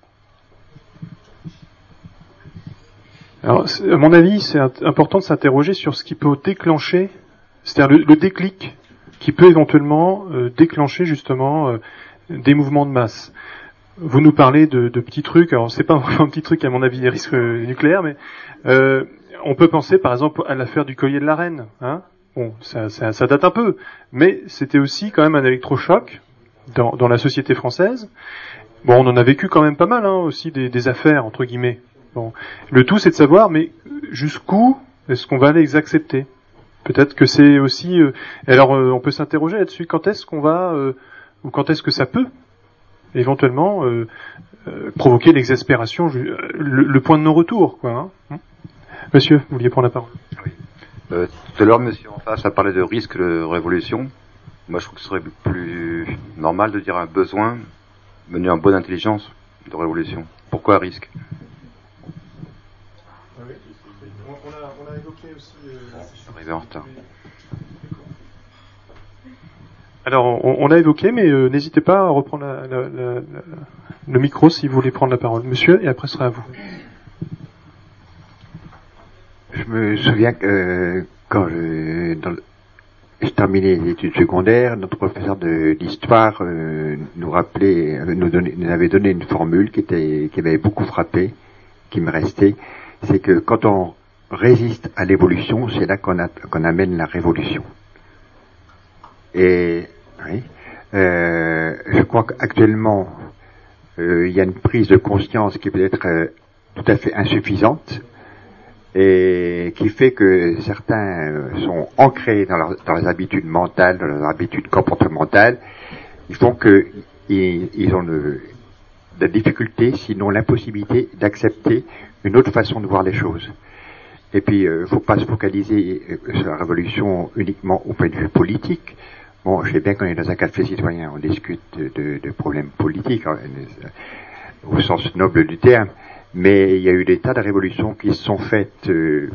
Alors, à mon avis, c'est important de s'interroger sur ce qui peut déclencher, c'est-à-dire le, le déclic qui peut éventuellement euh, déclencher justement euh, des mouvements de masse. Vous nous parlez de, de petits trucs, alors c'est pas vraiment un petit truc à mon avis des risques euh, nucléaires, mais euh, on peut penser par exemple à l'affaire du collier de la reine. Hein, bon, ça, ça, ça date un peu, mais c'était aussi quand même un électrochoc dans, dans la société française. Bon, on en a vécu quand même pas mal, hein, aussi des, des affaires entre guillemets. Bon, le tout c'est de savoir, mais jusqu'où est-ce qu'on va les accepter? Peut-être que c'est aussi. Euh, alors, euh, on peut s'interroger là-dessus. Quand est-ce qu'on va, euh, ou quand est-ce que ça peut, éventuellement, euh, euh, provoquer l'exaspération, le, le point de non-retour, quoi. Hein. Monsieur, vous vouliez prendre la parole? Oui. Euh, tout à l'heure, monsieur en face a parlé de risque de révolution. Moi, je trouve que ce serait plus normal de dire un besoin mené en bonne intelligence de révolution. Pourquoi risque? Oui, on, a, on a évoqué aussi. Euh, je suis arrivé en retard. Alors, on, on a évoqué, mais euh, n'hésitez pas à reprendre la, la, la, la, le micro si vous voulez prendre la parole, monsieur, et après ce sera à vous. Je me souviens que euh, quand je, dans le, je terminais les études secondaires, notre professeur de d'histoire euh, nous rappelait, nous, donnait, nous avait donné une formule qui était, qui m'avait beaucoup frappé, qui me restait, c'est que quand on résiste à l'évolution, c'est là qu'on, a, qu'on amène la révolution. Et oui, euh, je crois qu'actuellement, euh, il y a une prise de conscience qui peut être euh, tout à fait insuffisante et qui fait que certains euh, sont ancrés dans, leur, dans leurs habitudes mentales, dans leurs habitudes comportementales. Ils font que ils, ils ont le, la difficulté, sinon l'impossibilité d'accepter une autre façon de voir les choses. Et puis, il euh, ne faut pas se focaliser euh, sur la révolution uniquement au point de vue politique. Bon, je sais bien qu'on est dans un café citoyen, on discute de, de, de problèmes politiques, hein, au sens noble du terme, mais il y a eu des tas de révolutions qui se sont faites euh,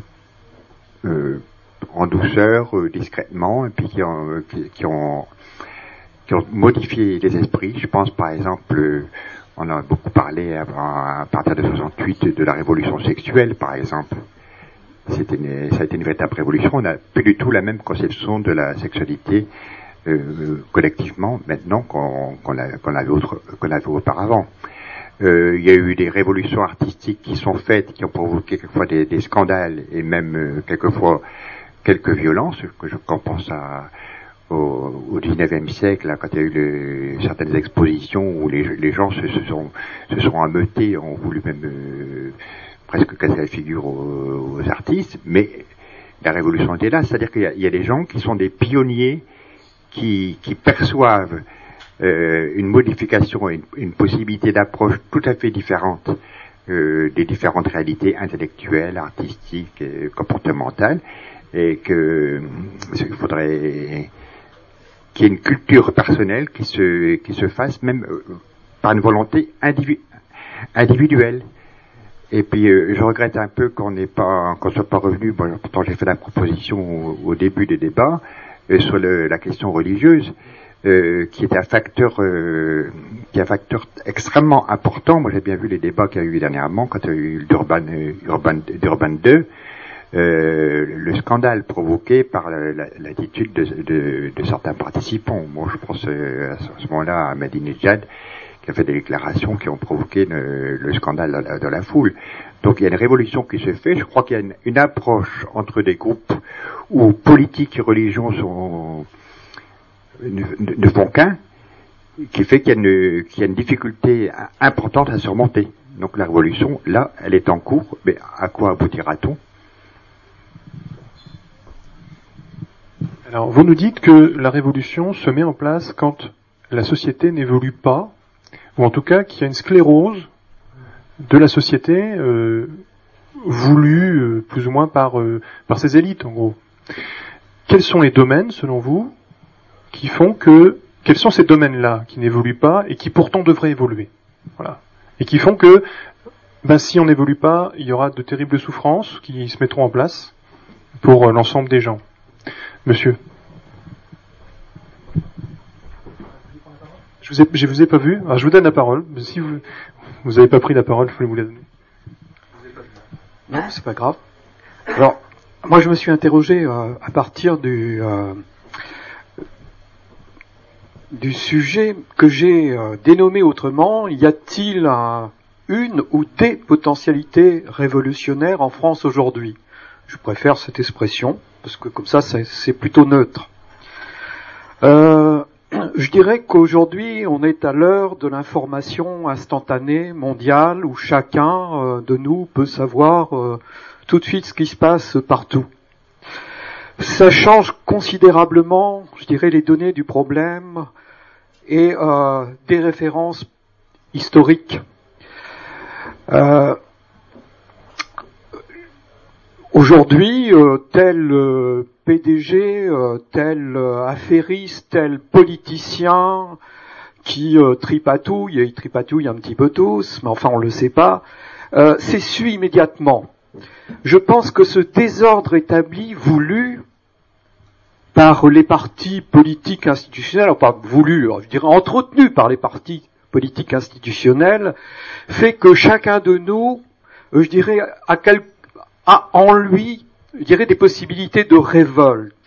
euh, en douceur, euh, discrètement, et puis qui ont, qui, qui, ont, qui ont modifié les esprits. Je pense par exemple, euh, on a beaucoup parlé à, à partir de soixante-huit de la révolution sexuelle, par exemple. C'était une, ça a été une véritable révolution. On n'a plus du tout la même conception de la sexualité euh, collectivement maintenant qu'on, qu'on, l'a, qu'on, l'avait autre, qu'on l'avait auparavant. Euh, il y a eu des révolutions artistiques qui sont faites, qui ont provoqué quelquefois des, des scandales et même euh, quelquefois quelques violences. Que je quand pense à, au, au dix-neuvième siècle, là, quand il y a eu le, certaines expositions où les, les gens se, se sont se sont ameutés, ont voulu même euh, presque casser la figure aux, aux artistes, mais la révolution était là, c'est-à-dire qu'il y a, il y a des gens qui sont des pionniers, qui, qui perçoivent euh, une modification, une, une possibilité d'approche tout à fait différente euh, des différentes réalités intellectuelles, artistiques, et comportementales, et que il faudrait qu'il y ait une culture personnelle qui se qui se fasse même euh, par une volonté individu- individuelle. Et puis euh, je regrette un peu qu'on n'ait pas, qu'on soit pas revenu. Bon, pourtant j'ai fait la proposition au, au début des débats euh, sur le, la question religieuse, euh, qui est un facteur, euh, qui est un facteur extrêmement important. Moi j'ai bien vu les débats qu'il y a eu dernièrement quand il y a eu Durban, Durban, Durban deux, euh, le scandale provoqué par la, la, l'attitude de, de, de certains participants. Moi je pense euh, à ce moment-là à Ahmadinejad, qui a fait des déclarations qui ont provoqué le, le scandale de la, de la foule. Donc il y a une révolution qui se fait. Je crois qu'il y a une, une approche entre des groupes où politique et religion sont, ne, ne font qu'un, qui fait qu'il y a une, qu'il y a une difficulté importante à surmonter. Donc la révolution, là, elle est en cours, mais à quoi aboutira-t-on? Alors vous nous dites que la révolution se met en place quand la société n'évolue pas, ou en tout cas qu'il y a une sclérose de la société euh, voulue euh, plus ou moins par euh, par ces élites en gros. Quels sont les domaines selon vous qui font que quels sont ces domaines-là qui n'évoluent pas et qui pourtant devraient évoluer, voilà, et qui font que ben si on n'évolue pas, il y aura de terribles souffrances qui se mettront en place pour euh, l'ensemble des gens. Monsieur. Je vous ai, je vous ai pas vu. Alors je vous donne la parole. Si vous vous avez pas pris la parole, je vais vous la donner. Non, c'est pas grave. Alors, moi, je me suis interrogé euh, à partir du euh, du sujet que j'ai euh, dénommé autrement. Y a-t-il un, une ou des potentialités révolutionnaires en France aujourd'hui? Je préfère cette expression parce que comme ça, c'est, c'est plutôt neutre. Euh, je dirais qu'aujourd'hui, on est à l'heure de l'information instantanée mondiale où chacun euh, de nous peut savoir euh, tout de suite ce qui se passe partout. Ça change considérablement, je dirais, les données du problème et euh, des références historiques. Euh, Aujourd'hui, euh, tel euh, P D G, euh, tel euh, affairiste, tel politicien qui euh, tripatouille, et il tripatouille un petit peu tous, mais enfin on le sait pas, euh, s'essuie immédiatement. Je pense que ce désordre établi, voulu par les partis politiques institutionnels, enfin pas voulu, je dirais entretenu par les partis politiques institutionnels, fait que chacun de nous, euh, je dirais, a quelque a en lui, je dirais, des possibilités de révolte.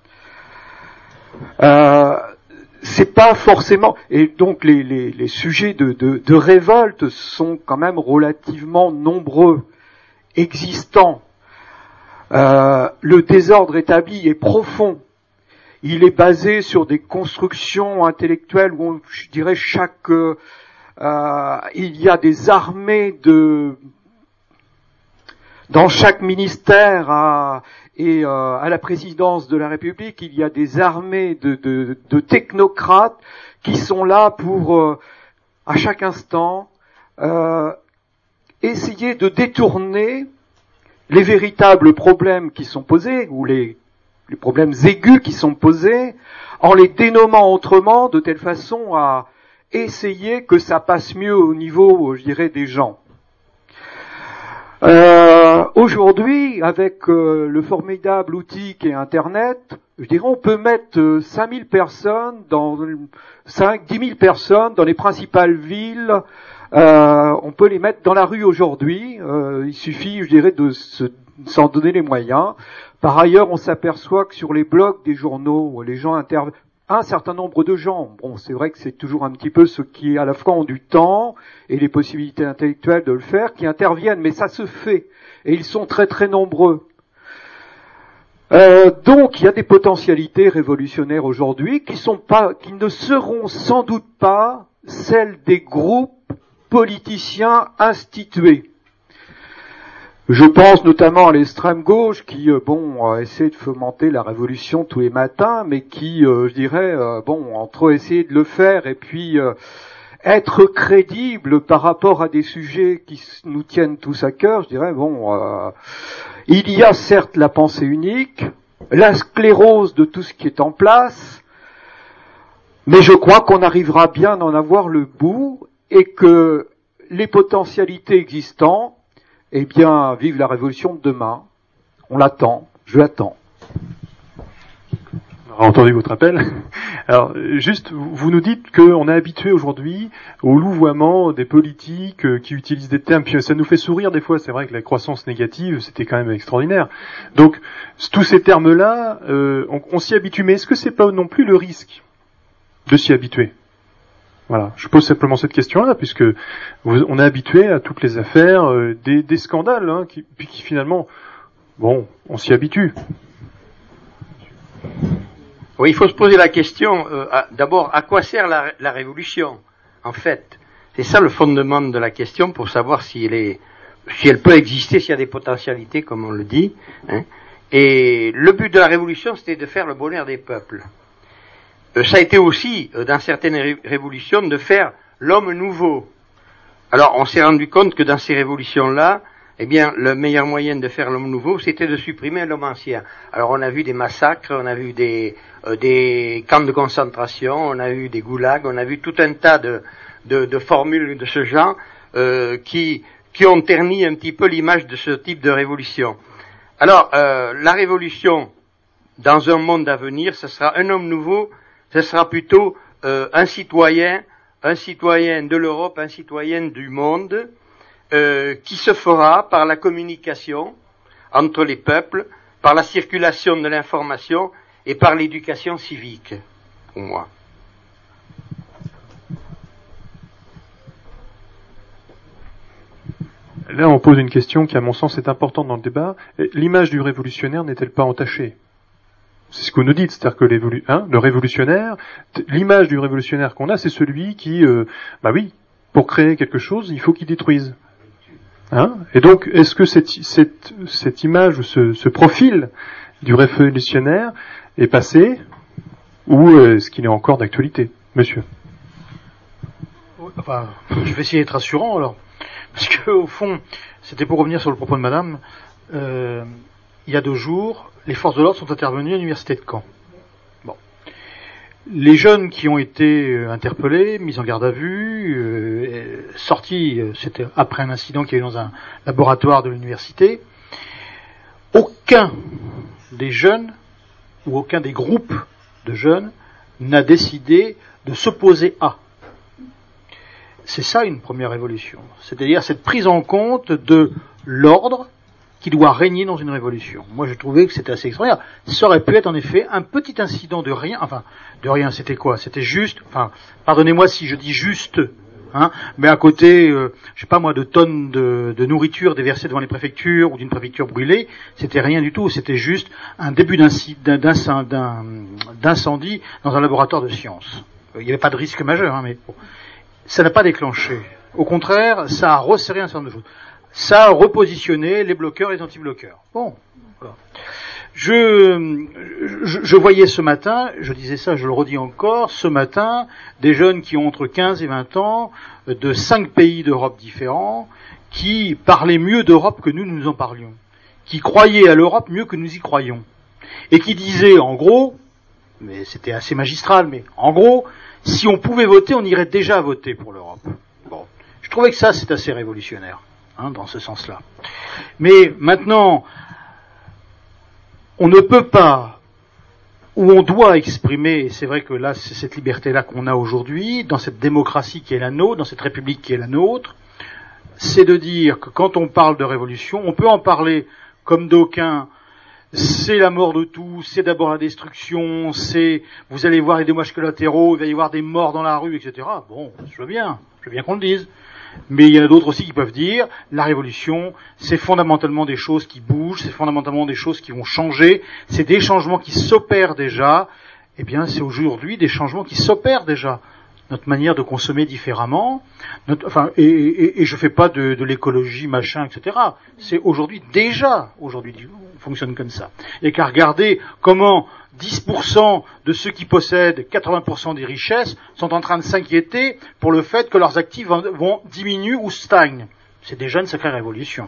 Euh, c'est pas forcément, et donc les, les, les sujets de, de, de révolte sont quand même relativement nombreux, existants. Euh, le désordre établi est profond. Il est basé sur des constructions intellectuelles où, on, je dirais, chaque, euh, il y a des armées de Dans chaque ministère à, et euh, à la présidence de la République, il y a des armées de, de, de technocrates qui sont là pour, euh, à chaque instant, euh, essayer de détourner les véritables problèmes qui sont posés, ou les, les problèmes aigus qui sont posés, en les dénommant autrement, de telle façon à essayer que ça passe mieux au niveau, je dirais, des gens. Euh, aujourd'hui, avec euh, le formidable outil qu'est Internet, je dirais on peut mettre euh, cinq mille personnes, dans cinq, dix mille personnes dans les principales villes. Euh, on peut les mettre dans la rue aujourd'hui. Euh, il suffit, je dirais, de se, s'en donner les moyens. Par ailleurs, on s'aperçoit que sur les blogs des journaux, les gens interviennent. Un certain nombre de gens, bon, c'est vrai que c'est toujours un petit peu ceux qui à la fois ont du temps et les possibilités intellectuelles de le faire, qui interviennent, mais ça se fait, et ils sont très très nombreux. Euh, donc il y a des potentialités révolutionnaires aujourd'hui qui sont pas, qui ne seront sans doute pas celles des groupes politiciens institués. Je pense notamment à l'extrême gauche qui, euh, bon, essaie de fomenter la révolution tous les matins, mais qui, euh, je dirais, euh, bon, entre essayer de le faire et puis euh, être crédible par rapport à des sujets qui nous tiennent tous à cœur, je dirais, bon, euh, il y a certes la pensée unique, la sclérose de tout ce qui est en place, mais je crois qu'on arrivera bien à en avoir le bout et que les potentialités existantes, eh bien, vive la révolution de demain. On l'attend, je l'attends. On a entendu votre appel. Alors, juste, vous nous dites qu'on est habitué aujourd'hui au louvoiement des politiques qui utilisent des termes, puis ça nous fait sourire des fois, c'est vrai que la croissance négative, c'était quand même extraordinaire. Donc, tous ces termes-là, euh, on, on s'y habitue, mais est-ce que c'est pas non plus le risque de s'y habituer ? Voilà, je pose simplement cette question-là, puisque vous, on est habitué à toutes les affaires, euh, des, des scandales, hein, qui, puis qui finalement, bon, on s'y habitue. Oui, il faut se poser la question, euh, à, d'abord, à quoi sert la, la révolution, en fait ? C'est ça le fondement de la question pour savoir si elle est, si elle peut exister, s'il y a des potentialités, comme on le dit. Hein. Et le but de la révolution, c'était de faire le bonheur des peuples. Euh, ça a été aussi, euh, dans certaines ré- révolutions, de faire l'homme nouveau. Alors, on s'est rendu compte que dans ces révolutions-là, eh bien, le meilleur moyen de faire l'homme nouveau, c'était de supprimer l'homme ancien. Alors, on a vu des massacres, on a vu des, euh, des camps de concentration, on a vu des goulags, on a vu tout un tas de, de, de formules de ce genre euh, qui, qui ont terni un petit peu l'image de ce type de révolution. Alors, euh, la révolution, dans un monde à venir, ce sera un homme nouveau. Ce sera plutôt euh, un citoyen, un citoyen de l'Europe, un citoyen du monde, euh, qui se fera par la communication entre les peuples, par la circulation de l'information et par l'éducation civique, pour moi. Là, on pose une question qui, à mon sens, est importante dans le débat. L'image du révolutionnaire n'est-elle pas entachée ? C'est ce que vous nous dites, c'est-à-dire que l'évolu- hein, le révolutionnaire, t- l'image du révolutionnaire qu'on a, c'est celui qui, euh, bah oui, pour créer quelque chose, il faut qu'il détruise. Hein, et donc, est-ce que cette, cette, cette image ou ce, ce profil du révolutionnaire est passé, ou est-ce qu'il est encore d'actualité, monsieur? Enfin, je vais essayer d'être rassurant alors, parce que au fond, c'était pour revenir sur le propos de Madame. Euh, il y a deux jours, les forces de l'ordre sont intervenues à l'université de Caen. Bon, les jeunes qui ont été interpellés, mis en garde à vue, euh, sortis, c'était après un incident qu'il y a eu dans un laboratoire de l'université. Aucun des jeunes ou aucun des groupes de jeunes n'a décidé de s'opposer à. C'est ça une première révolution. C'est-à-dire cette prise en compte de l'ordre qui doit régner dans une révolution. Moi, je trouvais que c'était assez extraordinaire. Ça aurait pu être en effet un petit incident de rien. Enfin, de rien, c'était quoi? C'était juste, enfin, pardonnez-moi si je dis juste, hein, mais à côté, euh, je sais pas moi, de tonnes de, de nourriture déversée devant les préfectures ou d'une préfecture brûlée, c'était rien du tout. C'était juste un début d'inci- d'un- d'un- d'un- d'incendie dans un laboratoire de sciences. Il n'y avait pas de risque majeur, hein, mais bon. Ça n'a pas déclenché. Au contraire, ça a resserré un certain nombre de choses. Ça a repositionné les bloqueurs et les anti-bloqueurs. Bon, voilà. Je, je, je voyais ce matin, je disais ça, je le redis encore, ce matin, des jeunes qui ont entre quinze et vingt ans, de cinq pays d'Europe différents, qui parlaient mieux d'Europe que nous, nous en parlions. Qui croyaient à l'Europe mieux que nous y croyons. Et qui disaient, en gros, mais c'était assez magistral, mais en gros, si on pouvait voter, on irait déjà voter pour l'Europe. Bon, je trouvais que ça, c'est assez révolutionnaire, hein, dans ce sens-là. Mais maintenant, on ne peut pas, ou on doit exprimer, et c'est vrai que là, c'est cette liberté-là qu'on a aujourd'hui, dans cette démocratie qui est la nôtre, dans cette république qui est la nôtre, c'est de dire que quand on parle de révolution, on peut en parler comme d'aucuns. C'est la mort de tout, c'est d'abord la destruction, c'est, vous allez voir les dommages collatéraux, il va y avoir des morts dans la rue, et cetera. Bon, je veux bien, je veux bien qu'on le dise. Mais il y en a d'autres aussi qui peuvent dire, la révolution, c'est fondamentalement des choses qui bougent, c'est fondamentalement des choses qui vont changer, c'est des changements qui s'opèrent déjà. Eh bien, c'est aujourd'hui des changements qui s'opèrent déjà. Notre manière de consommer différemment, notre, enfin, et, et, et je fais pas de, de l'écologie, machin, et cetera. C'est aujourd'hui déjà, aujourd'hui, on fonctionne comme ça. Et qu'à regarder comment dix pour cent de ceux qui possèdent quatre-vingts pour cent des richesses sont en train de s'inquiéter pour le fait que leurs actifs vont, vont diminuer ou stagnent. C'est déjà une sacrée révolution.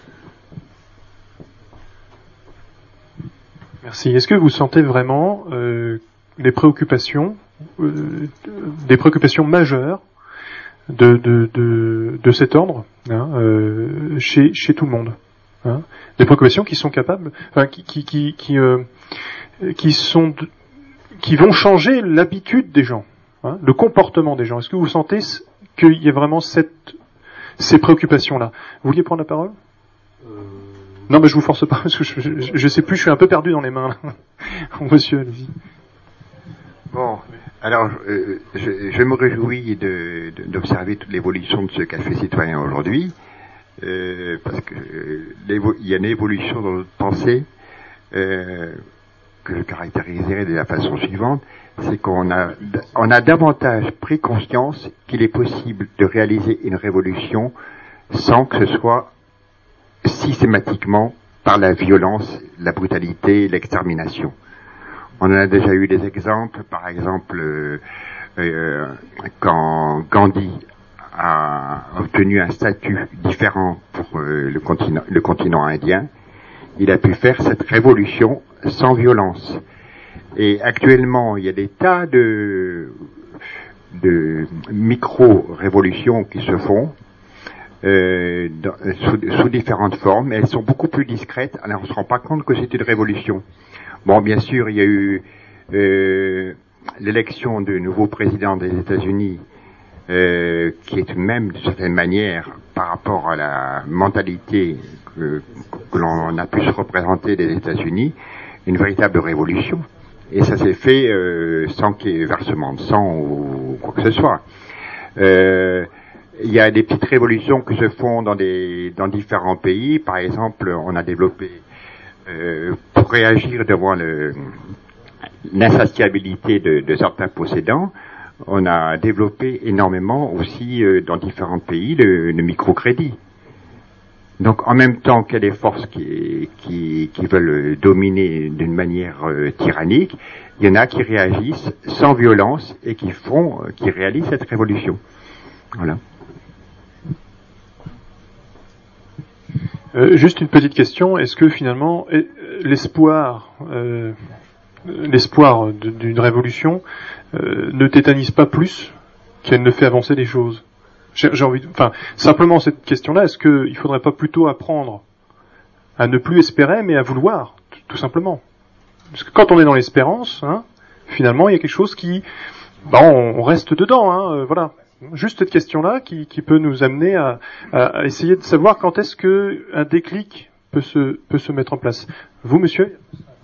Merci. Est-ce que vous sentez vraiment euh, les préoccupations Euh, des préoccupations majeures de, de, de, de cet ordre hein, euh, chez, chez tout le monde, hein, des préoccupations qui sont capables, enfin qui qui qui qui, euh, qui sont de, qui vont changer l'habitude des gens, hein, le comportement des gens. Est-ce que vous sentez qu'il y a vraiment cette ces préoccupations-là? Vous vouliez prendre la parole? euh... Non, mais je vous force pas parce que je, je, je sais plus, je suis un peu perdu dans les mains là. Monsieur, allez-y. Bon, alors euh, je, je me réjouis de, de, d'observer toute l'évolution de ce café citoyen aujourd'hui, euh, parce que euh, il y a une évolution dans notre pensée euh, que je caractériserai de la façon suivante, c'est qu'on a on a davantage pris conscience qu'il est possible de réaliser une révolution sans que ce soit systématiquement par la violence, la brutalité, l'extermination. On en a déjà eu des exemples, par exemple, euh, euh, quand Gandhi a obtenu un statut différent pour euh, le, continent, le continent indien, il a pu faire cette révolution sans violence. Et actuellement, il y a des tas de, de micro-révolutions qui se font euh, dans, sous, sous différentes formes, mais elles sont beaucoup plus discrètes, alors on ne se rend pas compte que c'est une révolution. Bon, bien sûr, il y a eu euh, l'élection du nouveau président des États-Unis, euh, qui est tout de même, d'une certaine manière, par rapport à la mentalité que, que l'on a pu se représenter des États-Unis, une véritable révolution. Et ça s'est fait euh, sans qu'il y ait versement de sang ou quoi que ce soit. Euh, il y a des petites révolutions qui se font dans des dans différents pays. Par exemple, on a développé Euh, pour réagir devant le, l'insatiabilité de, de certains possédants, on a développé énormément aussi euh, dans différents pays le, le microcrédit. Donc en même temps qu'il y a des forces qui, qui, qui veulent dominer d'une manière euh, tyrannique, il y en a qui réagissent sans violence et qui font, euh, qui réalisent cette révolution. Voilà. Euh, juste une petite question, est-ce que finalement l'espoir euh, l'espoir d'une révolution euh, ne tétanise pas plus qu'elle ne fait avancer les choses? J'ai, j'ai envie de, enfin, simplement cette question-là, est-ce qu'il ne faudrait pas plutôt apprendre à ne plus espérer, mais à vouloir, tout simplement? Parce que quand on est dans l'espérance, hein, finalement, il y a quelque chose qui, bah, on, on reste dedans, hein, euh, voilà. Juste cette question-là qui, qui peut nous amener à, à essayer de savoir quand est-ce que un déclic peut se, peut se mettre en place. Vous, monsieur?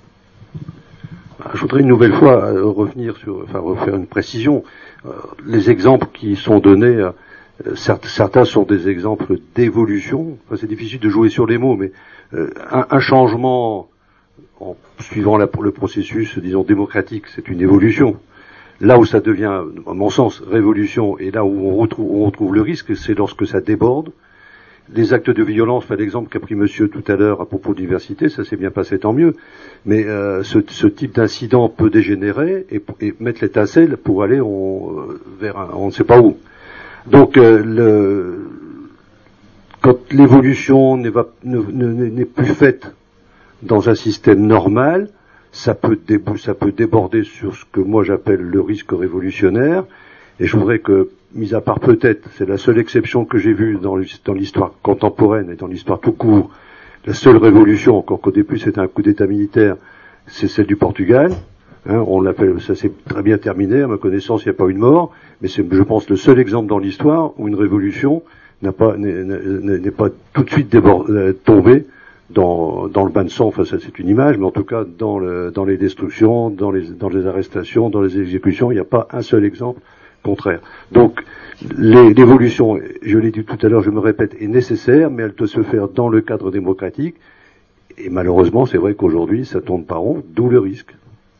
Je voudrais une nouvelle fois euh, revenir sur, enfin, refaire une précision. Euh, les exemples qui sont donnés, euh, certes, certains sont des exemples d'évolution. Enfin, c'est difficile de jouer sur les mots, mais euh, un, un changement en suivant la, le processus, disons, démocratique, c'est une évolution. Là où ça devient, à mon sens, révolution, et là où on retrouve, on retrouve le risque, c'est lorsque ça déborde. Les actes de violence, enfin, l'exemple qu'a pris monsieur tout à l'heure à propos de diversité, ça s'est bien passé, tant mieux. Mais euh, ce, ce type d'incident peut dégénérer et, et mettre l'étincelle pour aller on, vers un, on ne sait pas où. Donc, euh, le, quand l'évolution n'est, va, ne, ne, n'est plus faite dans un système normal, ça peut, débou- ça peut déborder sur ce que moi j'appelle le risque révolutionnaire. Et je voudrais que, mis à part peut-être, c'est la seule exception que j'ai vue dans l'histoire contemporaine et dans l'histoire tout court, la seule révolution, encore qu'au début c'était un coup d'état militaire, c'est celle du Portugal. Hein, on l'appelle, ça s'est très bien terminé, à ma connaissance il n'y a pas eu de mort, mais c'est, je pense, le seul exemple dans l'histoire où une révolution n'a pas, n'est, n'est pas tout de suite débord, euh, tombée dans, dans le bain de sang, enfin ça c'est une image, mais en tout cas dans, le, dans les destructions, dans les, dans les arrestations, dans les exécutions, il n'y a pas un seul exemple contraire. Donc les, l'évolution, je l'ai dit tout à l'heure, je me répète, est nécessaire, mais elle doit se faire dans le cadre démocratique, et malheureusement c'est vrai qu'aujourd'hui ça tourne pas rond, d'où le risque.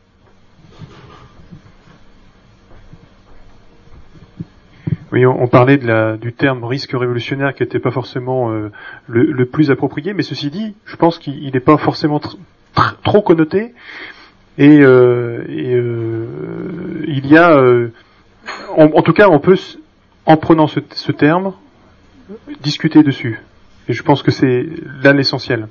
Oui, on, on parlait de la, du terme risque révolutionnaire qui n'était pas forcément euh, le, le plus approprié, mais ceci dit, je pense qu'il n'est pas forcément tr- tr- trop connoté, et, euh, et euh, il y a, euh, en, en tout cas, on peut, en prenant ce, ce terme, discuter dessus, et je pense que c'est là l'essentiel.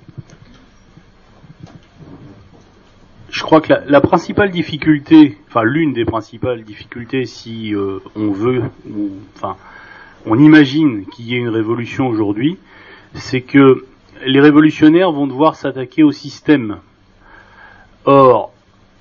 Je crois que la, la principale difficulté, enfin l'une des principales difficultés, si euh, on veut, ou enfin on imagine qu'il y ait une révolution aujourd'hui, c'est que les révolutionnaires vont devoir s'attaquer au système. Or,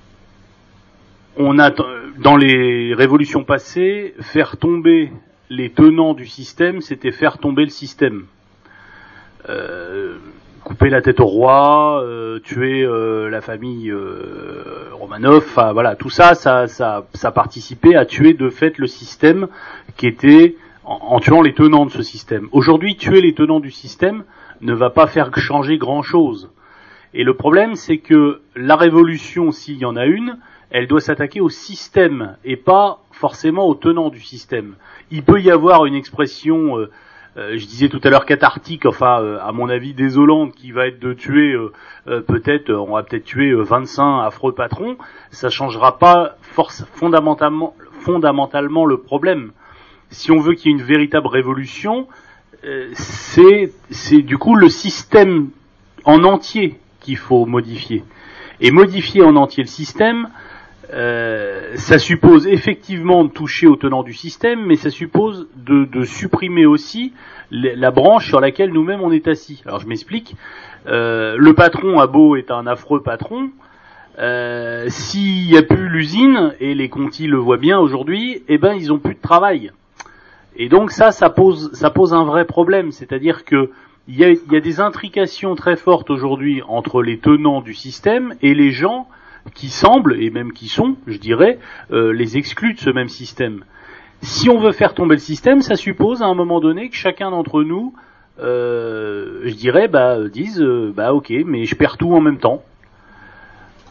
on a dans les révolutions passées, faire tomber les tenants du système, c'était faire tomber le système. Euh, couper la tête au roi, euh, tuer euh, la famille euh, Romanov, enfin voilà, tout ça, ça, ça, ça participait à tuer de fait le système qui était en, en tuant les tenants de ce système. Aujourd'hui, tuer les tenants du système ne va pas faire changer grand-chose. Et le problème, c'est que la révolution, s'il y en a une, elle doit s'attaquer au système et pas forcément aux tenants du système. Il peut y avoir une expression euh, Euh, je disais tout à l'heure cathartique, enfin euh, à mon avis désolante, qui va être de tuer euh, euh, peut-être, euh, on va peut-être tuer euh, vingt-cinq affreux patrons, ça changera pas force, fondamentalement, fondamentalement le problème. Si on veut qu'il y ait une véritable révolution, euh, c'est, c'est du coup le système en entier qu'il faut modifier. Et modifier en entier le système, Euh, ça suppose effectivement de toucher aux tenants du système, mais ça suppose de, de supprimer aussi la branche sur laquelle nous-mêmes on est assis. Alors je m'explique. Euh, le patron à Beau est un affreux patron. Euh, s'il n'y a plus l'usine, et les contis le voient bien aujourd'hui, eh ben ils ont plus de travail. Et donc ça, ça pose, ça pose un vrai problème. C'est-à-dire que il y a, il y a des intrications très fortes aujourd'hui entre les tenants du système et les gens qui semblent, et même qui sont, je dirais, euh, les exclus de ce même système. Si on veut faire tomber le système, ça suppose à un moment donné que chacun d'entre nous, euh, je dirais, bah, dise, euh, bah ok, mais je perds tout en même temps.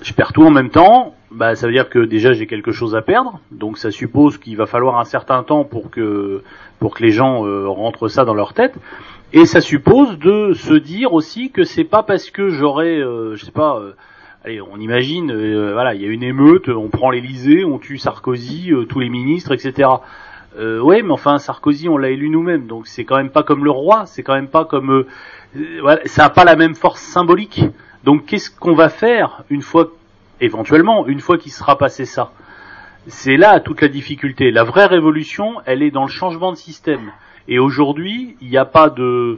je perds tout en même temps, bah ça veut dire que déjà j'ai quelque chose à perdre, donc ça suppose qu'il va falloir un certain temps pour que pour que les gens euh, rentrent ça dans leur tête, et ça suppose de se dire aussi que c'est pas parce que j'aurais, euh, je sais pas, euh, allez, on imagine, euh, voilà, il y a une émeute, on prend l'Élysée, on tue Sarkozy, euh, tous les ministres, et cetera. Euh, ouais, mais enfin Sarkozy, on l'a élu nous-mêmes, donc c'est quand même pas comme le roi, c'est quand même pas comme, euh, euh, voilà, ça a pas la même force symbolique. Donc qu'est-ce qu'on va faire une fois, éventuellement, une fois qu'il sera passé ça? C'est là toute la difficulté. La vraie révolution, elle est dans le changement de système. Et aujourd'hui, il n'y a pas de,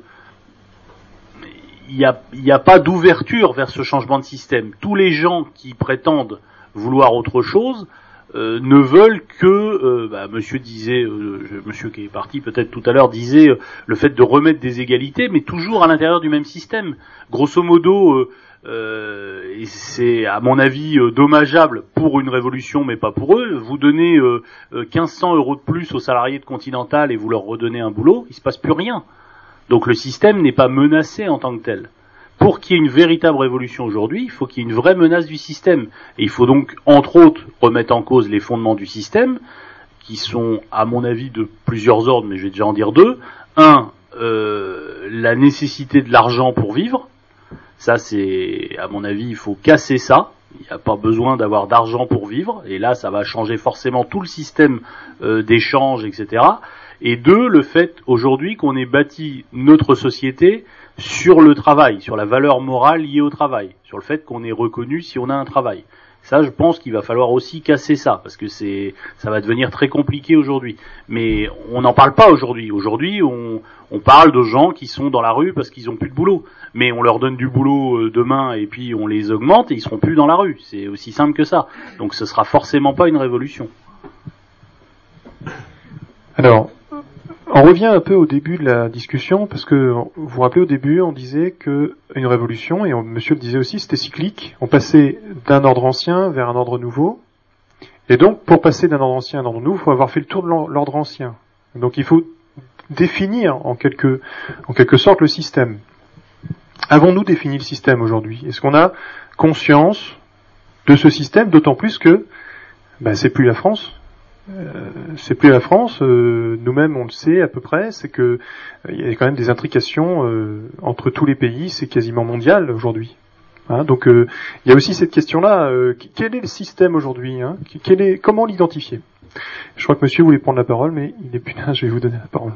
il y a, il y a pas d'ouverture vers ce changement de système. Tous les gens qui prétendent vouloir autre chose euh, ne veulent que, euh, bah, Monsieur disait, euh, Monsieur qui est parti peut-être tout à l'heure disait euh, le fait de remettre des égalités, mais toujours à l'intérieur du même système. Grosso modo. Euh, Euh, et c'est à mon avis euh, dommageable pour une révolution mais pas pour eux. Vous donnez euh, euh, quinze cents euros de plus aux salariés de Continental et vous leur redonnez un boulot, il se passe plus rien. Donc le système n'est pas menacé en tant que tel. Pour qu'il y ait une véritable révolution aujourd'hui, il faut qu'il y ait une vraie menace du système. Et il faut donc, entre autres, remettre en cause les fondements du système, qui sont, à mon avis, de plusieurs ordres, mais je vais déjà en dire deux. Un, euh, la nécessité de l'argent pour vivre. Ça, c'est, à mon avis, il faut casser ça. Il n'y a pas besoin d'avoir d'argent pour vivre. Et là, ça va changer forcément tout le système euh, d'échange, et cetera. Et deux, le fait, aujourd'hui, qu'on ait bâti notre société sur le travail, sur la valeur morale liée au travail, sur le fait qu'on est reconnu si on a un travail. Ça, je pense qu'il va falloir aussi casser ça, parce que c'est, ça va devenir très compliqué aujourd'hui. Mais on n'en parle pas aujourd'hui. Aujourd'hui, on, on parle de gens qui sont dans la rue parce qu'ils ont plus de boulot. Mais on leur donne du boulot demain et puis on les augmente et ils seront plus dans la rue. C'est aussi simple que ça. Donc ce sera forcément pas une révolution. Alors, on revient un peu au début de la discussion, parce que vous vous rappelez au début, on disait que une révolution, et on, monsieur le disait aussi, c'était cyclique. On passait d'un ordre ancien vers un ordre nouveau. Et donc, pour passer d'un ordre ancien à un ordre nouveau, il faut avoir fait le tour de l'ordre ancien. Donc, il faut définir en quelque, en quelque sorte le système. Avons-nous défini le système aujourd'hui? Est-ce qu'on a conscience de ce système, d'autant plus que ben, c'est plus la France. Euh, c'est plus la France, euh, nous-mêmes on le sait à peu près, c'est que il euh, y a quand même des intrications euh, entre tous les pays, c'est quasiment mondial aujourd'hui. Hein, donc il euh, y a aussi cette question-là, euh, quel est le système aujourd'hui, hein, quel est, comment l'identifier? Je crois que monsieur voulait prendre la parole, mais il n'est plus là, je vais vous donner la parole.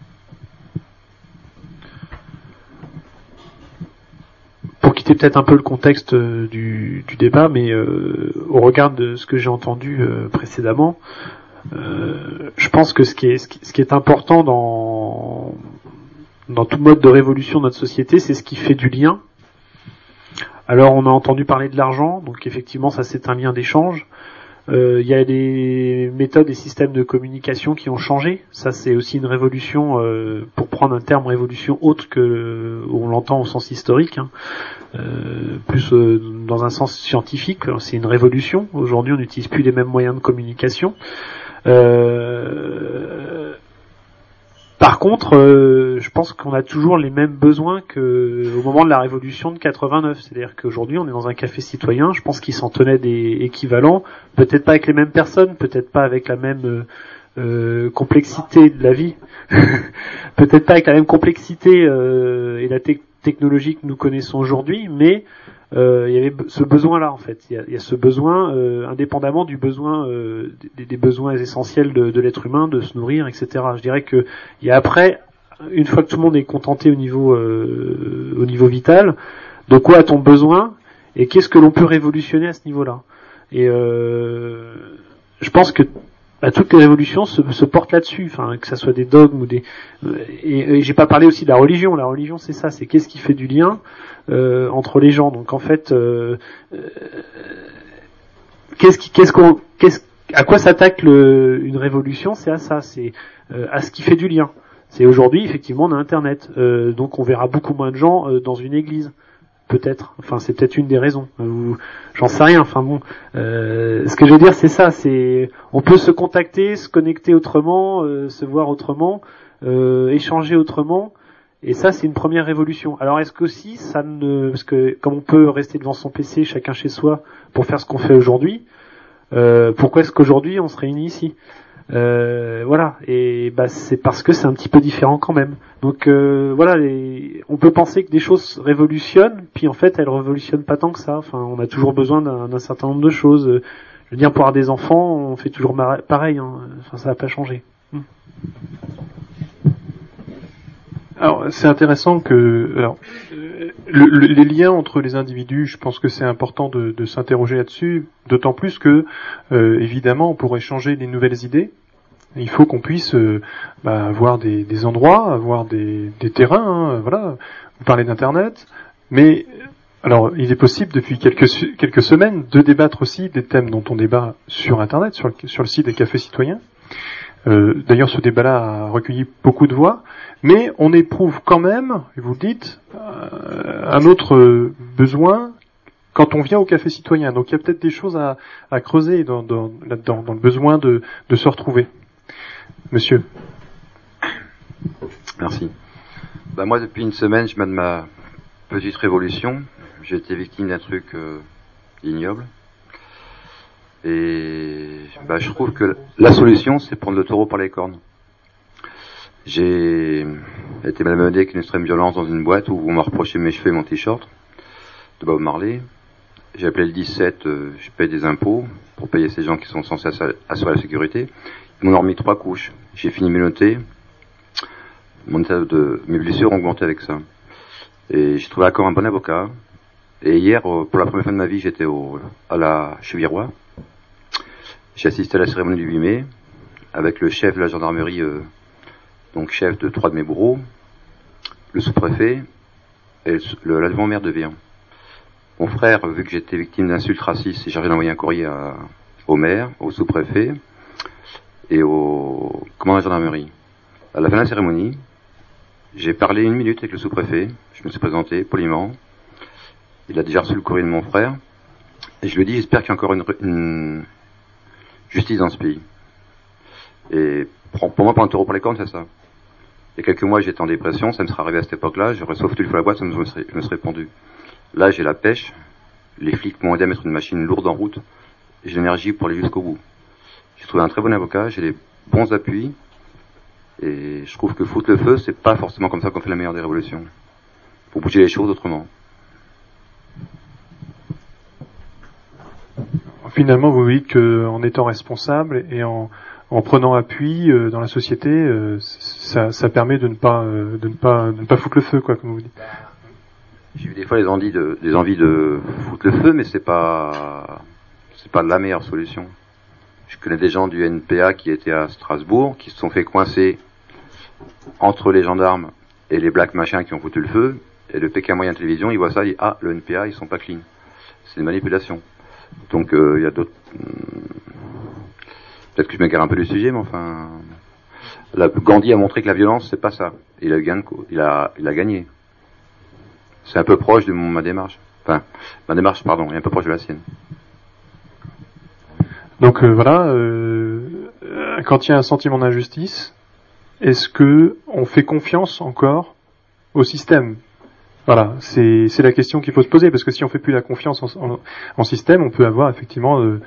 Pour quitter peut-être un peu le contexte euh, du, du débat, mais euh, au regard de ce que j'ai entendu euh, précédemment, euh, je pense que ce qui est, ce qui, ce qui est important dans, dans tout mode de révolution de notre société, c'est ce qui fait du lien. Alors on a entendu parler de l'argent, donc effectivement ça c'est un lien d'échange. Euh, il y a des méthodes et systèmes de communication qui ont changé. Ça, c'est aussi une révolution, euh, pour prendre un terme révolution autre que euh, on l'entend au sens historique, hein. euh, plus euh, dans un sens scientifique. C'est une révolution. Aujourd'hui, on n'utilise plus les mêmes moyens de communication. Euh, Par contre, euh, je pense qu'on a toujours les mêmes besoins qu'au moment de la révolution de quatre-vingt-neuf. C'est-à-dire qu'aujourd'hui, on est dans un café citoyen. Je pense qu'ils s'en tenaient des équivalents. Peut-être pas avec les mêmes personnes, peut-être pas avec la même euh, euh, complexité de la vie, peut-être pas avec la même complexité euh, et la te- technologie que nous connaissons aujourd'hui, mais euh, il y avait ce besoin-là en fait. Il y a, il y a ce besoin, euh, indépendamment du besoin, euh, des, des besoins essentiels de, de l'être humain, de se nourrir, et cetera. Je dirais que il y a après, une fois que tout le monde est contenté au niveau, euh, au niveau vital, de quoi a-t-on besoin et qu'est-ce que l'on peut révolutionner à ce niveau-là. Et euh, je pense que bah, toutes les révolutions se, se portent là-dessus, enfin que ça soit des dogmes ou des. Et, et j'ai pas parlé aussi de la religion. La religion, c'est ça, c'est qu'est-ce qui fait du lien euh, entre les gens. Donc en fait, euh, euh, qu'est-ce qui, qu'est-ce qu'on, qu'est-ce, à quoi s'attaque le, une révolution? C'est à ça, c'est euh, à ce qui fait du lien. C'est aujourd'hui, effectivement, on a Internet, euh, donc on verra beaucoup moins de gens euh, dans une église. Peut-être, enfin c'est peut-être une des raisons. Ou, j'en sais rien. Enfin bon, euh, ce que je veux dire c'est ça, c'est on peut se contacter, se connecter autrement, euh, se voir autrement, euh, échanger autrement, Et ça, c'est une première révolution. Alors, est-ce qu'aussi, ça ne, parce que comme on peut rester devant son P C, chacun chez soi, pour faire ce qu'on fait aujourd'hui, euh, pourquoi est-ce qu'aujourd'hui on se réunit ici? Euh, voilà. Et bah, c'est parce que c'est un petit peu différent quand même. Donc euh, voilà, les... on peut penser que des choses révolutionnent, puis en fait, elles révolutionnent pas tant que ça. Enfin, on a toujours besoin d'un, d'un certain nombre de choses. Je veux dire, pour avoir des enfants, on fait toujours mar- pareil. Hein. Enfin, ça n'a pas changé. Hmm. Alors, c'est intéressant que, alors, le, le, les liens entre les individus, je pense que c'est important de, de s'interroger là-dessus, d'autant plus que, euh, évidemment, pour échanger les nouvelles idées, il faut qu'on puisse euh, bah, avoir des, des endroits, avoir des, des terrains, hein, voilà. Vous parlez d'Internet, mais alors, il est possible depuis quelques, quelques semaines de débattre aussi des thèmes dont on débat sur Internet, sur le, sur le site des cafés citoyens. Euh, d'ailleurs, ce débat-là a recueilli beaucoup de voix, mais on éprouve quand même, et vous le dites, euh, un autre euh, besoin quand on vient au café citoyen. Donc il y a peut-être des choses à, à creuser dans, dans, là-dedans, dans le besoin de, de se retrouver. Monsieur. Merci. Bah, moi, depuis une semaine, je mène ma petite révolution. J'ai été victime d'un truc euh, ignoble. Et bah, je trouve que la solution, c'est prendre le taureau par les cornes. J'ai été malmené avec une extrême violence dans une boîte où on m'a reproché mes cheveux et mon t-shirt de Bob Marley. J'ai appelé le dix-sept, euh, je paye des impôts pour payer ces gens qui sont censés assurer la sécurité. Ils m'ont remis trois couches. J'ai fini mes notés. Mon état de, mes blessures ont augmenté avec ça. Et j'ai trouvé encore un bon avocat. Et hier, pour la première fois de ma vie, j'étais au, à la Chevirois. J'ai assisté à la cérémonie du huit mai avec le chef de la gendarmerie, euh, donc chef de trois de mes bourreaux, le sous-préfet et le, le, l'adjoint-maire de Vian. Mon frère, vu que j'étais victime d'insultes racistes, j'ai chargé d'envoyer un courrier à, au maire, au sous-préfet et au commandant de la gendarmerie. À la fin de la cérémonie, j'ai parlé une minute avec le sous-préfet, je me suis présenté poliment. Il a déjà reçu le courrier de mon frère et je lui ai dit, j'espère qu'il y a encore une, une justice dans ce pays. Et pour moi, prendre un taureau par les cornes, c'est ça. Il y a quelques mois, j'étais en dépression, ça me serait arrivé à cette époque-là, j'aurais sauvé le feu à la boîte, ça me serait, je me serais pendu. Là, j'ai la pêche, les flics m'ont aidé à mettre une machine lourde en route, et j'ai l'énergie pour aller jusqu'au bout. J'ai trouvé un très bon avocat, j'ai des bons appuis, et je trouve que foutre le feu, c'est pas forcément comme ça qu'on fait la meilleure des révolutions. Faut bouger les choses autrement. Finalement, vous dites qu'en étant responsable et en, en prenant appui euh, dans la société, euh, ça, ça permet de ne pas, euh, de ne pas, de ne pas foutre le feu, quoi, comme vous dites. J'ai eu des fois des envies de, des envies de foutre le feu, mais c'est pas, c'est pas la meilleure solution. Je connais des gens du N P A qui étaient à Strasbourg, qui se sont fait coincer entre les gendarmes et les blacks machins qui ont foutu le feu, et le Pékin Moyen Télévision, ils voient ça, ils disent, ah, le N P A, ils sont pas clean. C'est une manipulation. Donc, il euh, y a d'autres... Peut-être que je m'égare un peu du sujet, mais enfin... La... Gandhi a montré que la violence, c'est pas ça. Il a, eu gain de... il a... il a gagné. C'est un peu proche de mon... ma démarche. Enfin, ma démarche, pardon, est un peu proche de la sienne. Donc euh, voilà, euh, quand il y a un sentiment d'injustice, est-ce que on fait confiance encore au système ? Voilà, c'est, c'est la question qu'il faut se poser, parce que si on fait plus la confiance en, en, en système, on peut avoir effectivement... Euh...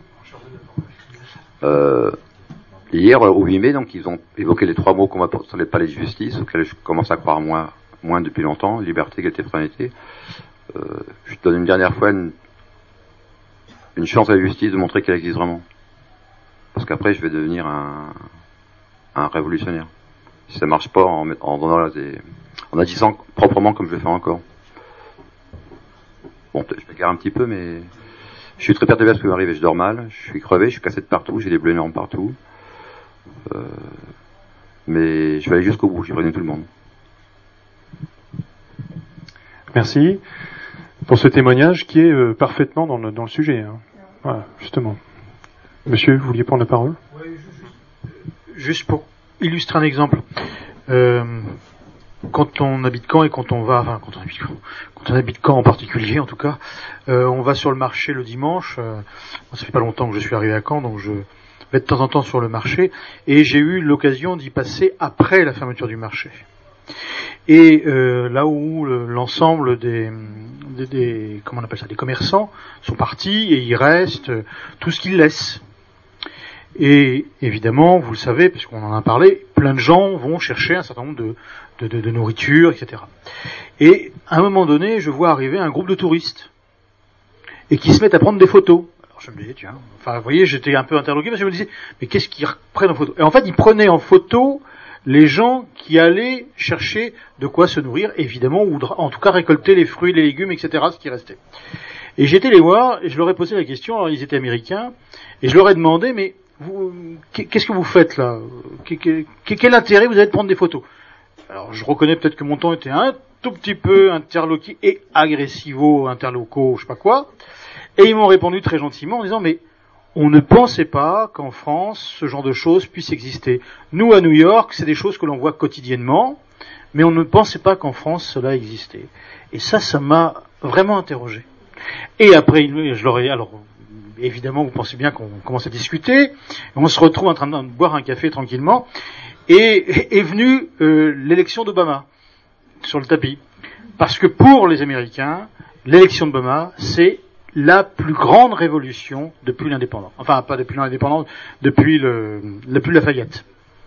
Euh, hier, au huit mai, donc, ils ont évoqué les trois mots qu'on va sur les palais de justice, auxquels je commence à croire moins, moins depuis longtemps, liberté, égalité, fraternité. Euh, je donne une dernière fois une, une chance à la justice de montrer qu'elle existe vraiment. Parce qu'après, je vais devenir un, un révolutionnaire. Si ça marche pas en, en donnant des... en agissant proprement comme je le fais encore. Bon, je m'égare un petit peu, mais je suis très perturbé à ce qui m'arrive. Je dors mal, je suis crevé, je suis cassé de partout, j'ai des bleus énormes partout. Euh, mais je vais aller jusqu'au bout, j'ai prévenu tout le monde. Merci pour ce témoignage qui est euh, parfaitement dans le, dans le sujet. Hein. Voilà, justement. Monsieur, vous vouliez prendre la parole ? Oui, juste, juste pour illustrer un exemple. Euh, Quand on habite Caen et quand on va, enfin quand on habite Caen, quand on habite Caen en particulier en tout cas, euh, on va sur le marché le dimanche. Euh, ça fait pas longtemps que je suis arrivé à Caen, donc je vais de temps en temps sur le marché et j'ai eu l'occasion d'y passer après la fermeture du marché. Et euh, là où le, l'ensemble des, des, des comment on appelle ça, des commerçants sont partis et il reste tout ce qu'ils laissent. Et évidemment, vous le savez, parce qu'on en a parlé, plein de gens vont chercher un certain nombre de, de, de, de nourriture, et cetera. Et à un moment donné, je vois arriver un groupe de touristes et qui se mettent à prendre des photos. Alors je me disais, tiens, enfin, vous voyez, j'étais un peu interloqué parce que je me disais, mais qu'est-ce qu'ils prennent en photo? Et en fait, ils prenaient en photo les gens qui allaient chercher de quoi se nourrir, évidemment, ou en tout cas récolter les fruits, les légumes, et cetera, ce qui restait. Et j'étais les voir et je leur ai posé la question, alors ils étaient américains, et je leur ai demandé, mais vous, qu'est-ce que vous faites là? Quel intérêt vous avez de prendre des photos? Alors je reconnais peut-être que mon ton était un tout petit peu interloqué et agressivo, interloco, je sais pas quoi. Et ils m'ont répondu très gentiment en disant, mais on ne pensait pas qu'en France, ce genre de choses puisse exister. Nous, à New York, c'est des choses que l'on voit quotidiennement, mais on ne pensait pas qu'en France, cela existait. Et ça, ça m'a vraiment interrogé. Et après, je leur ai, alors, évidemment, vous pensez bien qu'on commence à discuter, on se retrouve en train de boire un café tranquillement, et est venue euh, l'élection d'Obama sur le tapis. Parce que pour les Américains, l'élection d'Obama, c'est la plus grande révolution depuis l'indépendance. Enfin, pas depuis l'indépendance, depuis le, depuis Lafayette.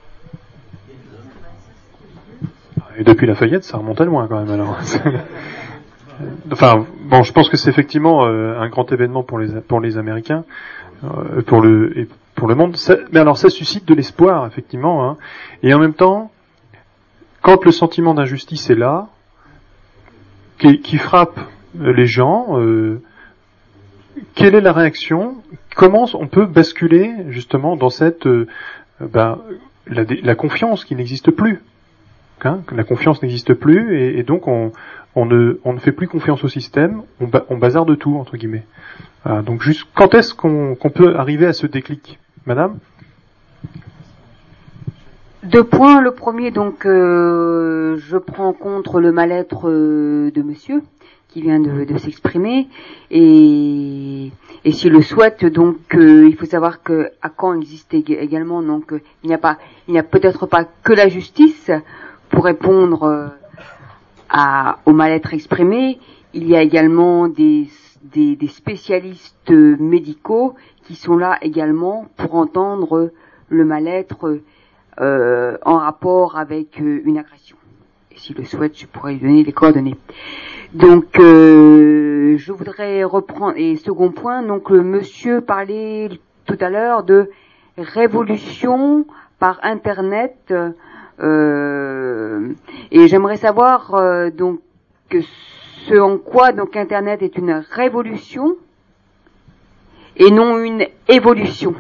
Et depuis Lafayette, ça remonte à loin quand même, alors. Enfin, bon, je pense que c'est effectivement euh, un grand événement pour les pour les Américains, euh, pour le et pour le monde. Ça, mais alors, ça suscite de l'espoir, effectivement. Hein. Et en même temps, quand le sentiment d'injustice est là, qui, qui frappe les gens, euh, quelle est la réaction? Comment on peut basculer justement dans cette euh, ben, la, la confiance qui n'existe plus? Hein, la confiance n'existe plus et, et donc on On ne, on ne fait plus confiance au système, on, ba, on bazarde tout, entre guillemets. Voilà, donc juste, quand est-ce qu'on, qu'on peut arriver à ce déclic, madame? Deux points. Le premier, donc, euh, je prends en compte le mal-être euh, de monsieur, qui vient de, de s'exprimer, et, et s'il le souhaite, donc, euh, il faut savoir que à Caen existe également, donc, euh, il n'y a pas, il n'y a peut-être pas que la justice pour répondre euh, À, au mal-être exprimé. Il y a également des, des, des spécialistes médicaux qui sont là également pour entendre le mal-être euh, en rapport avec euh, une agression. Et s'il le souhaite, je pourrais lui donner les coordonnées. Donc, euh, je voudrais reprendre, et second point, donc le monsieur parlait tout à l'heure de révolution par Internet. Euh, et j'aimerais savoir euh, donc que ce en quoi donc Internet est une révolution et non une évolution.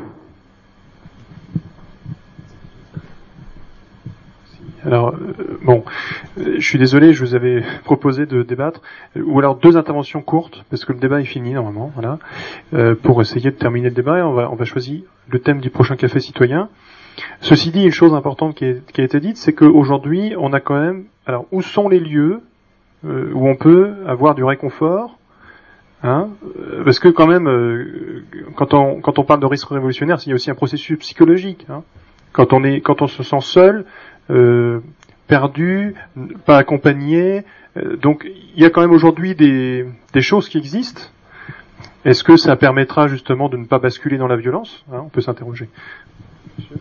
Alors euh, bon, euh, je suis désolé, je vous avais proposé de débattre, euh, ou alors deux interventions courtes parce que le débat est fini normalement, voilà, euh, pour essayer de terminer le débat. Et on va on va choisir le thème du prochain café citoyen. Ceci dit, une chose importante qui, est, qui a été dite, c'est qu'aujourd'hui, on a quand même... Alors, où sont les lieux euh, où on peut avoir du réconfort, hein, parce que quand même, euh, quand on quand on parle de risque révolutionnaire, il y a aussi un processus psychologique. Hein, quand on est, quand on se sent seul, euh, perdu, pas accompagné, euh, donc il y a quand même aujourd'hui des des choses qui existent. Est-ce que ça permettra justement de ne pas basculer dans la violence, hein, on peut s'interroger. Monsieur.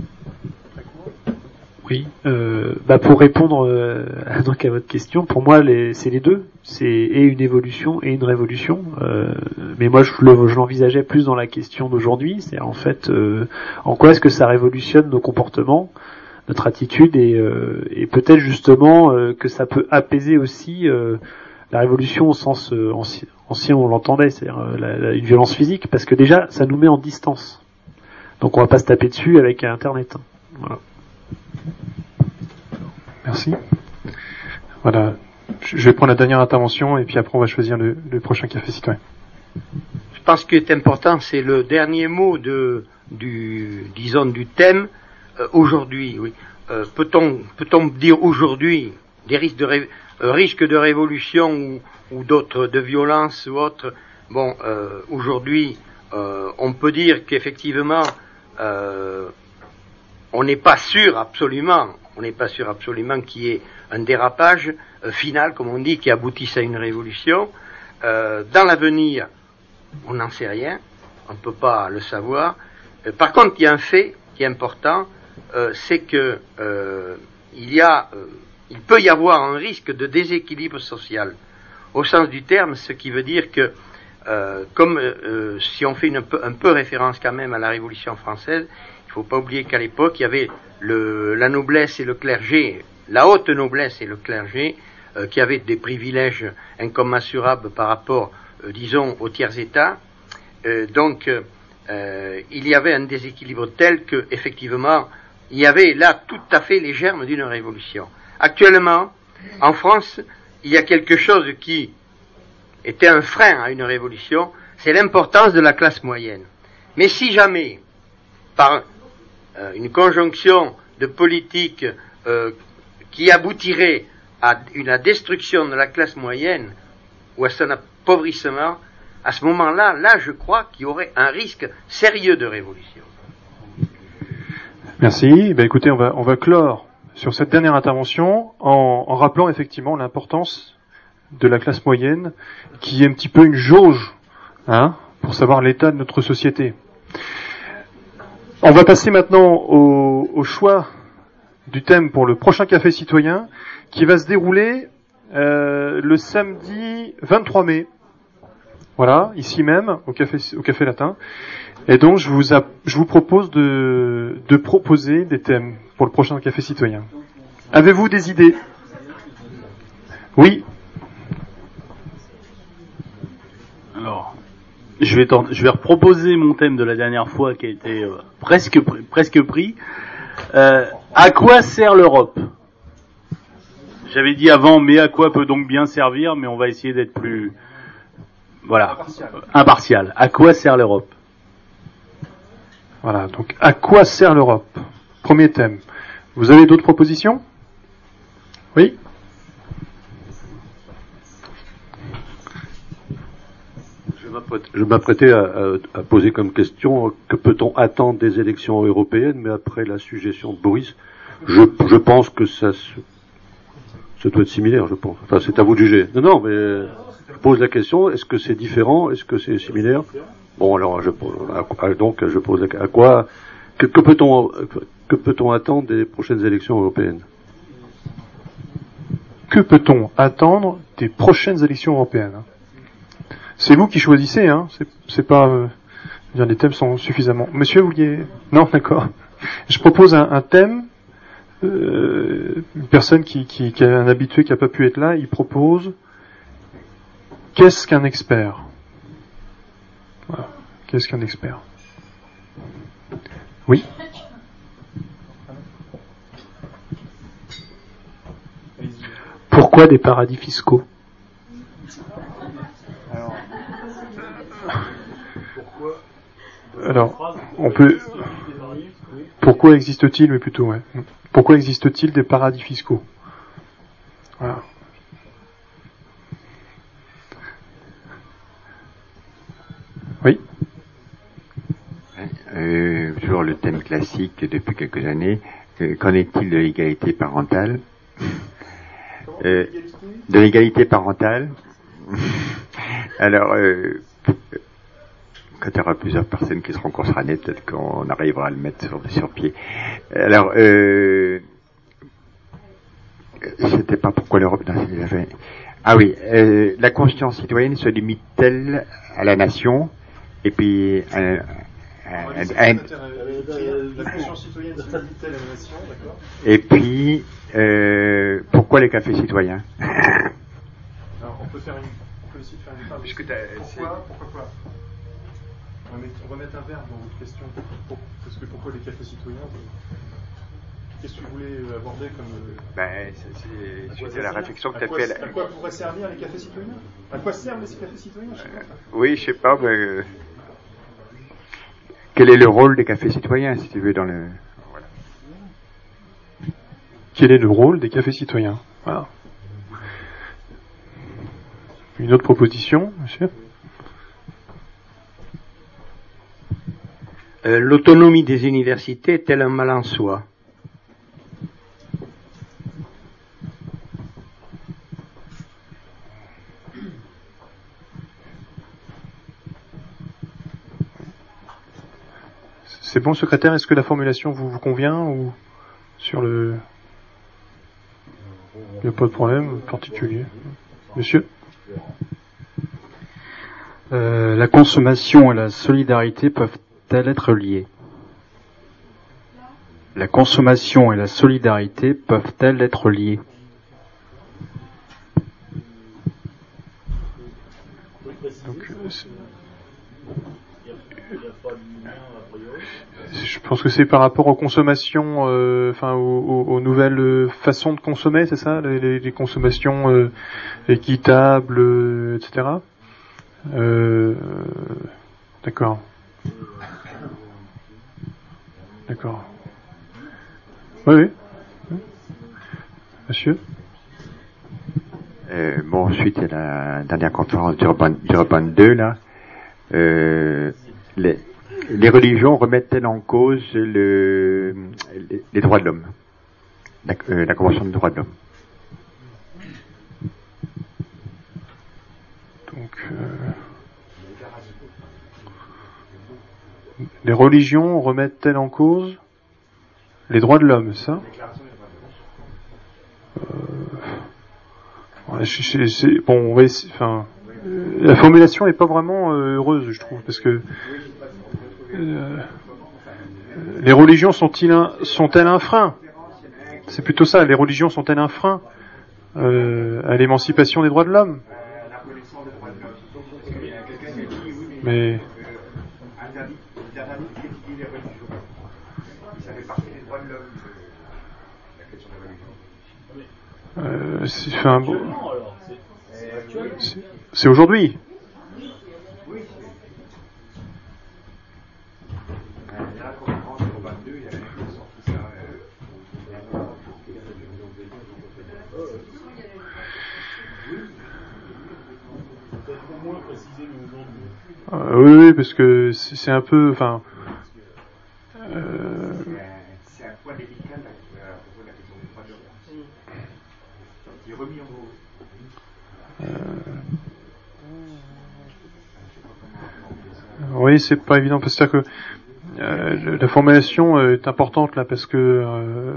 Oui, euh, bah pour répondre euh, donc à votre question, pour moi les, c'est les deux, c'est et une évolution et une révolution. Euh, mais moi je, le, je l'envisageais plus dans la question d'aujourd'hui, c'est en fait euh, en quoi est-ce que ça révolutionne nos comportements, notre attitude et, euh, et peut-être justement euh, que ça peut apaiser aussi euh, la révolution au sens euh, ancien, ancien on l'entendait, c'est-à-dire euh, la, la, une violence physique, parce que déjà ça nous met en distance. Donc on va pas se taper dessus avec Internet. Voilà. Merci. Voilà. Je vais prendre la dernière intervention et puis après on va choisir le, le prochain café citoyen. Je pense que ce qui est important, c'est le dernier mot de, du, disons, du thème euh, aujourd'hui. Oui. Euh, peut-on, peut-on dire aujourd'hui des risques de, ré, euh, risques de révolution ou, ou d'autres, de violence ou autres? Bon, euh, aujourd'hui, euh, on peut dire qu'effectivement, euh, on n'est pas sûr absolument. on n'est pas sûr absolument qu'il y ait un dérapage euh, final, comme on dit, qui aboutisse à une révolution. Euh, dans l'avenir, on n'en sait rien, on ne peut pas le savoir. Euh, par contre, il y a un fait qui est important, euh, c'est que euh, il y a, euh, il peut y avoir un risque de déséquilibre social, au sens du terme, ce qui veut dire que, euh, comme euh, si on fait une, un, peu, un peu référence quand même à la Révolution française, il ne faut pas oublier qu'à l'époque, il y avait le, la noblesse et le clergé, la haute noblesse et le clergé, euh, qui avaient des privilèges incommensurables par rapport, euh, disons, aux tiers-États. Euh, donc, euh, il y avait un déséquilibre tel que, effectivement, il y avait là tout à fait les germes d'une révolution. Actuellement, en France, il y a quelque chose qui était un frein à une révolution, c'est l'importance de la classe moyenne. Mais si jamais, par euh, une conjonction de politiques euh, qui aboutirait à une la destruction de la classe moyenne ou à son appauvrissement, à ce moment-là, là, je crois qu'il y aurait un risque sérieux de révolution. Merci. Ben, écoutez, on va, on va clore sur cette dernière intervention en, en rappelant effectivement l'importance de la classe moyenne, qui est un petit peu une jauge, hein, pour savoir l'état de notre société. On va passer maintenant au, au choix du thème pour le prochain Café Citoyen, qui va se dérouler euh, le samedi vingt-trois mai. Voilà, ici même, au Café, au Café Latin. Et donc, je vous, a, je vous propose de, de proposer des thèmes pour le prochain Café Citoyen. Avez-vous des idées? Oui. Alors, je vais, tenter, je vais reproposer mon thème de la dernière fois qui a été euh, presque, presque pris. Euh, à quoi sert l'Europe? J'avais dit avant, mais à quoi peut donc bien servir, mais on va essayer d'être plus... Voilà, impartial. impartial. À quoi sert l'Europe? Voilà, donc à quoi sert l'Europe? Premier thème. Vous avez d'autres propositions? Oui? Je m'apprêtais à, à, à poser comme question, que peut-on attendre des élections européennes, mais après la suggestion de Boris, je, je pense que ça, ça doit être similaire, je pense. Enfin, c'est à vous de juger. Non, non, mais je pose la question, est-ce que c'est différent? Est-ce que c'est similaire? Bon, alors, je, donc, je pose la, à quoi, que, que peut-on, que peut-on attendre des prochaines élections européennes? Que peut-on attendre des prochaines élections européennes? C'est vous qui choisissez, hein. C'est, c'est pas, euh, bien, les thèmes sont suffisamment. Monsieur, vous vouliez? Non, d'accord. Je propose un, un thème. Euh, une personne qui, qui, qui est un habitué qui n'a pas pu être là, il propose. Qu'est-ce qu'un expert? Voilà. Qu'est-ce qu'un expert? Oui. Pourquoi des paradis fiscaux? Alors, on peut. Pourquoi existe-t-il, mais plutôt, ouais. Pourquoi existe-t-il des paradis fiscaux? Voilà. Oui. Euh, toujours le thème classique depuis quelques années. Euh, qu'en est-il de l'égalité parentale? Euh, de l'égalité parentale. Alors, euh, quand il y aura plusieurs personnes qui seront concernées, peut-être qu'on arrivera à le mettre sur, sur pied. Alors, euh, c'était pas pourquoi l'Europe dans ces affaires. Ah oui, euh, la conscience citoyenne se limite-t-elle à la nation? Et puis, euh, euh, euh, la conscience citoyenne se limite-t-elle à la nation, d'accord? Et puis, euh, pourquoi les cafés citoyens? Alors, on peut faire une, on peut essayer de faire une phrase. Puisque pourquoi, pourquoi quoi? On va, mettre, on va mettre un verbe dans votre question. Pour, parce que pourquoi les cafés citoyens? Qu'est-ce que vous voulez aborder comme... Ben, c'est, c'est la réflexion que tu as fait. À quoi pourraient servir les cafés citoyens? À quoi servent les cafés citoyens? Je sais pas. Euh, oui, je sais pas, mais... Euh, quel est le rôle des cafés citoyens, si tu veux, dans le... Voilà. Quel est le rôle des cafés citoyens? Voilà. Une autre proposition, monsieur? Euh, l'autonomie des universités est-elle un mal en soi? C'est bon, secrétaire, est-ce que la formulation vous, vous convient ou sur le... Il n'y a pas de problème particulier. Monsieur ? euh, La consommation et la solidarité peuvent-elles être liées ? La consommation et la solidarité peuvent-elles être liées ? Donc, je pense que c'est par rapport aux consommations, euh, enfin aux, aux, aux nouvelles façons de consommer, c'est ça, les, les, les consommations euh, équitables, euh, et cetera. Euh, d'accord. D'accord. Oui, oui. Monsieur. Euh, bon, suite à la dernière conférence d'Urban, d'Urban deux, là, euh, les, les religions remettent-elles en cause le, les, les droits de l'homme, la, euh, la Convention des droits de l'homme? Donc, euh, les religions remettent-elles en cause les droits de l'homme, ça? Euh, ouais, je, je, c'est, bon, on va essayer, enfin, euh, la formulation est pas vraiment euh, heureuse, je trouve, parce que euh, les religions sont-ils un, sont-elles un frein? C'est plutôt ça. Les religions sont-elles un frein euh, à l'émancipation des droits de l'homme? Mais euh, c'est, enfin, bon, c'est, c'est aujourd'hui. Euh, oui, oui, parce que c'est, c'est un peu, enfin, euh, c'est un point délicat à propos de la question des droits de l'homme. Il est remis en gros. Euh, oui, c'est pas évident, parce que euh, la formulation est importante là, parce que euh,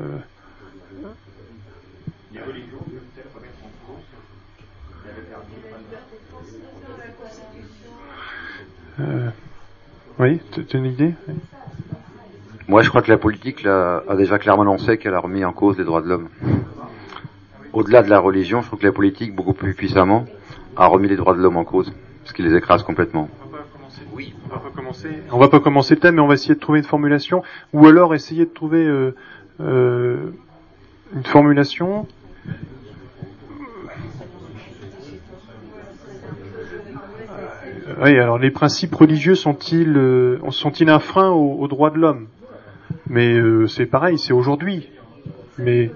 Euh, oui, tu as une idée? Oui. Moi, je crois que la politique là, a déjà clairement annoncé qu'elle a remis en cause les droits de l'homme. Au-delà de la religion, je trouve que la politique, beaucoup plus puissamment, a remis les droits de l'homme en cause, parce qu'il les écrase complètement. On va pas commencer. Oui, on va pas commencer. On va pas commencer le thème, mais on va essayer de trouver une formulation, ou alors essayer de trouver euh, euh, une formulation. Oui, alors les principes religieux sont-ils euh, sont-ils un frein aux, aux droits de l'homme? Mais euh, c'est pareil, c'est aujourd'hui. Mais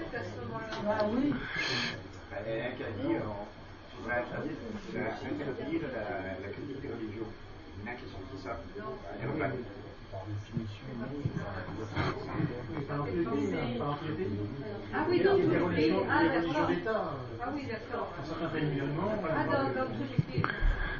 Ah oui, dans tous les pays. Ah d'accord. Ah oui, d'accord. Ah dans tous les pays.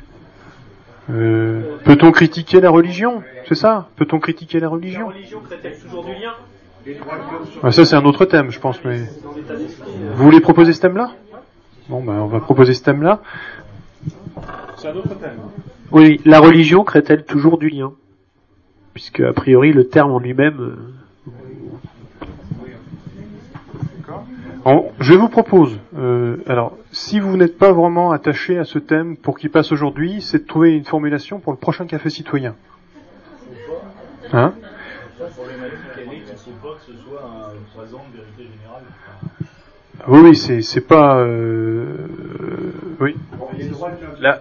Euh, peut-on critiquer la religion? C'est ça? Peut-on critiquer la religion? La religion crée-t-elle toujours du lien? Ah, ça c'est un autre thème, je pense. Mais vous voulez proposer ce thème-là? Bon, ben on va proposer ce thème-là. C'est un autre thème. Oui, la religion crée-t-elle toujours du lien? Puisque a priori le terme en lui-même. Euh... En, je vous propose, euh, alors, si vous n'êtes pas vraiment attaché à ce thème pour qu'il passe aujourd'hui, c'est de trouver une formulation pour le prochain café citoyen. Hein? La problématique, elle est qu'il ne faut pas que ce soit un présent de vérité générale. Oui, oui, c'est, c'est pas, euh, oui. La...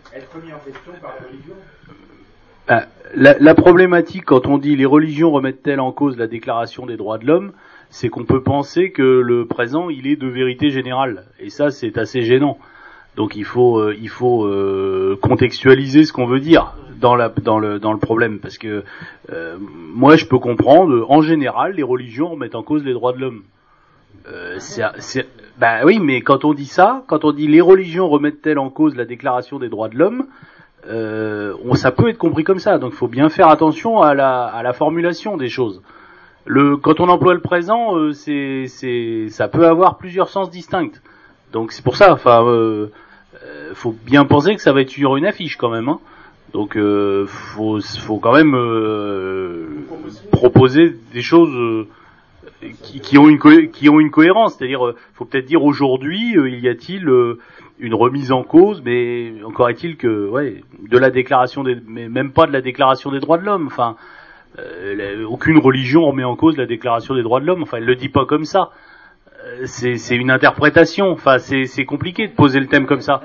Ah, la, la problématique, quand on dit les religions remettent-elles en cause la déclaration des droits de l'homme, c'est qu'on peut penser que le présent, il est de vérité générale. Et ça, c'est assez gênant. Donc il faut, euh, il faut euh, contextualiser ce qu'on veut dire dans, la, dans, le, dans le problème. Parce que euh, moi, je peux comprendre, en général, les religions remettent en cause les droits de l'homme. Euh, c'est, c'est, bah oui, mais quand on dit ça, quand on dit les religions remettent-elles en cause la déclaration des droits de l'homme, euh, on, ça peut être compris comme ça. Donc il faut bien faire attention à la, à la formulation des choses. Le, quand on emploie le présent, euh, c'est, c'est, ça peut avoir plusieurs sens distincts. Donc c'est pour ça, enfin, euh, euh, faut bien penser que ça va être sur une affiche quand même. Hein. Donc euh, faut, faut quand même euh, proposer des choses euh, qui, qui ont une co- qui ont une cohérence. C'est-à-dire, euh, faut peut-être dire aujourd'hui, euh, il y a-t-il euh, une remise en cause, mais encore est-il que, ouais, de la déclaration des, mais même pas de la déclaration des droits de l'homme. Enfin, euh, la, aucune religion remet en cause la déclaration des droits de l'homme. Enfin, elle le dit pas comme ça. C'est, c'est une interprétation. Enfin, c'est, c'est compliqué de poser le thème comme ça.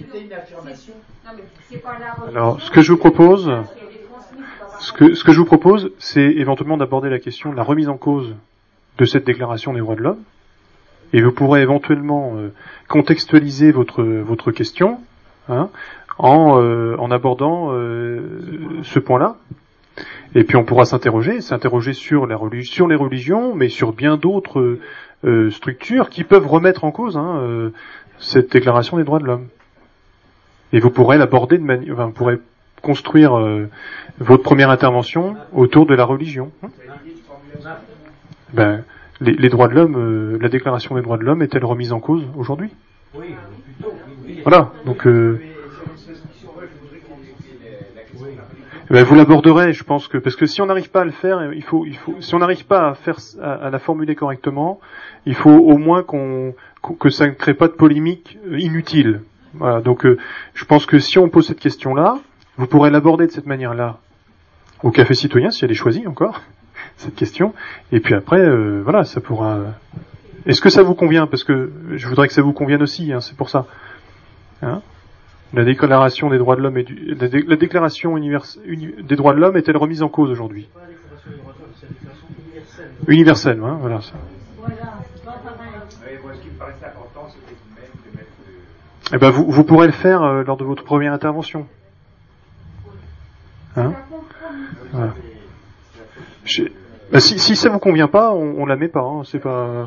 Alors, ce que je vous propose, ce que, ce que je vous propose, c'est éventuellement d'aborder la question de la remise en cause de cette déclaration des droits de l'homme. Et vous pourrez éventuellement euh, contextualiser votre votre question hein, en euh, en abordant euh, ce point-là. Et puis on pourra s'interroger, s'interroger sur la religi- sur les religions, mais sur bien d'autres euh, structures qui peuvent remettre en cause hein, euh, cette déclaration des droits de l'homme. Et vous pourrez l'aborder de manière, enfin, vous pourrez construire euh, votre première intervention autour de la religion. Hein ben, les, les droits de l'homme, euh, la déclaration des droits de l'homme est-elle remise en cause aujourd'hui ? Voilà, donc euh, ben, vous l'aborderez, je pense que parce que si on n'arrive pas à le faire, il faut, il faut, si on n'arrive pas à faire, à, à la formuler correctement, il faut au moins qu'on, que ça ne crée pas de polémique inutile. Voilà, donc euh, je pense que si on pose cette question-là, vous pourrez l'aborder de cette manière-là au Café Citoyen, si elle est choisie encore, cette question, et puis après, euh, voilà, ça pourra... Est-ce que ça vous convient ? Parce que je voudrais que ça vous convienne aussi, hein, c'est pour ça. Hein ? La déclaration des droits de l'homme et du... La, dé... la déclaration univers... uni... des droits de l'homme est-elle remise en cause aujourd'hui ? Universelle, hein, voilà ça. Eh ben vous, vous pourrez le faire euh, lors de votre première intervention. Hein voilà. Je... Ben, si, si ça vous convient pas, on, on la met pas. Hein, c'est pas.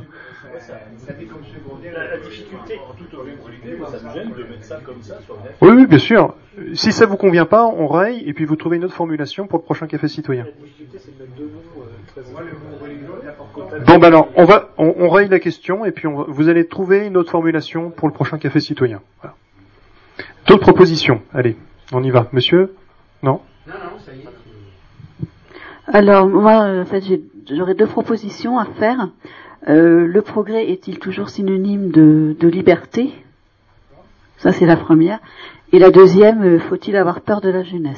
La difficulté en toute originalité, moi ça me gêne de mettre ça comme ça sur le. Oui, oui, bien sûr. Si ça vous convient pas, on raye et puis vous trouvez une autre formulation pour le prochain Café Citoyen. La difficulté, c'est de mettre deux mots très. Bon, ben alors, on va, on, on raye la question et puis on va, vous allez trouver une autre formulation pour le prochain Café Citoyen. Voilà. D'autres propositions ? Allez, on y va. Monsieur ? Non ? Non, non, ça y est. Alors, moi, en fait, j'ai, j'aurais deux propositions à faire. Euh, le progrès est-il toujours synonyme de, de liberté ? Ça, c'est la première. Et la deuxième, euh, faut-il avoir peur de la jeunesse ?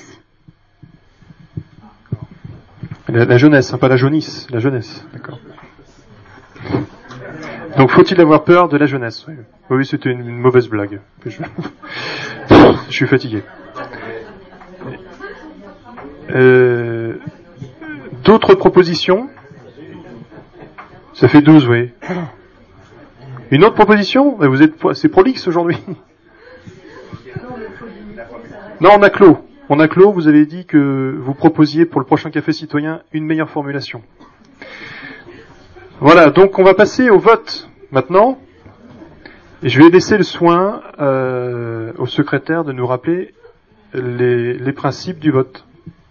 La, la jeunesse, hein, pas la jaunisse, la jeunesse, d'accord. Donc, faut-il avoir peur de la jeunesse ? Oui, oui, c'était une, une mauvaise blague. Je, je suis fatigué. Euh, d'autres propositions ? Ça fait douze, oui. Une autre proposition ? Vous êtes, c'est prolixe aujourd'hui. Non, on a clos. On a clos, vous avez dit que vous proposiez pour le prochain Café Citoyen une meilleure formulation. Voilà, donc on va passer au vote maintenant. Et je vais laisser le soin euh, au secrétaire de nous rappeler les, les principes du vote.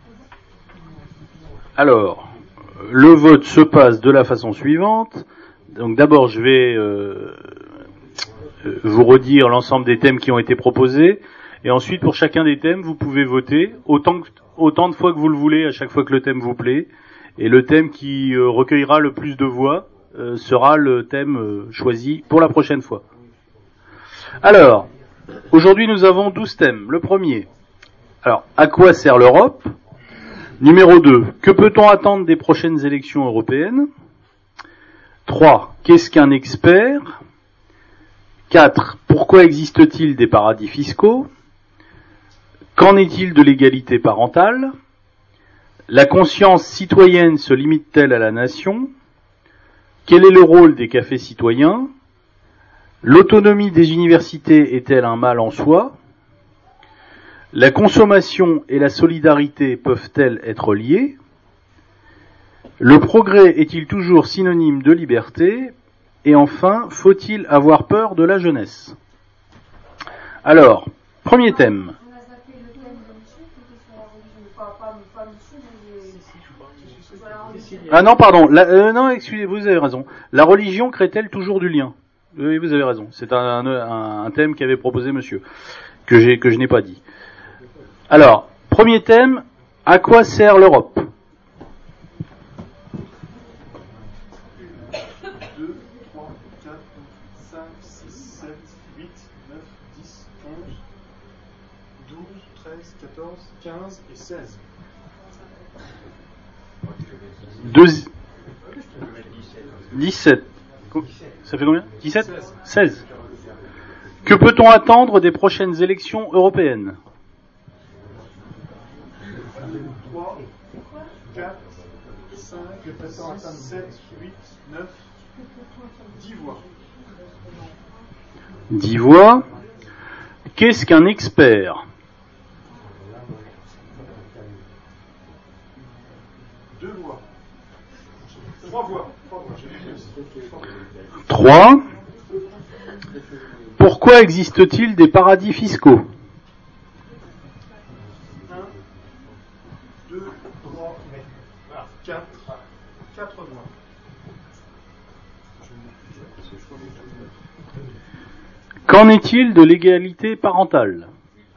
Alors, le vote se passe de la façon suivante. Donc d'abord, je vais euh, vous redire l'ensemble des thèmes qui ont été proposés. Et ensuite, pour chacun des thèmes, vous pouvez voter autant, que, autant de fois que vous le voulez, à chaque fois que le thème vous plaît. Et le thème qui euh, recueillera le plus de voix euh, sera le thème euh, choisi pour la prochaine fois. Alors, aujourd'hui, nous avons douze thèmes. Le premier, alors, à quoi sert l'Europe ? Numéro deux, que peut-on attendre des prochaines élections européennes ? trois, qu'est-ce qu'un expert ? quatre, pourquoi existe-t-il des paradis fiscaux ? Qu'en est-il de l'égalité parentale ? La conscience citoyenne se limite-t-elle à la nation ? Quel est le rôle des cafés citoyens ? L'autonomie des universités est-elle un mal en soi ? La consommation et la solidarité peuvent-elles être liées ? Le progrès est-il toujours synonyme de liberté ? Et enfin, faut-il avoir peur de la jeunesse ? Alors, premier thème. Ah non, pardon. La, euh, non, excusez, vous avez raison. La religion crée-t-elle toujours du lien? Oui, vous avez raison. C'est un, un, un thème qu'avait proposé monsieur, que j'ai, que je n'ai pas dit. Alors, premier thème, à quoi sert l'Europe? deux, trois, quatre, cinq, six, sept, huit, neuf, dix, onze, douze, treize, quatorze, quinze et seize. Deux... dix-sept. Ça fait combien? dix-sept? seize. Que peut-on attendre des prochaines élections européennes? trois, quatre, cinq, six, sept, huit, neuf, dix voix. dix voix. Qu'est-ce qu'un expert? Deux voix. Trois voix. trois. Pourquoi existe-t-il des paradis fiscaux? un, deux, trois, quatre. Quatre voix. Qu'en est-il de l'égalité parentale?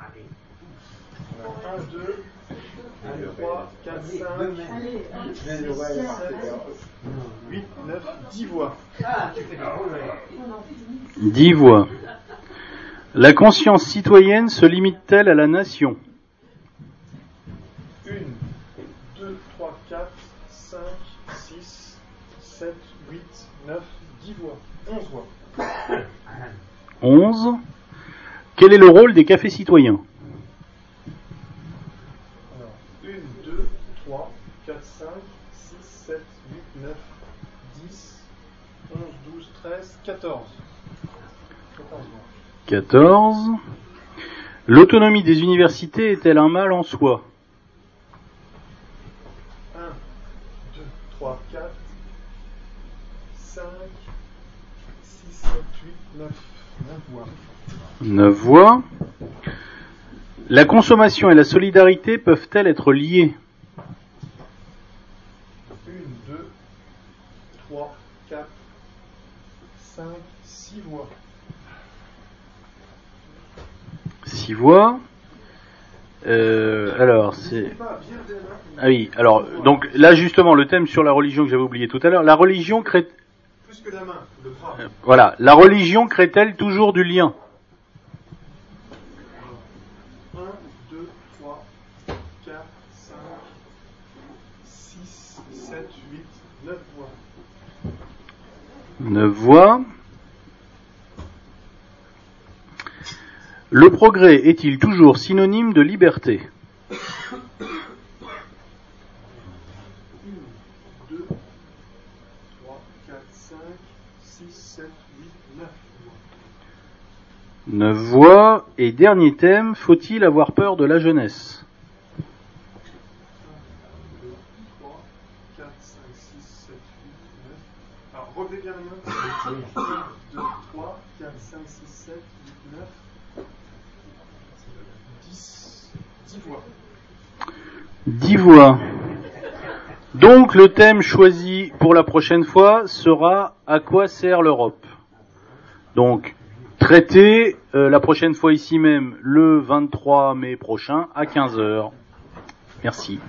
un, deux, trois, quatre, cinq, six, sept, huit, neuf, dix voix. dix voix. La conscience citoyenne se limite-t-elle à la nation? un, deux, trois, quatre, cinq, six, sept, huit, neuf, dix voix. onze voix. onze. Quel est le rôle des cafés citoyens? un, deux, trois, quatre, cinq, six, sept, huit, neuf, dix, onze, douze, treize, quatorze. quatorze voix. quatorze. L'autonomie des universités est-elle un mal en soi? un, deux, trois, quatre, cinq, six, sept, huit, neuf, neuf voix. neuf voix. La consommation et la solidarité peuvent-elles être liées? un, deux, trois, quatre, cinq, six voix. six voix. Euh, alors, c'est... Ah oui, alors, donc là justement, le thème sur la religion que j'avais oublié tout à l'heure, la religion crée... Plus que la main, le bras. Euh, voilà, la religion crée-t-elle toujours du lien? un, deux, trois, quatre, cinq, six, sept, huit, neuf voix. neuf voix. Le progrès est-il toujours synonyme de liberté? deux, trois, quatre, cinq, six, sept, huit, neuf voix. neuf voix. Et dernier thème, faut-il avoir peur de la jeunesse? un, deux, trois, quatre, cinq, six, sept, huit, neuf. Alors, relevez bien la main. un, deux, trois, quatre, cinq, six, sept, huit, neuf. dix. dix voix. dix voix. Donc le thème choisi pour la prochaine fois sera « À quoi sert l'Europe ?» Donc, traité euh, la prochaine fois ici même, le vingt-trois mai prochain, à quinze heures. Merci.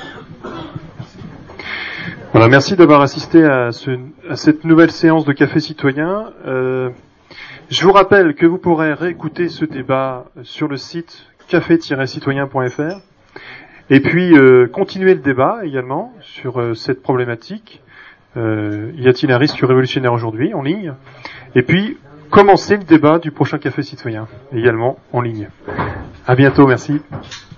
Voilà, merci d'avoir assisté à, ce, à cette nouvelle séance de Café Citoyen. Euh, je vous rappelle que vous pourrez réécouter ce débat sur le site café tiret citoyen point f r et puis euh, continuer le débat également sur euh, cette problématique. Euh, y a-t-il un risque révolutionnaire aujourd'hui en ligne? Et puis commencer le débat du prochain Café Citoyen également en ligne. À bientôt, merci.